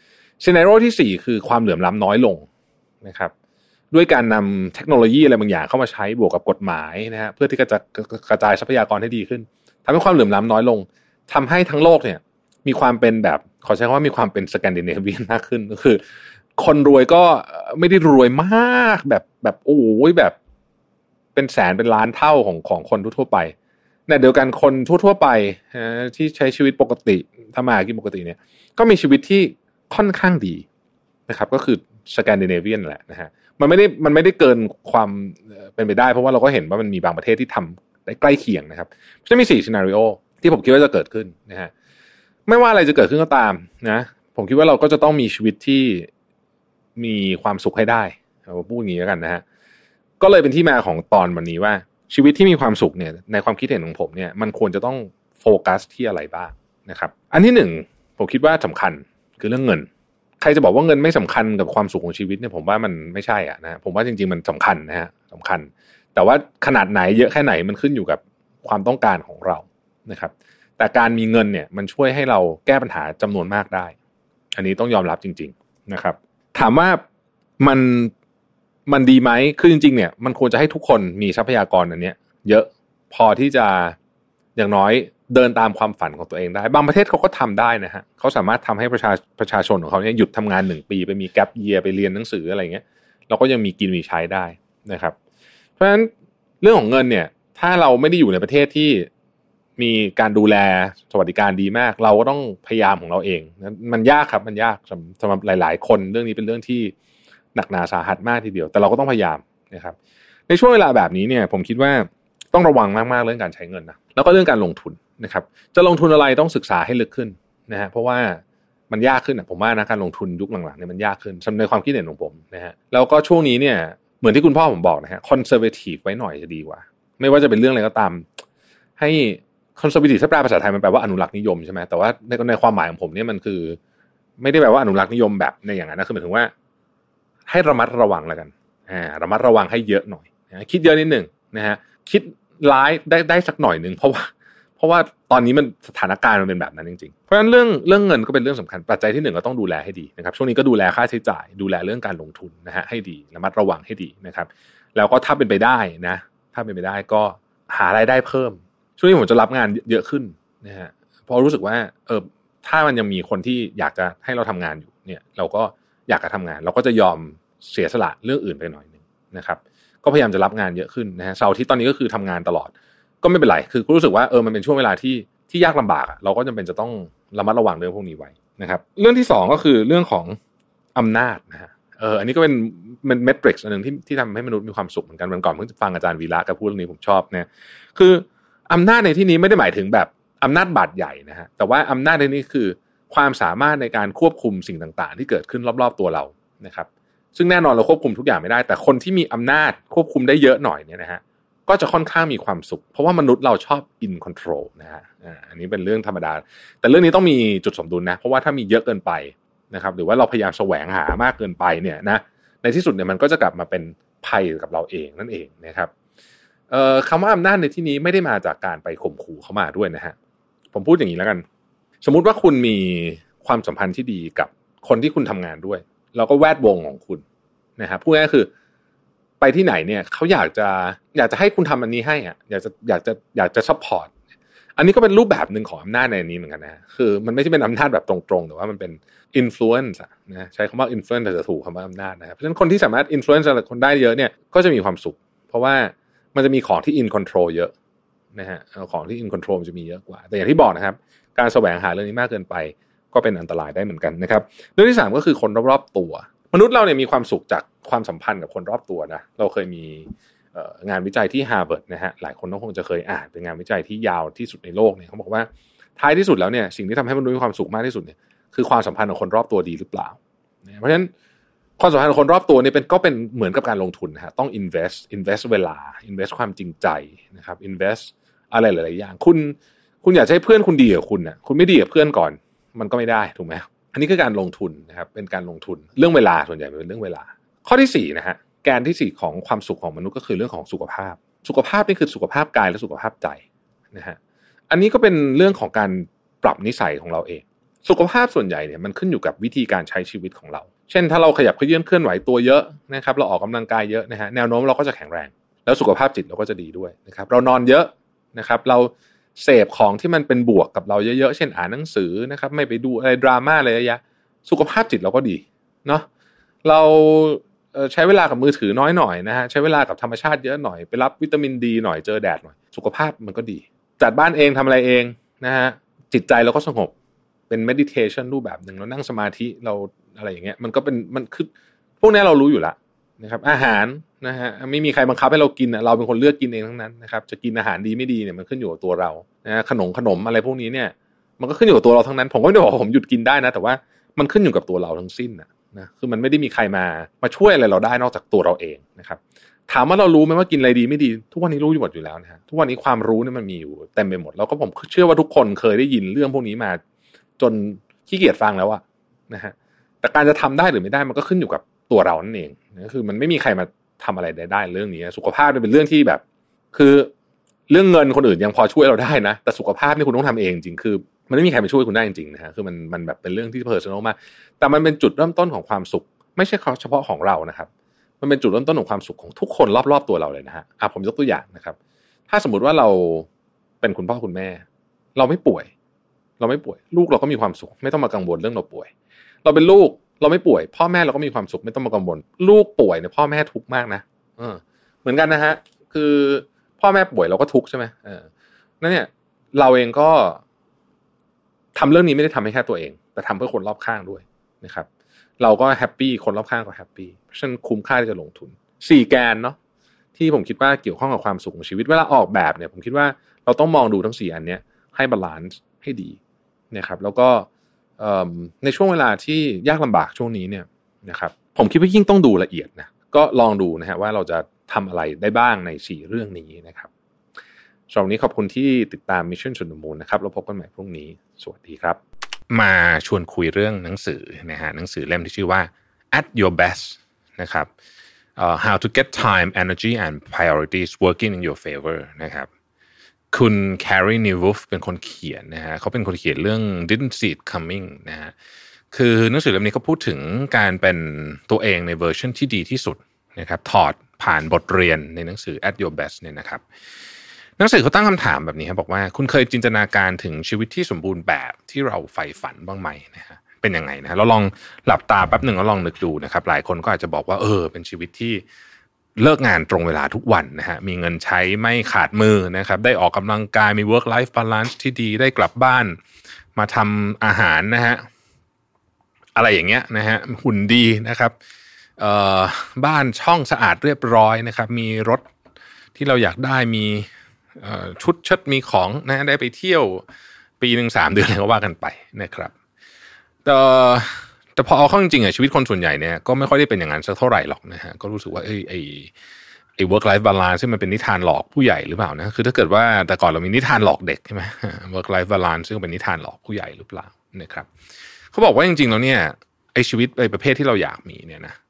3ซีนาริโอที่4คือความเหลื่อมล้ำน้อยลงนะครับด้วยการนำเทคโนโลยีอะไรบางอย่างเข้ามาใช้บวกกับกฎหมายนะฮะเพื่อที่จะกระจายทรัพยากรให้ดีขึ้นทำให้ความเหลื่อมล้ำน้อยลงทำให้ทั้งโลกเนี่ยมีความเป็นแบบขอใช้คำว่ามีความเป็นสแกนดิเนเวียนมากขึ้นก็คือคนรวยก็ไม่ได้รวยมากแบบโอ้ยแบบเป็นแสนเป็นล้านเท่าของคนทั่วไปในเดียวกันคนทั่วไปที่ใช้ชีวิตปกติทำมาหากินปกติเนี่ยก็มีชีวิตที่ค่อนข้างดีนะครับก็คือสแกนดิเนเวียนแหละนะฮะมันไม่ได้เกินความเป็นไปได้เพราะว่าเราก็เห็นว่ามันมีบางประเทศที่ทำได้ใกล้เคียงนะครับจะมี4 scenario ที่ผมคิดว่าจะเกิดขึ้นนะฮะไม่ว่าอะไรจะเกิดขึ้นก็ตามนะผมคิดว่าเราก็จะต้องมีชีวิตที่มีความสุขให้ได้เราพูดอย่างนี้แล้วกันนะฮะก็เลยเป็นที่มาของตอนวันนี้ว่าชีวิตที่มีความสุขเนี่ยในความคิดเห็นของผมเนี่ยมันควรจะต้องโฟกัสที่อะไรบ้างนะครับอันที่1ผมคิดว่าสำคัญคือเรื่องเงินใครจะบอกว่าเงินไม่สำคัญกับความสุขของชีวิตเนี่ยผมว่ามันไม่ใช่อ่ะนะผมว่าจริงๆมันสำคัญนะฮะสำคัญแต่ว่าขนาดไหนเยอะแค่ไหนมันขึ้นอยู่กับความต้องการของเรานะครับแต่การมีเงินเนี่ยมันช่วยให้เราแก้ปัญหาจำนวนมากได้อันนี้ต้องยอมรับจริงๆนะครับถามว่ามันดีไหมคือจริงๆเนี่ยมันควรจะให้ทุกคนมีทรัพยากรอันเนี้ยเยอะพอที่จะอย่างน้อยเดินตามความฝันของตัวเองได้บางประเทศเขาก็ทำได้นะฮะเขาสามารถทำให้ประชาชนของเขาเนี่ยหยุดทำงาน1 ปีไปมีแกปเยียร์ไปเรียนหนังสืออะไรเงี้ยเราก็ยังมีกินมีใช้ได้นะครับเพราะฉะนั้นเรื่องของเงินเนี่ยถ้าเราไม่ได้อยู่ในประเทศที่มีการดูแลสวัสดิการดีมากเราก็ต้องพยายามของเราเองมันยากครับมันยากสำหรับหลายๆคนเรื่องนี้เป็นเรื่องที่หนักหนาสาหัสมากทีเดียวแต่เราก็ต้องพยายามนะครับในช่วงเวลาแบบนี้เนี่ยผมคิดว่าต้องระวังมากๆเรื่องการใช้เงินนะแล้วก็เรื่องการลงทุนนะครับจะลงทุนอะไรต้องศึกษาให้ลึกขึ้นนะฮะเพราะว่ามันยากขึ้นผมว่านะการลงทุนยุคหลังๆเนี่ยมันยากขึ้นในความคิดเห็นของผมนะฮะแล้วก็ช่วงนี้เนี่ยเหมือนที่คุณพ่อผมบอกนะฮะคอนเซอร์เวทีฟไว้หน่อยจะดีกว่าไม่ว่าจะเป็นเรื่องอะไรก็ตามให้คอนเซอร์เวทีฟถ้าแปลภาษาไทยมันแปลว่าอนุรักษ์นิยมใช่ไหมแต่ว่าในความหมายของผมเนี่ยมันคือไม่ได้แปลว่าอนุรักษ์นิยมแบบในอย่างนั้นนะคือหมายถึงว่าให้ระมัดระวังแล้วกันระมัดระวังให้เยอะหน่อยนะคิดเยอะนิดนึงนะฮะคิดร้ายได้สักหน่อยนึงเพราะว่าตอนนี้มันสถานการณ์มันเป็นแบบนั้นจริงๆเพราะฉะนั้นเรื่องเงินก็เป็นเรื่องสำคัญปัจจัยที่1ก็ต้องดูแลให้ดีนะครับช่วงนี้ก็ดูแลค่าใช้จ่ายดูแลเรื่องการลงทุนนะฮะให้ดีระมัดระวังให้ดีนะครับแล้วก็ถ้าเป็นไปได้นะถ้าเป็นไปได้ก็หารายได้เพิ่มช่วงนี้ผมจะรับงานเยอะขึ้นนะฮะเพราะรู้สึกว่าถ้ามันยังมีคนที่อยากจะให้เราทำงานอยู่เนี่ยเราก็อยากจะทำงานเราก็จะยอมเสียสละเรื่องอื่นไปหน่อยนึงนะครับก็พยายามจะรับงานเยอะขึ้นนะฮะเสาร์อาทิตย์ตอนนี้ก็คือทำงานตลอดก็ไม่เป็นไรคือรู้สึกว่ามันเป็นช่วงเวลาที่ยากลำบากเราก็จำเป็นจะต้องระมัดระวังเรื่องพวกนี้ไว้นะครับเรื่องที่2ก็คือเรื่องของอำนาจนะฮะอันนี้ก็เป็นเมทริกซ์อันนึงที่ทำให้มนุษย์มีความสุขเหมือนกันวันก่อนเพิ่งฟังอาจารย์วีระแกพูดเรื่องนี้ผมชอบนะคืออำนาจในที่นี้ไม่ได้หมายถึงแบบอำนาจบาดใหญ่นะฮะแต่ว่าอำนาจในนี้คือความสามารถในการควบคุมสิ่งต่างๆที่เกิดขึ้นรอบๆตัวเรานะครับซึ่งแน่นอนเราควบคุมทุกอย่างไม่ได้แต่คนที่มีอำนาจควบคุมได้เยอะหน่อยเนี่ยนะฮะก็จะค่อนข้างมีความสุขเพราะว่ามนุษย์เราชอบ in control นะฮะอันนี้เป็นเรื่องธรรมดาแต่เรื่องนี้ต้องมีจุดสมดุลนะเพราะว่าถ้ามีเยอะเกินไปนะครับหรือว่าเราพยายามแสวงหามากเกินไปเนี่ยนะในที่สุดเนี่ยมันก็จะกลับมาเป็นภัยกับเราเองนั่นเองนะครับคำว่าอำนาจในที่นี้ไม่ได้มาจากการไปข่มขู่เขามาด้วยนะฮะผมพูดอย่างนี้แล้วกันสมมุติว่าคุณมีความสัมพันธ์ที่ดีกับคนที่คุณทำงานด้วยแล้วก็แวดวงของคุณนะครับพูดง่ายๆคือไปที่ไหนเนี่ยเขาอยากจะให้คุณทำอันนี้ให้อ่ะอยากจะซัพพอร์ตอันนี้ก็เป็นรูปแบบหนึ่งของอำนาจในนี้เหมือนกันนะคือมันไม่ใช่เป็นอำนาจแบบตรงๆแต่ว่ามันเป็น influence นะใช้คำว่า influence แต่จะถูกคำว่าอำนาจนะครับเพราะฉะนั้นคนที่สามารถ influence คนได้เยอะเนี่ยก็จะมีความสุขเพราะว่ามันจะมีของที่ in control เยอะนะฮะของที่ in control จะมีเยอะกว่าแต่อย่างที่บอกนะครับการแสวงหาเรื่องนี้มากเกินไปก็เป็นอันตรายได้เหมือนกันนะครับเรื่องที่3ก็คือคนรอบๆตัวมนุษย์เราเนี่ยมีความสุขจากความสัมพันธ์กับคนรอบตัวนะเราเคยมีงานวิจัยที่ Harvard นะฮะหลายคนก็คงจะเคยอ่านเป็นงานวิจัยที่ยาวที่สุดในโลกเนี่ยเขาบอกว่าท้ายที่สุดแล้วเนี่ยสิ่งที่ทำให้มนุษย์มีความสุขมากที่สุดเนี่ยคือความสัมพันธ์กับคนรอบตัวดีหรือเปล่าเพราะฉะนั้นความสัมพันธ์กับคนรอบตัวเนี่ยก็เป็นเหมือนกับการลงทุนนะฮะต้อง invest เวลา invest ความจริงใจนะครับ invest อะไรหลายๆอย่างคุณอยากให้เพื่อนคุณดีกับคุณน่ะคุณไม่ดีกับเพื่อนก่อนมันก็ไม่ได้ถูกไหมอันนี้คือการลงทุนนะครับเป็นการลงทุนเรื่องเวลาส่วนใหญ่เป็นเรื่องเวลาข้อที่4นะฮะแกนที่4ของความสุขของมนุษย์ก็คือเรื่องของสุขภาพนี่คือสุขภาพกายและสุขภาพใจนะฮะอันนี้ก็เป็นเรื่องของการปรับนิสัยของเราเองสุขภาพส่วนใหญ่เนี่ยมันขึ้นอยู่กับวิธีการใช้ชีวิตของเราเช่นถ้าเราขยับเขยื้อนเคลื่อนไหวตัวเยอะนะครับเราออกกำลังกายเยอะนะฮะแนวโน้มเราก็จะแข็งแรงแล้วสุขภาพจิตเราก็จะดีด้วยนะครับเรานอนเยอะนะครับเราเสพของที่มันเป็นบวกกับเราเยอะๆเช่นอ่านหนังสือนะครับไม่ไปดูอะไรดราม่าอะไรเยอะๆสุขภาพจิตเราก็ดีเนาะเราใช้เวลากับมือถือน้อยหน่อยนะฮะใช้เวลากับธรรมชาติเยอะหน่อยไปรับวิตามินดีหน่อยเจอแดดหน่อยสุขภาพมันก็ดีจัดบ้านเองทำอะไรเองนะฮะจิตใจเราก็สงบเป็น meditation รูปแบบนึงเรานั่งสมาธิเราอะไรอย่างเงี้ยมันคือพวกนี้เรารู้อยู่แล้วนะครับอาหารนะฮะไม่มีใครบังคับให้เรากินเราเป็นคนเลือกกินเองทั้งนั้นนะครับจะกินอาหารดีไม่ดีเนี่ยมันขึ้นอยู่กับตัวเรานะขนมอะไรพวกนี้เนี่ยมันก็ขึ้นอยู่กับตัวเราทั้งนั้นผมก็ไม่ได้บอกว่าผมหยุดกินได้นะแต่ว่ามันขึ้นอยู่กับตัวเราทั้งสิ้นนะคือมันไม่ได้มีใครมาช่วยอะไรเราได้นอกจากตัวเราเองนะครับถามว่าเรารู้ไหมว่ากินอะไรดีไม่ดีทุกวันนี้รู้อยู่หมดอยู่แล้วนะฮะทุกวันนี้ความรู้เนี่ยมันมีอยู่เต็มไปหมดแล้วก็ผมเชื่อว่าทุกคนเคยได้ยินเรื่องพวกนี้มาจนขี้เกียจฟังแล้วอะนะฮะแต่การจะทำได้หรือไม่ได้มันก็ขึ้นอยู่กับตัวเรานั่นเองนะคือมันไม่มีใครมาทำอะไรได้เรื่องนี้สุขภาพเป็นเรื่องที่แบบคือเรื่องเงินคนอื่นยังพอช่วยเราได้นะแต่สุขภาพนี่คุณต้องทำเองจริงคือมันไม่มีใครมาช่วยคุณได้จริงๆนะฮะคือมันแบบเป็นเรื่องที่เพอร์ซันนอลมากแต่มันเป็นจุดเริ่มต้นของความสุขไม่ใช่เฉพาะของเรานะครับมันเป็นจุดเริ่มต้นของความสุขของทุกคนรอบๆตัวเราเลยนะฮะผมยกตัวอย่างนะครับถ้าสมมติว่าเราเป็นคุณพ่อคุณแม่เราไม่ป่วยลูกเราก็มีความสุขไม่ต้องมากังวลเรื่องเราป่วยเราเป็นลูกเราไม่ป่วยพ่อแม่เราก็มีความสุขไม่ต้องมากังวลลูกป่วยเนี่ยพ่อแม่ทุกข์มากนะเหมือนกันนะฮะคือพ่อแม่ป่วยเราก็ทุกข์ใช่ไหมนั่นเนี่ยเราเองก็ทำเรื่องนี้ไม่ได้ทำให้แค่ตัวเองแต่ทำเพื่อคนรอบข้างด้วยนะครับเราก็แฮปปี้คนรอบข้างก็แฮปปี้เพราะฉะนั้นคุ้มค่าที่จะลงทุน4แกนเนาะที่ผมคิดว่าเกี่ยวข้องกับความสุขของชีวิตเวลาออกแบบเนี่ยผมคิดว่าเราต้องมองดูทั้ง4อันเนี้ยให้บาลานซ์ให้ดีนะครับแล้วก็ในช่วงเวลาที่ยากลำบากช่วงนี้เนี่ยนะครับผมคิดว่ายิ่งต้องดูละเอียดนะก็ลองดูนะฮะว่าเราจะทำอะไรได้บ้างใน4เรื่องนี้นะครับสำหรับวันนี้ขอบคุณที่ติดตาม Mission to the Moon นะครับเราพบกันใหม่พรุ่งนี้สวัสดีครับมาชวนคุยเรื่องหนังสือนะฮะหนังสือเล่มที่ชื่อว่า At Your Best นะครับHow to Get Time, Energy and Priorities Working in Your Favor นะครับคุณแคร์รีนิววูฟเป็นคนเขียนนะฮะเขาเป็นคนเขียนเรื่อง Didn't See It Coming นะฮะคือหนังสือเล่มนี้เขาพูดถึงการเป็นตัวเองในเวอร์ชันที่ดีที่สุดนะครับถอดผ่านบทเรียนในหนังสือ At Your Best เนี่ยนะครับหนังสือเขาตั้งคำถามแบบนี้ครับบอกว่าคุณเคยจินตนาการถึงชีวิตที่สมบูรณ์แบบที่เราใฝ่ฝันบ้างไหมนะฮะเป็นยังไงนะเราลองหลับตาแป๊บหนึ่งแล้วลองนึกดูนะครับหลายคนก็อาจจะบอกว่าเป็นชีวิตที่เลิกงานตรงเวลาทุกวันนะฮะมีเงินใช้ไม่ขาดมือนะครับได้ออกกำลังกายมี work life balance ที่ดีได้กลับบ้านมาทำอาหารนะฮะอะไรอย่างเงี้ยนะฮะหุ่นดีนะครับบ้านช่องสะอาดเรียบร้อยนะครับมีรถที่เราอยากได้มีชุดเชิดมีของนะได้ไปเที่ยวปีนึง3 เดือนอะไรก็ว่ากันไปนะครับแต่พอเอาเข้าจริงๆชีวิตคนส่วนใหญ่เนี่ยก็ไม่ค่อยได้เป็นอย่างนั้นสักเท่าไหร่หรอกนะฮะก็รู้สึกว่าไอ้ไอ้ work life balance ซึ่งมันเป็นนิทานหลอกผู้ใหญ่หรือเปล่านะคือถ้าเกิดว่าแต่ก่อนเรามีนิทานหลอกเด็กใช่ไหม work life balance ซึ่งเป็นนิทานหลอกผู้ใหญ่หรือเปล่านะครับเขาบอกว่าจริงๆแล้วเนี่ยไอ้ชีวิตไอ้ประเภทที่เราอยากมีเนี่ยนะ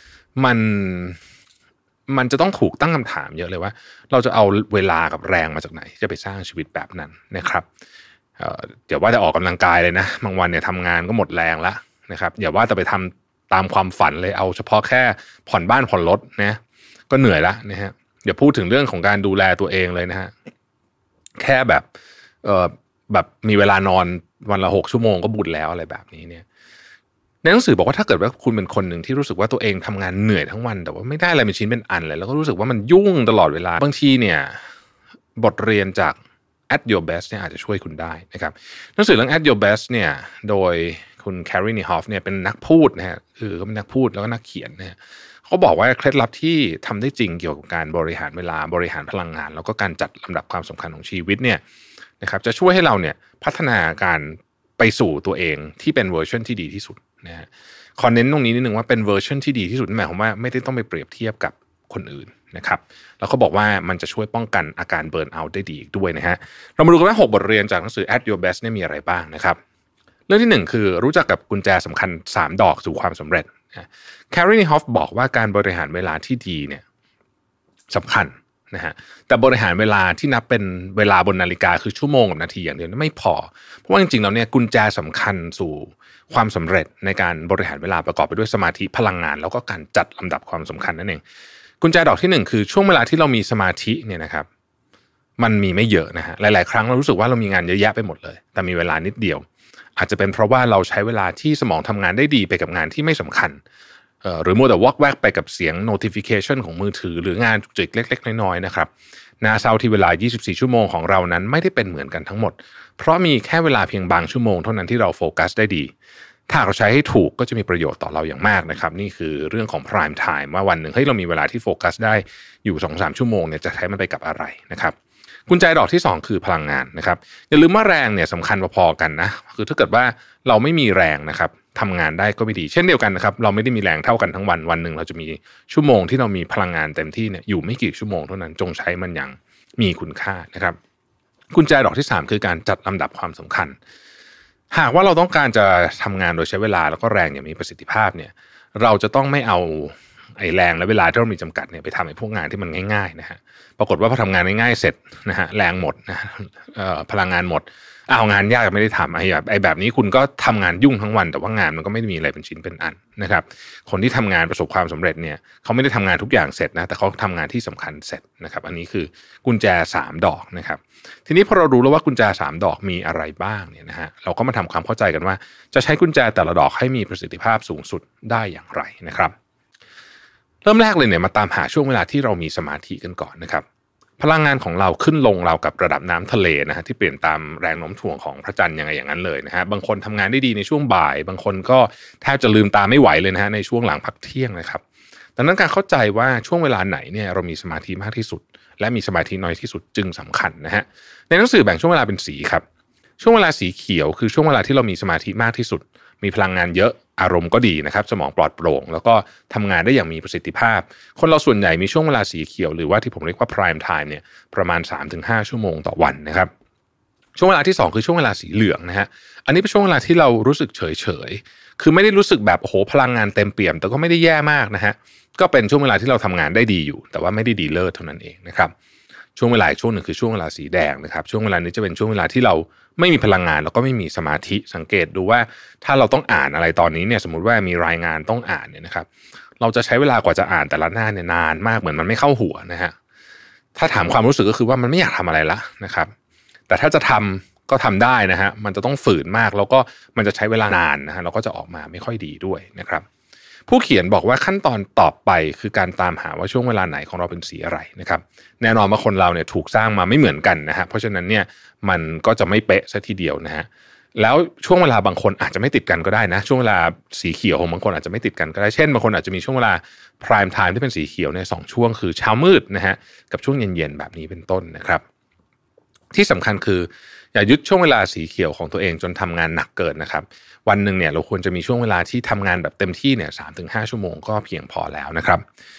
มันจะต้องถูกตั้งคำถามเยอะเลยว่าเราจะเอาเวลากับแรงมาจากไหนจะไปสร้างชีวิตแบบนั้นนะครับเดี๋ยวว่าจะออกกำลังกายเลยนะบางวันเนี่ยทำงานก็หมดแรงแล้วนะครับอย่าว่าแต่ไปทำตามความฝันเลยเอาเฉพาะแค่ผ่อนบ้านผ่อนรถนะก็เหนื่อยละนะฮะอย่าพูดถึงเรื่องของการดูแลตัวเองเลยนะฮะแค่แบบมีเวลานอนวันละ6 ชั่วโมงก็บุญแล้วอะไรแบบนี้เนี่ยในหนังสือบอกว่าถ้าเกิดว่าคุณเป็นคนหนึ่งที่รู้สึกว่าตัวเองทำงานเหนื่อยทั้งวันแต่ว่าไม่ได้อะไรเป็นชิ้นเป็นอันเลยแล้วก็รู้สึกว่ามันยุ่งตลอดเวลาบางทีเนี่ยบทเรียนจาก At Your Best เนี่ยอาจจะช่วยคุณได้นะครับหนังสือเรื่อง At Your Best เนี่ยโดยคุณแคร์รีนีฮอฟเนี่ยเป็นนักพูดนะฮะเขาเป็นนักพูดแล้วก็นักเขียนนะฮะเขาบอกว่าเคล็ดลับที่ทำได้จริงเกี่ยวกับการบริหารเวลาบริหารพลังงานแล้วก็การจัดลำดับความสำคัญของชีวิตเนี่ยนะครับจะช่วยให้เราเนี่ยพัฒนาการไปสู่ตัวเองที่เป็นเวอร์ชันที่ดีที่สุดนะฮะขอเน้นตรงนี้นิดนึงว่าเป็นเวอร์ชันที่ดีที่สุดหมายความว่าไม่ได้ต้องไปเปรียบเทียบกับคนอื่นนะครับแล้วเขาบอกว่ามันจะช่วยป้องกันอาการเบิร์นเอาท์ได้ดีอีกด้วยนะฮะเรามาดูกันว่า6 บทเรียนจากหนังสือ At Your Best เนี่ยมีอะไรบ้างนะครับเรื่องที่1คือรู้จักกับกุญแจสำคัญ3 ดอกสู่ความสำเร็จแคร์รีนีฮอฟบอกว่าการบริหารเวลาที่ดีเนี่ยสำคัญนะฮะแต่บริหารเวลาที่นับเป็นเวลาบนนาฬิกาคือชั่วโมงกับนาทีอย่างเดียวไม่พอเพราะว่าจริงๆแล้วเนี่ยกุญแจสำคัญสู่ความสำเร็จในการบริหารเวลาประกอบไปด้วยสมาธิพลังงานแล้วก็การจัดลำดับความสำคัญนั่นเองกุญแจดอกที่1คือช่วงเวลาที่เรามีสมาธิเนี่ยนะครับมันมีไม่เยอะนะฮะหลายๆครั้งเรารู้สึกว่าเรามีงานเยอะแยะไปหมดเลยแต่มีเวลานิดเดียวอาจจะเป็นเพราะว่าเราใช้เวลาที่สมองทำงานได้ดีไปกับงานที่ไม่สำคัญหรือมัวแต่วอกแวกไปกับเสียง notification ของมือถือหรืองานจุกจิกเล็กๆน้อยๆนะครับน่าเศร้าที่เวลา24 ชั่วโมงของเรานั้นไม่ได้เป็นเหมือนกันทั้งหมดเพราะมีแค่เวลาเพียงบางชั่วโมงเท่านั้นที่เราโฟกัสได้ดีถ้าเราใช้ให้ถูกก็จะมีประโยชน์ต่อเราอย่างมากนะครับนี่คือเรื่องของ prime time ว่าวันหนึ่งเรามีเวลาที่โฟกัสได้อยู่ 2-3 ชั่วโมงเนี่ยจะใช้มันไปกับอะไรนะครับกุญแจดอกที่2คือพลังงานนะครับอย่าลืมว่าแรงเนี่ยสำคัญพอๆกันนะคือถ้าเกิดว่าเราไม่มีแรงนะครับทำงานได้ก็ไม่ดีเช่นเดียวกันนะครับเราไม่ได้มีแรงเท่ากันทั้งวันวันหนึ่งเราจะมีชั่วโมงที่เรามีพลังงานเต็มที่เนี่ยอยู่ไม่กี่ชั่วโมงเท่านั้นจงใช้มันอย่างมีคุณค่านะครับกุญแจดอกที่3คือการจัดลำดับความสำคัญหากว่าเราต้องการจะทำงานโดยใช้เวลาแล้วก็แรงอย่างมีประสิทธิภาพเนี่ยเราจะต้องไม่เอาไอ้แรงและเวลาที่เรามีจำกัดเนี่ยไปทำไอ้พวกงานที่มันง่ายๆนะฮะปรากฏว่าพอทำงานง่ายๆเสร็จนะฮะแรงหมดนะพลังงานหมดเอางานยากไม่ได้ทำไอ้แบบนี้คุณก็ทำงานยุ่งทั้งวันแต่ว่างานมันก็ไม่ได้มีอะไรเป็นชิ้นเป็นอันนะครับคนที่ทำงานประสบความสำเร็จเนี่ยเขาไม่ได้ทำงานทุกอย่างเสร็จนะแต่เขาทำงานที่สำคัญเสร็จนะครับอันนี้คือกุญแจ3 ดอกนะครับทีนี้พอเรารู้แล้วว่ากุญแจ3 ดอกมีอะไรบ้างเนี่ยนะฮะเราก็มาทำความเข้าใจกันว่าจะใช้กุญแจแต่ละดอกให้มีประสิทธิภาพสูงสุดได้อย่างไรนะครับเริ่มแรกเลยเนี่ยมาตามหาช่วงเวลาที่เรามีสมาธิกันก่อนนะครับพลังงานของเราขึ้นลงเรากับระดับน้ำทะเลนะฮะที่เปลี่ยนตามแรงโน้มถ่วงของพระจันทร์ยังไงอย่างนั้นเลยนะฮะบางคนทำงานได้ดีในช่วงบ่ายบางคนก็แทบจะลืมตาไม่ไหวเลยนะฮะในช่วงหลังพักเที่ยงนะครับดังนั้นการเข้าใจว่าช่วงเวลาไหนเนี่ยเรามีสมาธิมากที่สุดและมีสมาธิน้อยที่สุดจึงสำคัญนะฮะในหนังสือแบ่งช่วงเวลาเป็นสีครับช่วงเวลาสีเขียวคือช่วงเวลาที่เรามีสมาธิมากที่สุดมีพลังงานเยอะอารมณ์ก็ดีนะครับสมองปลอดโปร่งแล้วก็ทำงานได้อย่างมีประสิทธิภาพคนเราส่วนใหญ่มีช่วงเวลาสีเขียวหรือว่าที่ผมเรียกว่า prime time เนี่ยประมาณ 3-5 ชั่วโมงต่อวันนะครับช่วงเวลาที่2คือช่วงเวลาสีเหลืองนะฮะอันนี้เป็นช่วงเวลาที่เรารู้สึกเฉยๆคือไม่ได้รู้สึกแบบโอ้โหพลังงานเต็มเปี่ยมแต่ก็ไม่ได้แย่มากนะฮะก็เป็นช่วงเวลาที่เราทำงานได้ดีอยู่แต่ว่าไม่ได้ดีเลิศเท่านั้นเองนะครับช่วงเวลาช่วงหนึ่งคือช่วงเวลาสีแดงนะครับช่วงเวลานี้จะเป็นช่วงเวลาที่เราไม่มีพลังงานแล้วก็ไม่มีสมาธิสังเกตดูว่าถ้าเราต้องอ่านอะไรตอนนี้เนี่ยสมมุติว่ามีรายงานต้องอ่านเนี่ยนะครับเราจะใช้เวลากว่าจะอ่านแต่ละหน้าเนี่ยนานมากเหมือนมันไม่เข้าหัวนะฮะถ้าถามความรู้สึกก็คือว่ามันไม่อยากทำอะไรละนะครับแต่ถ้าจะทำก็ทำได้นะฮะมันจะต้องฝืนมากแล้วก็มันจะใช้เวลานานนะฮะเราก็จะออกมาไม่ค่อยดีด้วยนะครับผู้เขียนบอกว่าขั้นตอนต่อไปคือการตามหาว่าช่วงเวลาไหนของเราเป็นสีอะไรนะครับแน่นอนว่าคนเราเนี่ยถูกสร้างมาไม่เหมือนกันนะฮะเพราะฉะนั้นเนี่ยมันก็จะไม่เป๊ะซะทีเดียวนะฮะแล้วช่วงเวลาบางคนอาจจะไม่ติดกันก็ได้นะช่วงเวลาสีเขียวของบางคนอาจจะไม่ติดกันก็ได้เช่นบางคนอาจจะมีช่วงเวลา prime time ที่เป็นสีเขียวใน2 ช่วงคือเช้ามืดนะฮะกับช่วงเย็นๆแบบนี้เป็นต้นนะครับที่สำคัญคืออย่ายึดช่วงเวลาสีเขียวของตัวเองจนทำงานหนักเกินนะครับวันหนึ่งเนี่ยเราควรจะมีช่วงเวลาที่ทำงานแบบเต็มที่เนี่ย 3-5 ชั่วโมงก็เพียงพอแล้วนะครับ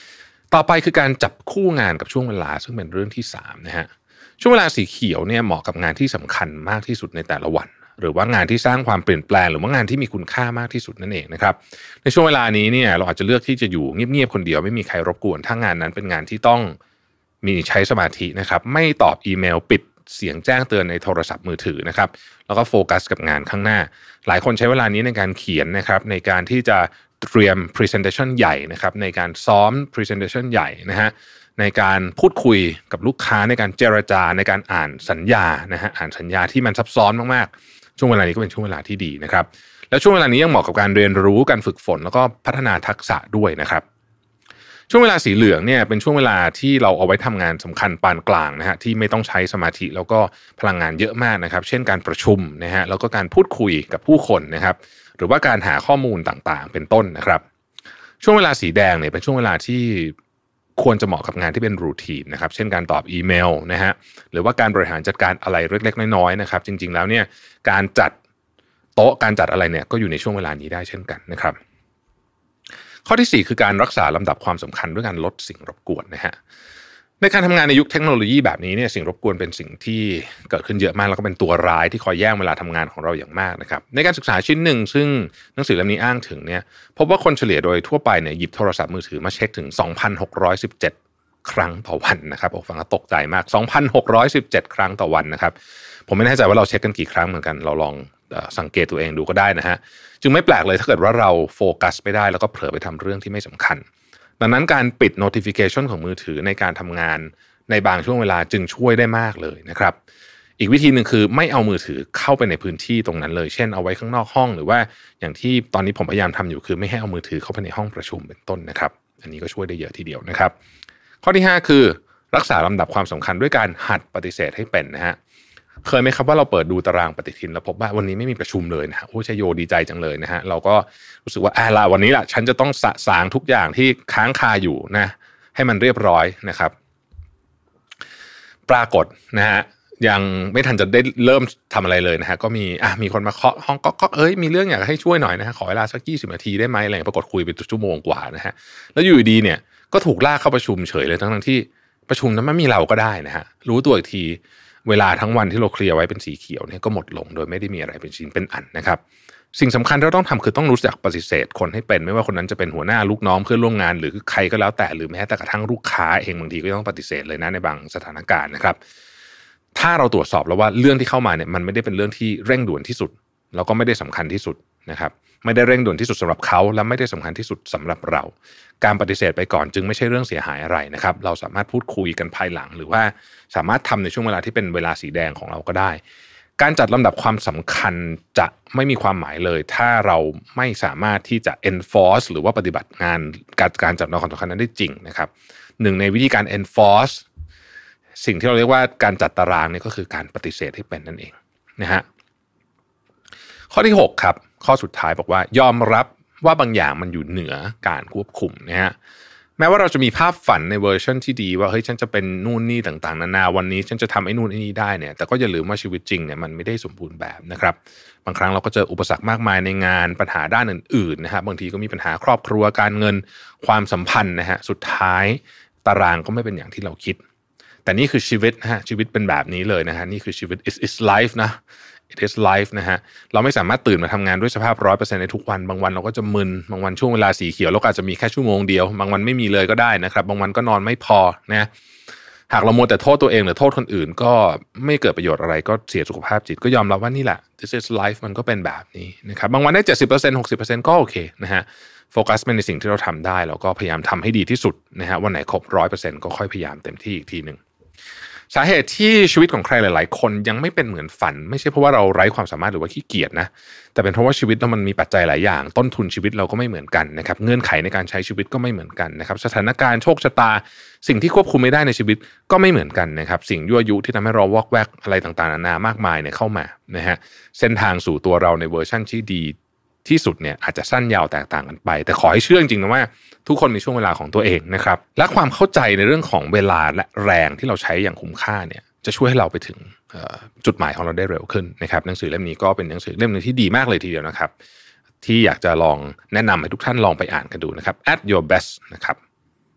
ต่อไปคือการจับคู่งานกับช่วงเวลาซึ่งเป็นเรื่องที่3นะฮะช่วงเวลาสีเขียวเนี่ยเหมาะกับงานที่สำคัญมากที่สุดในแต่ละวันหรือว่างานที่สร้างความเปลี่ยนแปลงหรือว่างานที่มีคุณค่ามากที่สุดนั่นเองนะครับในช่วงเวลานี้เนี่ยเราอาจจะเลือกที่จะอยู่เงียบๆคนเดียวไม่มีใครรบกวนถ้างานนั้นเป็นงานที่ต้องมีใช้สมาธินะครับไม่ตอบอีเมลปิดเสียงแจ้งเตือนในโทรศัพท์มือถือนะครับแล้วก็โฟกัสกับงานข้างหน้าหลายคนใช้เวลานี้ในการเขียนนะครับในการที่จะเตรียม presentation ใหญ่นะครับในการซ้อม presentation ใหญ่นะฮะในการพูดคุยกับลูกค้าในการเจรจาในการอ่านสัญญานะฮะอ่านสัญญาที่มันซับซ้อนมากๆช่วงเวลานี้ก็เป็นช่วงเวลาที่ดีนะครับแล้วช่วงเวลานี้ยังเหมาะกับการเรียนรู้การฝึกฝนแล้วก็พัฒนาทักษะด้วยนะครับช่วงเวลาสีเหลืองเนี่ยเป็นช่วงเวลาที่เราเอาไว้ทำงานสำคัญปานกลางนะฮะที่ไม่ต้องใช้สมาธิแล้วก็พลังงานเยอะมากนะครับเช่นการประชุมนะฮะแล้วก็การพูดคุยกับผู้คนนะครับหรือว่าการหาข้อมูลต่างๆเป็นต้นนะครับช่วงเวลาสีแดงเนี่ยเป็นช่วงเวลาที่ควรจะเหมาะกับงานที่เป็นรูทีนนะครับเช่นการตอบอีเมลนะฮะหรือว่าการบริหารจัดการอะไรเล็กๆน้อยๆนะครับจริงๆแล้วเนี่ยการจัดโต๊ะการจัดอะไรเนี่ยก็อยู่ในช่วงเวลานี้ได้เช่นกันนะครับข้อที่4คือการรักษาลำดับความสำคัญด้วยการลดสิ่งรบกวนนะฮะในการทำงานในยุคเทคโนโลยีแบบนี้เนี่ยสิ่งรบกวนเป็นสิ่งที่เกิดขึ้นเยอะมากแล้วก็เป็นตัวร้ายที่คอยแย่งเวลาทำงานของเราอย่างมากนะครับในการศึกษาชิ้นหนึ่งซึ่งหนังสือเล่มนี้อ้างถึงเนี่ยพบว่าคนเฉลี่ยโดยทั่วไปเนี่ยหยิบโทรศัพท์มือถือมาเช็คถึง 2,617 ครั้งต่อวันนะครับฟังแล้วตกใจมาก 2,617 ครั้งต่อวันนะครับผมไม่แน่ใจว่าเราเช็คกันกี่ครั้งเหมือนกันเราลองสังเกตตัวเองดูก็ได้นะฮะจึงไม่แปลกเลยถ้าเกิดว่าเราโฟกัสไม่ได้แล้วก็เผลอไปทำเรื่องที่ไม่สำคัญดังนั้นการปิด notification ของมือถือในการทำงานในบางช่วงเวลาจึงช่วยได้มากเลยนะครับอีกวิธีหนึ่งคือไม่เอามือถือเข้าไปในพื้นที่ตรงนั้นเลยเช่นเอาไว้ข้างนอกห้องหรือว่าอย่างที่ตอนนี้ผมพยายามทำอยู่คือไม่ให้เอามือถือเข้าไปในห้องประชุมเป็นต้นนะครับอันนี้ก็ช่วยได้เยอะทีเดียวนะครับข้อที่5คือรักษาลำดับความสำคัญด้วยการหัดปฏิเสธให้เป็นนะฮะเคยไหมครับว่าเราเปิดดูตารางปฏิทินแล้วพบว่าวันนี้ไม่มีประชุมเลยนะฮะโอ้ชัยโยดีใจจังเลยนะฮะเราก็รู้สึกว่าล่ะวันนี้ล่ะฉันจะต้องสะสางทุกอย่างที่ค้างคาอยู่นะให้มันเรียบร้อยนะครับปรากฏนะฮะยังไม่ทันจะได้เริ่มทำอะไรเลยนะฮะก็มีคนมาเคาะห้องก็มีเรื่องอยากให้ช่วยหน่อยนะฮะขอเวลาสัก20 นาทีได้ไหมอะไรปรากฏคุยไปชั่วโมงกว่านะฮะแล้วอยู่ดีเนี่ยก็ถูกลากเข้าประชุมเฉยเลยทั้งที่ประชุมนั้นไม่มีเราก็ได้นะฮะรู้ตัวอีกทีเวลาทั้งวันที่เราเคลียร์ไว้เป็นสีเขียวเนี่ยก็หมดลงโดยไม่ได้มีอะไรเป็นชิ้นเป็นอันนะครับสิ่งสำคัญที่เราต้องทำคือต้องรู้จักปฏิเสธคนให้เป็นไม่ว่าคนนั้นจะเป็นหัวหน้าลูกน้องเพื่อนร่วมงานหรือใครก็แล้วแต่หรือแม้แต่กระทั่งลูกค้าเองบางทีก็ต้องปฏิเสธเลยนะในบางสถานการณ์นะครับถ้าเราตรวจสอบแล้วว่าเรื่องที่เข้ามาเนี่ยมันไม่ได้เป็นเรื่องที่เร่งด่วนที่สุดแล้วก็ไม่ได้สำคัญที่สุดนะครับไม่ได้เร่งด่วนที่สุดสำหรับเขาและไม่ได้สำคัญที่สุดสำหรับเราการปฏิเสธไปก่อนจึงไม่ใช่เรื่องเสียหายอะไรนะครับเราสามารถพูดคุยกันภายหลังหรือว่าสามารถทำในช่วงเวลาที่เป็นเวลาสีแดงของเราก็ได้การจัดลำดับความสำคัญจะไม่มีความหมายเลยถ้าเราไม่สามารถที่จะ enforce หรือว่าปฏิบัติงานการจัดลำดับความสำคัญนั้นได้จริงนะครับหนึ่งในวิธีการ enforce สิ่งที่เราเรียกว่าการจัดตารางนี่ก็คือการปฏิเสธให้เป็นนั่นเองนะฮะข้อที่6ครับข้อสุดท้ายบอกว่ายอมรับว่าบางอย่างมันอยู่เหนือการควบคุมนะฮะแม้ว่าเราจะมีภาพฝันในเวอร์ชันที่ดีว่าเฮ้ยฉันจะเป็นนู่นนี่ต่างๆนานาวันนี้ฉันจะทำไอ้นู่นไอ้นี่ได้เนี่ยแต่ก็อย่าลืมว่าชีวิตจริงเนี่ยมันไม่ได้สมบูรณ์แบบนะครับบางครั้งเราก็เจออุปสรรคมากมายในงานปัญหาด้านอื่นๆนะฮะบางทีก็มีปัญหาครอบครัวการเงินความสัมพันธ์นะฮะสุดท้ายตารางก็ไม่เป็นอย่างที่เราคิดแต่นี่คือชีวิตนะฮะชีวิตเป็นแบบนี้เลยนะฮะนี่คือชีวิต is life นะIt is life นะฮะเราไม่สามารถตื่นมาทำงานด้วยสภาพ 100% ในทุกวันบางวันเราก็จะมึนบางวันช่วงเวลาสีเขียวเราอาจจะมีแค่ชั่วโมงเดียวบางวันไม่มีเลยก็ได้นะครับบางวันก็นอนไม่พอนะหากเรามัวแต่โทษตัวเองหรือโทษคนอื่นก็ไม่เกิดประโยชน์อะไรก็เสียสุขภาพจิตก็ยอมรับว่านี่แหละ This is life มันก็เป็นแบบนี้นะครับบางวันได้ 70% 60% ก็โอเคนะฮะโฟกัสในสิ่งที่เราทำได้แล้วก็พยายามทำให้ดีที่สุดนะฮะวันไหนครบ 100% ก็ค่อยพยายามเต็มที่อีกทีนึงสาเหตุที่ชีวิตของใครหลายๆคนยังไม่เป็นเหมือนฝันไม่ใช่เพราะว่าเราไร้ความสามารถหรือว่าขี้เกียจนะแต่เป็นเพราะว่าชีวิตเรามันมีปัจจัยหลายอย่างต้นทุนชีวิตเราก็ไม่เหมือนกันนะครับเงื่อนไขในการใช้ชีวิตก็ไม่เหมือนกันนะครับสถานการณ์โชคชะตาสิ่งที่ควบคุมไม่ได้ในชีวิตก็ไม่เหมือนกันนะครับสิ่งยั่วยุที่ทำให้เราวอกแวกอะไรต่างๆนานามากมายเนี่ยเข้ามานะฮะเส้นทางสู่ตัวเราในเวอร์ชั่นที่ดีที่สุดเนี่ยอาจจะสั้นยาวแตกต่างกันไปแต่ขอให้เชื่อจริงๆนะว่าทุกคนมีช่วงเวลาของตัวเองนะครับและความเข้าใจในเรื่องของเวลาและแรงที่เราใช้อย่างคุ้มค่าเนี่ยจะช่วยให้เราไปถึงจุดหมายของเราได้เร็วขึ้นนะครับหนังสือเล่มนี้ก็เป็นหนังสือเล่มนึงที่ดีมากเลยทีเดียวนะครับที่อยากจะลองแนะนำให้ทุกท่านลองไปอ่านกันดูนะครับ At Your Best นะครับ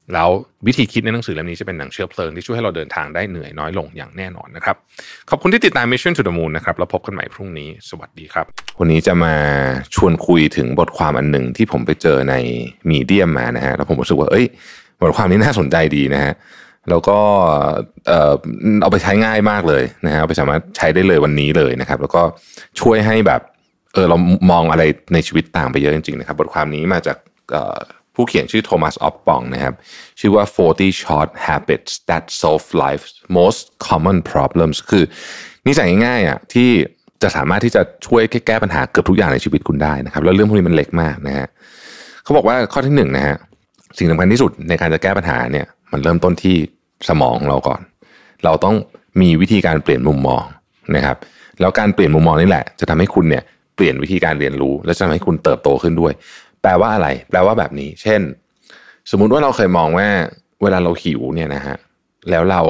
แล้ววิธีคิดในหนังสือเล่มนี้จะเป็นหนังเชื้อเพลิงที่ช่วยให้เราเดินทางได้เหนื่อยน้อยลงอย่างแน่นอนนะครับขอบคุณที่ติดตาม Mission to the Moon นะครับแล้วพบกันใหม่พรุ่งนี้สวัสดีครับวันนี้จะมาชวนคุยถึงบทความอันหนึ่งที่ผมไปเจอในมีเดียมมานะฮะแล้วผมรู้สึกว่าบทความนี้น่าสนใจดีนะฮะแล้วก็เอาไปใช้ง่ายมากเลยนะฮะเอาไปสามารถใช้ได้เลยวันนี้เลยนะครับแล้วก็ช่วยให้แบบเรามองอะไรในชีวิตต่างไปเยอะจริงๆนะครับบทความนี้มาจากผู้เขียนชื่อโทมัสออฟปองนะครับชื่อว่า40 short habits that solve life's most common problems คือนิสัยง่ายๆที่จะสามารถที่จะช่วยแก้ปัญหาเกือบทุกอย่างในชีวิตคุณได้นะครับแล้วเรื่องพวกนี้มันเล็กมากนะฮะเขาบอกว่าข้อที่1นะฮะสิ่งสำคัญที่สุดในการจะแก้ปัญหาเนี่ยมันเริ่มต้นที่สมองเราก่อนเราต้องมีวิธีการเปลี่ยนมุมมองนะครับแล้วการเปลี่ยนมุมมองนี่แหละจะทำให้คุณเนี่ยเปลี่ยนวิธีการเรียนรู้และจะทำให้คุณเติบโตขึ้นด้วยแปลว่าอะไรแปลว่าแบบนี้เช่นสมมุติว่าเราเคยมองว่าเวลาเราหิวเนี่ยนะฮะแล้วเรา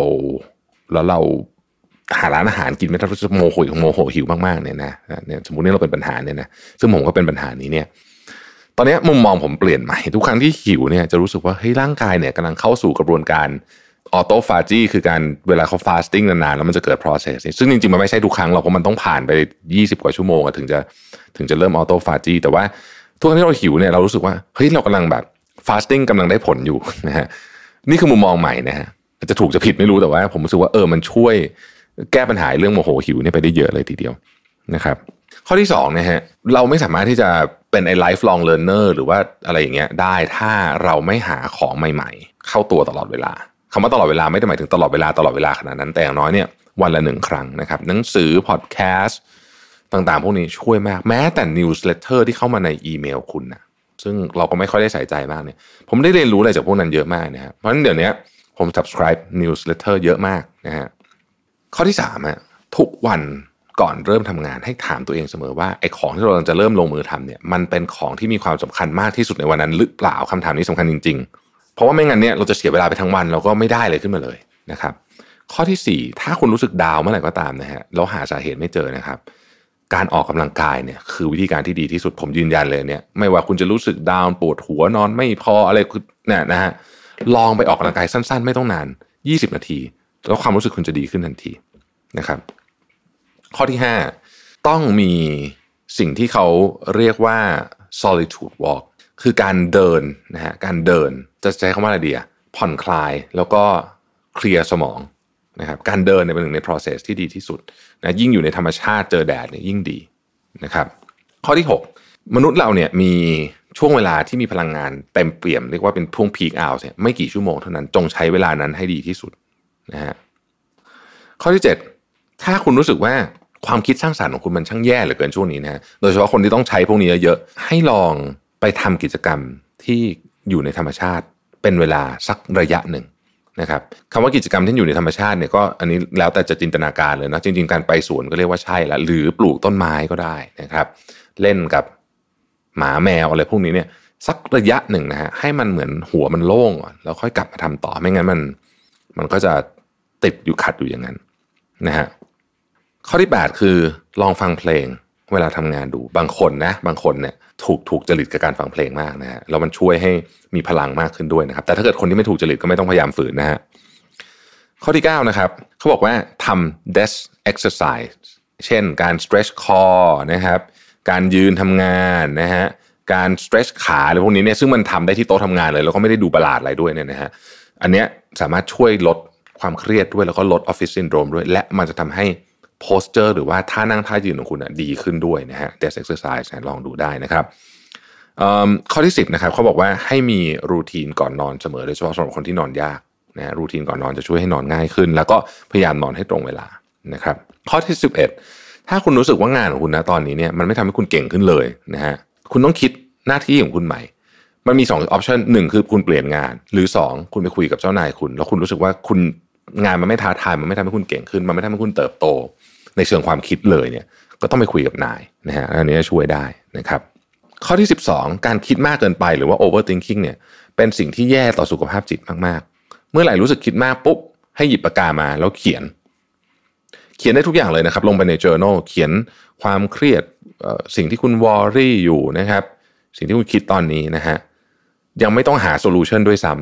หาร้านอาหารกินไม่ได้เราจะโมโหหิวมากๆเนี่ยนะเนี่ยสมมุตินี่เราเป็นปัญหาเนี่ยนะซึ่งผมก็เป็นปัญหานี้เนี่ยตอนนี้มุมมองผมเปลี่ยนใหม่ทุกครั้งที่หิวเนี่ยจะรู้สึกว่าเฮ้ยร่างกายเนี่ยกำลังเข้าสู่กระบวนการออโตฟาจีคือการเวลาเขาฟาสติ้งนานๆแล้วมันจะเกิด process ซึ่งจริงๆมันไม่ใช่ทุกครั้งหรอกเพราะมันต้องผ่านไป20กว่าชั่วโมงถึงจะเริ่มออโตฟาจีแต่ว่าทุกครั้งที่เราหิวเนี่ยเรารู้สึกว่าเฮ้ยเรากำลังแบบฟาสติ้งกำลังได้ผลอยู่นะฮะนี่คือมุมมองใหม่นะฮะจะถูกจะผิดไม่รู้แต่ว่าผมรู้สึกว่ามันช่วยแก้ปัญหาเรื่องโมโหหิวเนี่ยไปได้เยอะเลยทีเดียวนะครับข้อที่2นะฮะเราไม่สามารถที่จะเป็นlifelong learner หรือว่าอะไรอย่างเงี้ยได้ถ้าเราไม่หาของใหม่ๆเข้าตัวตลอดเวลาคำว่าตลอดเวลาไม่ได้หมายถึงตลอดเวลาขนาดนั้นแต่อย่างน้อยเนี่ยวันละ1ครั้งนะครับหนังสือพอดแคสต์ต่างๆพวกนี้ช่วยมากแม้แต่นิวส์เลเตอร์ที่เข้ามาในอีเมลคุณนะซึ่งเราก็ไม่ค่อยได้ใส่ใจมากเนี่ยผมได้เรียนรู้อะไรจากพวกนั้นเยอะมากนะครับเพราะฉะนั้นเดี๋ยวนี้ผม subscribe newsletter เยอะมากนะฮะข้อที่3ฮะทุกวันก่อนเริ่มทำงานให้ถามตัวเองเสมอว่าไอ้ของที่เราจะเริ่มลงมือทำเนี่ยมันเป็นของที่มีความสำคัญมากที่สุดในวันนั้นหรือเปล่าคำถามนี้สำคัญจริงๆเพราะว่าไม่งั้นเนี่ยเราจะเสียเวลาไปทั้งวันเราก็ไม่ได้เลยขึ้นมาเลยนะครับข้อที่4ถ้าคุณรู้สึกดาวเมื่อไหร่ก็ตามนะฮะแล้วหาสาเหตุไม่เจอนะครับการออกกำลังกายเนี่ยคือวิธีการที่ดีที่สุดผมยืนยันเลยเนี่ยไม่ว่าคุณจะรู้สึกดาวปวดหัวนอนไม่พออะไรเนี่ยนะฮะลองไปออกกำลังกายสั้นๆไม่ต้องนาน20นาทีแล้วความรู้สึกคุณจะดีขึ้นทันทีนะครับข้อที่5ต้องมีสิ่งที่เขาเรียกว่า solitude walk คือการเดินนะฮะการเดินจะใช้คำว่าอะไรดีผ่อนคลายแล้วก็เคลียร์สมองนะครับการเดินเป็นหนึ่งใน process ที่ดีที่สุดนะยิ่งอยู่ในธรรมชาติเจอแดดเนี่ยยิ่งดีนะครับข้อที่6มนุษย์เราเนี่ยมีช่วงเวลาที่มีพลังงานเต็มเปี่ยมเรียกว่าเป็นช่วง peak hour เนี่ยไม่กี่ชั่วโมงเท่านั้นจงใช้เวลานั้นให้ดีที่สุดนะฮะข้อที่7ถ้าคุณรู้สึกว่าความคิดสร้างสรรค์ของคุณมันช่างแย่เหลือเกินช่วงนี้นะฮะโดยเฉพาะคนที่ต้องใช้พวกนี้เยอะๆให้ลองไปทำกิจกรรมที่อยู่ในธรรมชาติเป็นเวลาสักระยะหนึ่งนะครับคำว่ากิจกรรมที่อยู่ในธรรมชาติเนี่ยก็อันนี้แล้วแต่จะจินตนาการเลยนะจริงๆการไปสวนก็เรียกว่าใช่ละหรือปลูกต้นไม้ก็ได้นะครับเล่นกับหมาแมวอะไรพวกนี้เนี่ยสักระยะหนึ่งนะฮะให้มันเหมือนหัวมันโล่งก่อนแล้วค่อยกลับมาทำต่อไม่งั้นมันก็จะติดอยู่ขัดอยู่อย่างนั้นนะฮะข้อที่8คือลองฟังเพลงเวลาทำงานดูบางคนเนี่ยถูกจริตกับการฟังเพลงมากนะฮะแล้วมันช่วยให้มีพลังมากขึ้นด้วยนะครับแต่ถ้าเกิดคนที่ไม่ถูกจริตก็ไม่ต้องพยายามฝืนนะฮะข้อที่9นะครับเขาบอกว่าทำ desk exercise เช่นการ stretch core นะครับการยืนทำงานนะฮะการ stretch ขาอะไรพวกนี้เนี่ยซึ่งมันทำได้ที่โต๊ะทำงานเลยแล้วก็ไม่ได้ดูประหลาดอะไรด้วยเนี่ยนะฮะอันเนี้ยสามารถช่วยลดความเครียดด้วยแล้วก็ลด office syndrome ด้วยและมันจะทำให้ posture หรือว่าท่านั่งท่ายืนของคุณดีขึ้นด้วยนะฮะ desk exercise ลองดูได้นะครับข้อที่10นะครับเขาบอกว่าให้มีรูทีนก่อนนอนเสมอโดยเฉพาะสำหรับคนที่นอนยากนะรูทีนก่อนนอนจะช่วยให้นอนง่ายขึ้นแล้วก็พยายามนอนให้ตรงเวลานะครับข้อที่11ถ้าคุณรู้สึกว่างานของคุณนะตอนนี้เนี่ยมันไม่ทำให้คุณเก่งขึ้นเลยนะฮะคุณต้องคิดหน้าที่ของคุณใหม่มันมี2 option 1คือคุณเปลี่ยนงานหรือ2คุณไปคุยกับเจ้านายคุณแล้วคุณรู้สึกว่าคุณงานมันไม่ท้าทายมันไม่ทำให้คุณเก่งขึ้นมันไม่ทำให้คุณเติบโตในเชิงความคิดเลยเนี่ยก็ต้องไปคุยกับนายนะฮะอันนี้ช่วยได้นะครับข้อที่12การคิดมากเกินไปหรือว่า overthinking เนี่ยเป็นสิ่งที่แย่ต่อสุขภาพจิตมากๆเมื่อไหร่รู้สึกคิดมากปุ๊บให้หยิบปากกามาแล้วเขียนได้ทุกอย่างเลยนะครับลงไปใน journal เขียนความเครียดสิ่งที่คุณ worry อยู่นะครับสิ่งที่คุณคิดตอนนี้นะฮะยังไม่ต้องหา solution ด้วยซ้ำนะ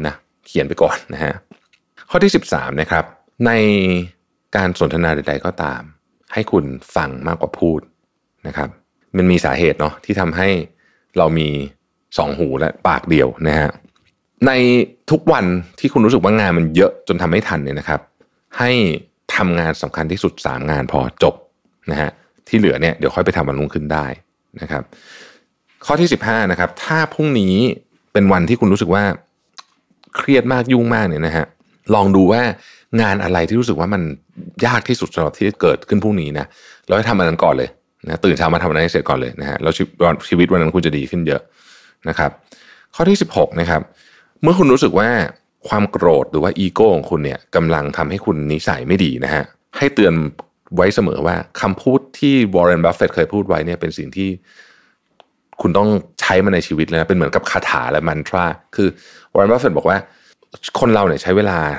เขียนไปก่อนนะฮะข้อที่13นะครับในการสนทนาใดๆก็ตามให้คุณฟังมากกว่าพูดนะครับมันมีสาเหตุเนาะที่ทำให้เรามี2หูและปากเดียวนะฮะในทุกวันที่คุณรู้สึกว่างานมันเยอะจนทำไม่ทันเนี่ยนะครับให้ทำงานสำคัญที่สุด3งานพอจบนะฮะที่เหลือเนี่ยเดี๋ยวค่อยไปทำวันรุ่งขึ้นได้นะครับข้อที่15นะครับถ้าพรุ่งนี้เป็นวันที่คุณรู้สึกว่าเครียดมากยุ่งมากเนี่ยนะฮะลองดูว่างานอะไรที่รู้สึกว่ามันยากที่สุดสำหรับที่เกิดขึ้นพรุ่งนี้นะแล้วให้ทำอันนั้นก่อนเลยนะตื่นเช้ามาทำอันนั้นให้เสร็จก่อนเลยนะฮะแล้วชีวิตวันนั้นคุณจะดีขึ้นเยอะนะครับข้อที่16นะครับเมื่อคุณรู้สึกว่าความโกรธหรือว่าอีโก้ของคุณเนี่ยกำลังทำให้คุณนิสัยไม่ดีนะฮะให้เตือนไว้เสมอว่าคำพูดที่วอร์เรน บัฟเฟตต์เคยพูดไว้เนี่ยเป็นสิ่งที่คุณต้องใช้มันในชีวิตเลยนะเป็นเหมือนกับคาถาและมันตราคือวอร์เรน บัฟเฟตต์บอกว่าคนเราเนี่ยใช้เวลา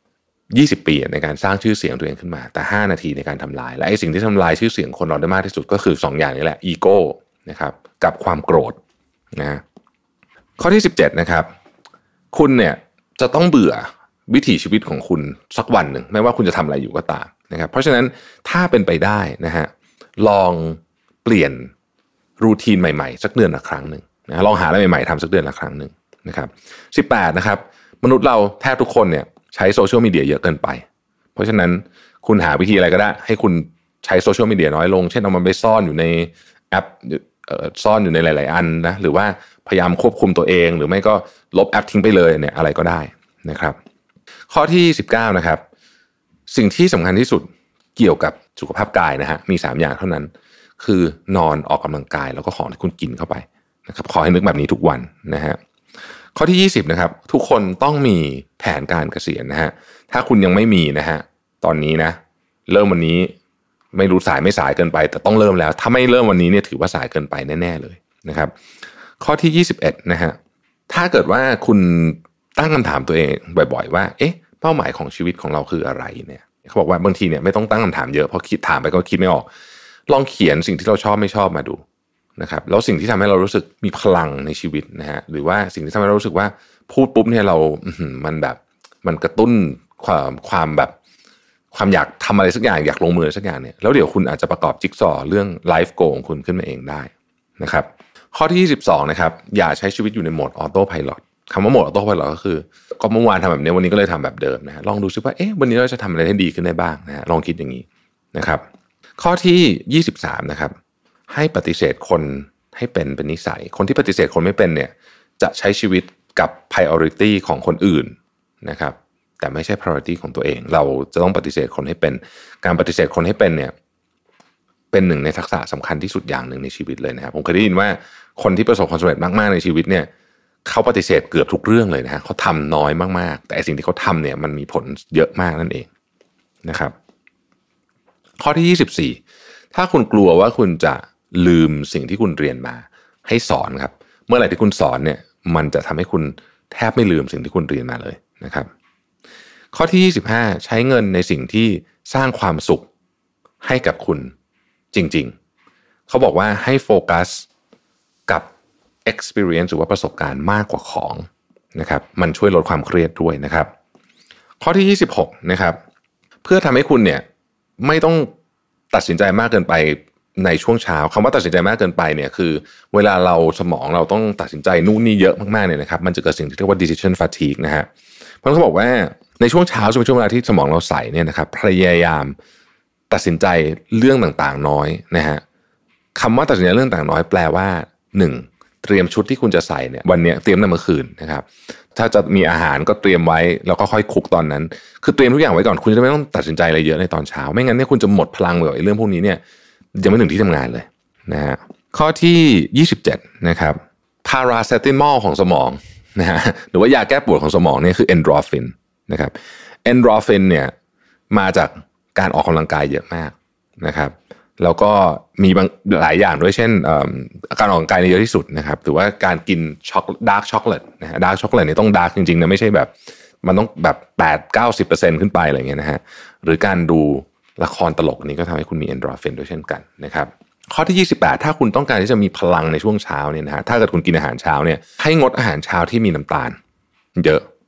20 ปีในการสร้างชื่อเสียงตัวเองขึ้นมาแต่5นาทีในการทำลายและไอ้สิ่งที่ทำลายชื่อเสียงคนเราได้มากที่สุดก็คือ2อย่างนี้แหละอีโก้นะครับกับความโกรธนะข้อที่17นะครับคุณเนี่ยจะต้องเบื่อวิถีชีวิตของคุณสักวันหนึ่งไม่ว่าคุณจะทำอะไรอยู่ก็ตามนะครับเพราะฉะนั้นถ้าเป็นไปได้นะฮะลองเปลี่ยนรูทีนใหม่ๆสักเดือนละครั้งหนึ่งนะลองหาอะไรใหม่ๆทำสักเดือนละครั้งหนึ่งนะครับ18นะครับมนุษย์เราแทบทุกคนเนี่ยใช้โซเชียลมีเดียเยอะเกินไปเพราะฉะนั้นคุณหาวิธีอะไรก็ได้ให้คุณใช้โซเชียลมีเดียน้อยลงเช่นเอามันไปซ่อนอยู่ในแอปซ่อนอยู่ในหลายๆอันนะหรือว่าพยายามควบคุมตัวเองหรือไม่ก็ลบแอปทิ้งไปเลยเนี่ยอะไรก็ได้นะครับข้อที่19นะครับสิ่งที่สำคัญที่สุดเกี่ยวกับสุขภาพกายนะฮะมี3อย่างเท่านั้นคือนอนออกกำลังกายแล้วก็ของที่คุณกินเข้าไปนะครับขอให้นึกแบบนี้ทุกวันนะฮะข้อที่20นะครับทุกคนต้องมีแผนการเกษียณนะฮะถ้าคุณยังไม่มีนะฮะตอนนี้นะเริ่มวันนี้ไม่รู้สายไม่สายเกินไปแต่ต้องเริ่มแล้วถ้าไม่เริ่มวันนี้เนี่ยถือว่าสายเกินไปแน่ๆเลยนะครับข้อที่21นะฮะถ้าเกิดว่าคุณตั้งคำถามตัวเองบ่อยๆว่าเอ๊ะเป้าหมายของชีวิตของเราคืออะไรเนี่ยเขาบอกว่าบางทีเนี่ยไม่ต้องตั้งคำถามเยอะเพราะคิดถามไปก็คิดไม่ออกลองเขียนสิ่งที่เราชอบไม่ชอบมาดูนะครับแล้วสิ่งที่ทำให้เรารู้สึกมีพลังในชีวิตนะฮะหรือว่าสิ่งที่ทำให้เรารู้สึกว่าพูดปุ๊บเนี่ยเรามันแบบมันกระตุ้นความแบบความอยากทำอะไรสักอย่างอยากลงมือสักอย่างเนี่ยแล้วเดี๋ยวคุณอาจจะประกอบจิ๊กซอว์เรื่องไลฟ์โกลของคุณขึ้นมาเองได้นะครับข้อที่22นะครับอย่าใช้ชีวิตอยู่ในโหมดออโต้ไพลอตคำว่าโหมดออโต้ไพลอตก็คือก็เมื่อวานทำแบบนี้วันนี้ก็เลยทำแบบเดิมนะฮะลองดูซิว่าวันนี้เราจะทำอะไรให้ดีขึ้นได้บ้างนะฮะลองคิดอย่างนี้นะครับข้อที่23นะครับให้ปฏิเสธคนให้เป็นนิสัยคนที่ปฏิเสธคนไม่เป็นเนี่ยจะใช้ชีวิตกับ priority ของคนอื่นนะครับแต่ไม่ใช่ priority ของตัวเองเราจะต้องปฏิเสธคนให้เป็นการปฏิเสธคนให้เป็นเนี่ยเป็นหนึ่งในทักษะสำคัญที่สุดอย่างหนึ่งในชีวิตเลยนะครับผมเคยได้ยินว่าคนที่ประสบความสำเร็จมากๆในชีวิตเนี่ยเขาปฏิเสธเกือบทุกเรื่องเลยนะฮะเขาทำน้อยมากๆแต่สิ่งที่เขาทำเนี่ยมันมีผลเยอะมากนั่นเองนะครับข้อที่24ถ้าคุณกลัวว่าคุณจะลืมสิ่งที่คุณเรียนมาให้สอนครับเมื่อไหร่ที่คุณสอนเนี่ยมันจะทำให้คุณแทบไม่ลืมสิ่งที่คุณเรียนมาเลยนะครับข้อที่25ใช้เงินในสิ่งที่สร้างความสุขให้กับคุณจริงๆเขาบอกว่าให้โฟกัสกับ experience หรือว่าประสบการณ์มากกว่าของนะครับมันช่วยลดความเครียดด้วยนะครับข้อที่26นะครับเพื่อทำให้คุณเนี่ยไม่ต้องตัดสินใจมากเกินไปในช่วงเช้าคำว่าตัดสินใจมากเกินไปเนี่ยคือเวลาเราสมองเราต้องตัดสินใจนู่นนี่เยอะมากๆเนี่ยนะครับมันจะเกิดสิ่งที่เรียกว่า decision fatigue นะฮะเพราะเขาบอกว่าในช่วงเช้าเป็นช่วงเวลาที่สมองเราใสเนี่ยนะครับพยายามตัดสินใจเรื่องต่างๆน้อยนะฮะคำว่าตัดสินใจเรื่องต่างน้อยแปลว่า1เตรียมชุดที่คุณจะใส่เนี่ยวันนี้เตรียมตั้งเมื่อคืนนะครับถ้าจะมีอาหารก็เตรียมไว้แล้วก็ค่อยคุกตอนนั้นคือเตรียมทุกอย่างไว้ก่อนคุณจะไม่ต้องตัดสินใจอะไรเยอะในตอนเช้าไม่งั้นเนี่ยคุณจะหมดพลังไปกับเรื่องพวกนี้เนี่ยยังไม่ถึงที่ทำงานเลยนะฮะข้อที่27นะครับพาราเซตามอลของสมองนะฮะหรือว่ายาแก้ปวดของสมองเนี่ยคือเอนโดรฟินนะครับเอนโดรฟินเนี่ยมาจากการออกกำลังกายเยอะมากนะครับแล้วก็มีบางหลายอย่างด้วยเช่นการออกกำลังกายเยอะที่สุดนะครับหรือว่าการกินดาร์กช็อกโกแลตนะฮะดาร์กช็อกโกแลตนี่ต้องดาร์กจริงๆนะไม่ใช่แบบมันต้องแบบ 8-90% ขึ้นไปอะไรเงี้ยนะฮะหรือการดูละครตลกนี้ก็ทำให้คุณมีเอนโดรฟินด้วยเช่นกันนะครับข้อที่28ถ้าคุณต้องการที่จะมีพลังในช่วงเช้าเนี่ยนะฮะถ้าเกิดคุณกินอาหารเช้าเนี่ยให้งดอาหารเช้าที่มีน้ำตาลเยอะ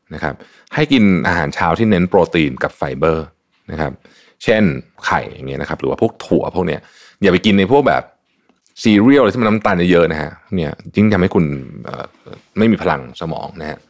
นะครับให้กินอาหารเช้าที่เน้นโปรตีนกับไฟเบอร์นะครับเช่นไข่อย่างเงี้ยนะครับหรือว่าพวกถั่วพวกเนี้ยอย่าไปกินในพวกแบบซีเรียลอะไรที่มันน้ำตาลเยอะๆนะฮะเนี่ยยิ่งทำให้คุณไม่มีพลังสมองนะฮะ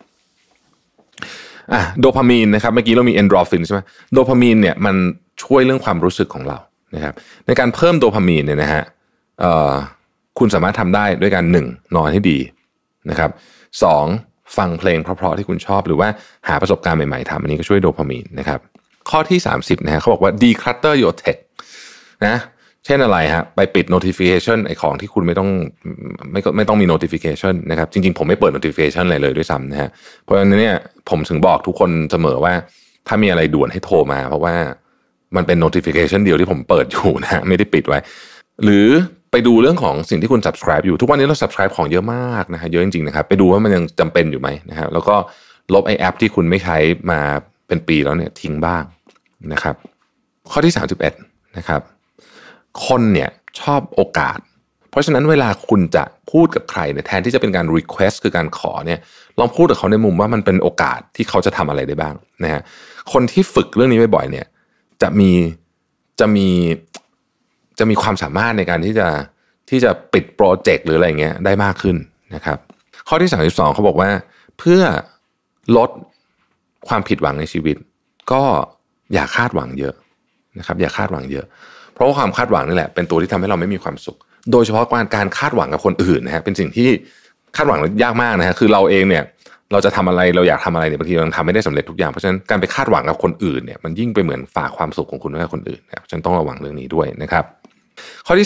โดพามีนนะครับเมื่อกี้เรามีเอนโดรฟินใช่ไหมโดพามีนเนี่ยมันช่วยเรื่องความรู้สึกของเรานะครับในการเพิ่มโดพามีนเนี่ยนะฮะคุณสามารถทำได้ด้วยการ1นอนให้ดีนะครับ2ฟังเพลงเพราะๆที่คุณชอบหรือว่าหาประสบการณ์ใหม่ๆทำอันนี้ก็ช่วยโดพามีนนะครับข้อที่30นะฮะเขาบอกว่า declutter your tech นะเช่นอะไรฮะไปปิด notification ไอ้ของที่คุณไม่ต้องมี notification นะครับจริงๆผมไม่เปิด notification อะไรเลยด้วยซ้ำนะฮะเพราะฉะนั้นเนี่ยผมถึงบอกทุกคนเสมอว่าถ้ามีอะไรด่วนให้โทรมาเพราะว่ามันเป็น notification เดียวที่ผมเปิดอยู่นะฮะไม่ได้ปิดไว้หรือไปดูเรื่องของสิ่งที่คุณ subscribe อยู่ทุกวันนี้เรา subscribe ของเยอะมากนะฮะเยอะจริงๆนะครับไปดูว่ามันยังจำเป็นอยู่ไหมนะครับแล้วก็ลบไอ้แอปที่คุณไม่ใช้มาเป็นปีแล้วเนี่ยทิ้งบ้างนะครับข้อที่31นะครับคนเนี่ยชอบโอกาสเพราะฉะนั้นเวลาคุณจะพูดกับใครเนี่ยแทนที่จะเป็นการ request คือการขอเนี่ยลองพูดกับเขาในมุมว่ามันเป็นโอกาสที่เขาจะทำอะไรได้บ้างนะฮะคนที่ฝึกเรื่องนี้บ่อยๆเนี่ยจะมีความสามารถในการที่จะปิดโปรเจกต์หรืออะไรเงี้ยได้มากขึ้นนะครับข้อที่32เขาบอกว่าเพื่อลดความผิดหวังในชีวิตก็อย่าคาดหวังเยอะนะครับอย่าคาดหวังเยอะเพราะว่าความคาดหวังนี่แหละเป็นตัวที่ทำให้เราไม่มีความสุขโดยเฉพาะการคาดหวังกับคนอื่นนะฮะเป็นสิ่งที่คาดหวังยากมากนะฮะคือเราเองเนี่ยเราจะทำอะไรเราอยากทำอะไรเนี่ยบางทีเราทำไม่ได้สำเร็จทุกอย่างเพราะฉะนั้นการไปคาดหวังกับคนอื่นเนี่ยมันยิ่งไปเหมือนฝากความสุขของคุณไว้กับคนอื่นนะครับฉันต้องระวังเรื่องนี้ด้วยนะครับข้อที่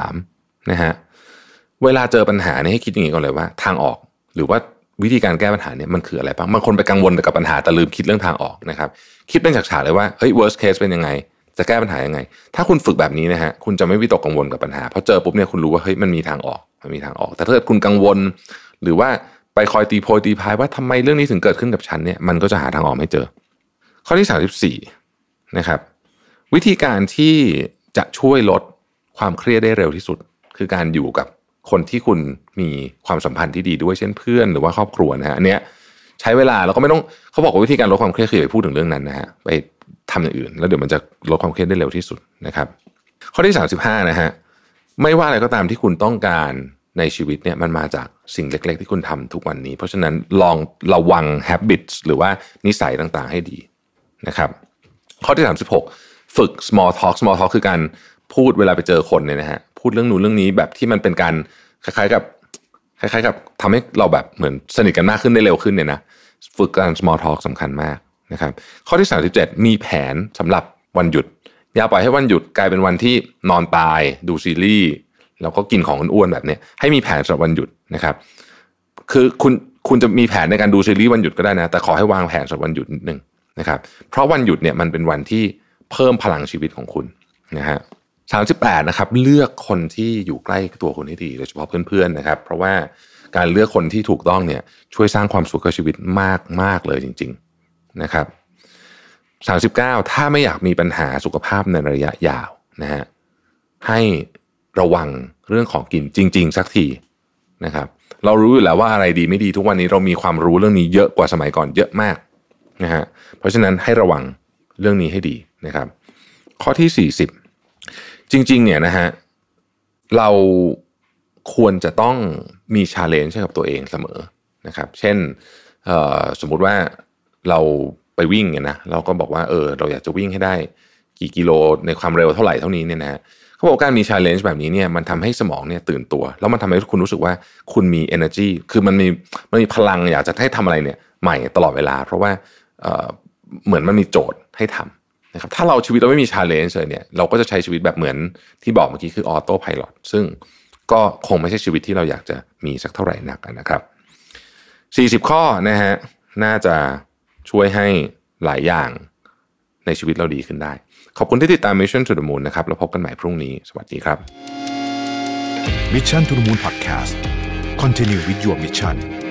33นะฮะเวลาเจอปัญหาเนี่ยให้คิดอย่างนี้ก่อนเลยว่าทางออกหรือว่าวิธีการแก้ปัญหาเนี่ยมันคืออะไรบ้างบางคนไปกังวลกับปัญหาแต่ลืมคิดเรื่องทางออกนะครับคิดเป็นฉากๆเลยว่าเฮ้ย worst case เป็นยังไงจะแก้ปัญหายังไงถ้าคุณฝึกแบบนี้นะฮะคุณจะไม่วิตกกังวลกับปัญหาเพราะเจอปุ๊บเนี่ยคุณรู้ว่าเฮ้ยมันมีทางออกแต่ถ้าเกิดคุณกังวลหรือว่าไปคอยตีโพยตีพายว่าทำไมเรื่องนี้ถึงเกิดขึ้นกับฉันเนี่ยมันก็จะหาทางออกไม่เจอข้อที่34นะครับวิธีการที่จะช่วยลดความเครียดได้เร็วที่สุดคือการอยู่กับคนที่คุณมีความสัมพันธ์ที่ดีด้วยเช่นเพื่อนหรือว่าครอบครัวนะฮะอันเนี้ยใช้เวลาแล้วก็ไม่ต้องเขาบอกว่าวิธีการลดความเครียดคือไปพูดถึงเรื่องนั้นนะฮะไปทำอย่างอื่นแล้วเดี๋ยวมันจะลดความเครียดได้เร็วที่สุดนะครับข้อที่35นะฮะไม่ว่าอะไรก็ตามที่คุณต้องการในชีวิตเนี่ยมันมาจากสิ่งเล็กๆที่คุณทำทุกวันนี้เพราะฉะนั้นลองระวัง habits หรือว่านิสัยต่างๆให้ดีนะครับข้อที่36ฝึก small talk คือการพูดเวลาไปเจอคนเนี่ยนะฮะพูดเรื่องนู้นเรื่องนี้แบบที่มันเป็นการคล้ายๆกับทำให้เราแบบเหมือนสนิทกันมากขึ้นได้เร็วขึ้นเนี่ยนะฝึกการ small talk สำคัญมากนะครับข้อที่37มีแผนสำหรับวันหยุดอย่าปล่อยให้วันหยุดกลายเป็นวันที่นอนตายดูซีรีส์แล้วก็กินของอ้วนๆแบบนี้ให้มีแผนสำหรับวันหยุดนะครับคือคุณจะมีแผนในการดูซีรีส์วันหยุดก็ได้นะแต่ขอให้วางแผนสำหรับวันหยุดนิดนึงนะครับเพราะวันหยุดเนี่ยมันเป็นวันที่เพิ่มพลังชีวิตของคุณนะฮะ38นะครับเลือกคนที่อยู่ใกล้ตัวคุณให้ดีโดยเฉพาะเพื่อนๆนะครับเพราะว่าการเลือกคนที่ถูกต้องเนี่ยช่วยสร้างความสุขกับชีวิตมากเลยจริงๆนะครับ39ถ้าไม่อยากมีปัญหาสุขภาพในระยะยาวนะฮะให้ระวังเรื่องของกินจริงๆสักทีนะครับเรารู้อยู่แล้วว่าอะไรดีไม่ดีทุกวันนี้เรามีความรู้เรื่องนี้เยอะกว่าสมัยก่อนเยอะมากนะฮะเพราะฉะนั้นให้ระวังเรื่องนี้ให้ดีนะครับข้อที่40จริงๆเนี่ยนะฮะเราควรจะต้องมี challenge ให้กับตัวเองเสมอนะครับเช่นสมมุติว่าเราไปวิ่งเนี่ยนะเราก็บอกว่าเราอยากจะวิ่งให้ได้กี่กิโลในความเร็วเท่าไหร่เท่านี้เนี่ยนะเขาบอกการมี challenge แบบนี้เนี่ยมันทำให้สมองเนี่ยตื่นตัวแล้วมันทำให้คุณรู้สึกว่าคุณมี energy คือมันมีพลังอยากจะให้ทำอะไรเนี่ยใหม่ตลอดเวลาเพราะว่าเหมือนมันมีโจทย์ให้ทำนะครับถ้าชีวิตเราไม่มี challenge เลยเนี่ยเราก็จะใช้ชีวิตแบบเหมือนที่บอกเมื่อกี้คือ auto pilot ซึ่งก็คงไม่ใช่ชีวิตที่เราอยากจะมีสักเท่าไหร่นักนะครับ40ข้อนะฮะน่าจะช่วยให้หลายอย่างในชีวิตเราดีขึ้นได้ขอบคุณที่ติดตาม Mission to the Moon นะครับแล้วพบกันใหม่พรุ่งนี้สวัสดีครับ Mission to the Moon Podcast Continue with your mission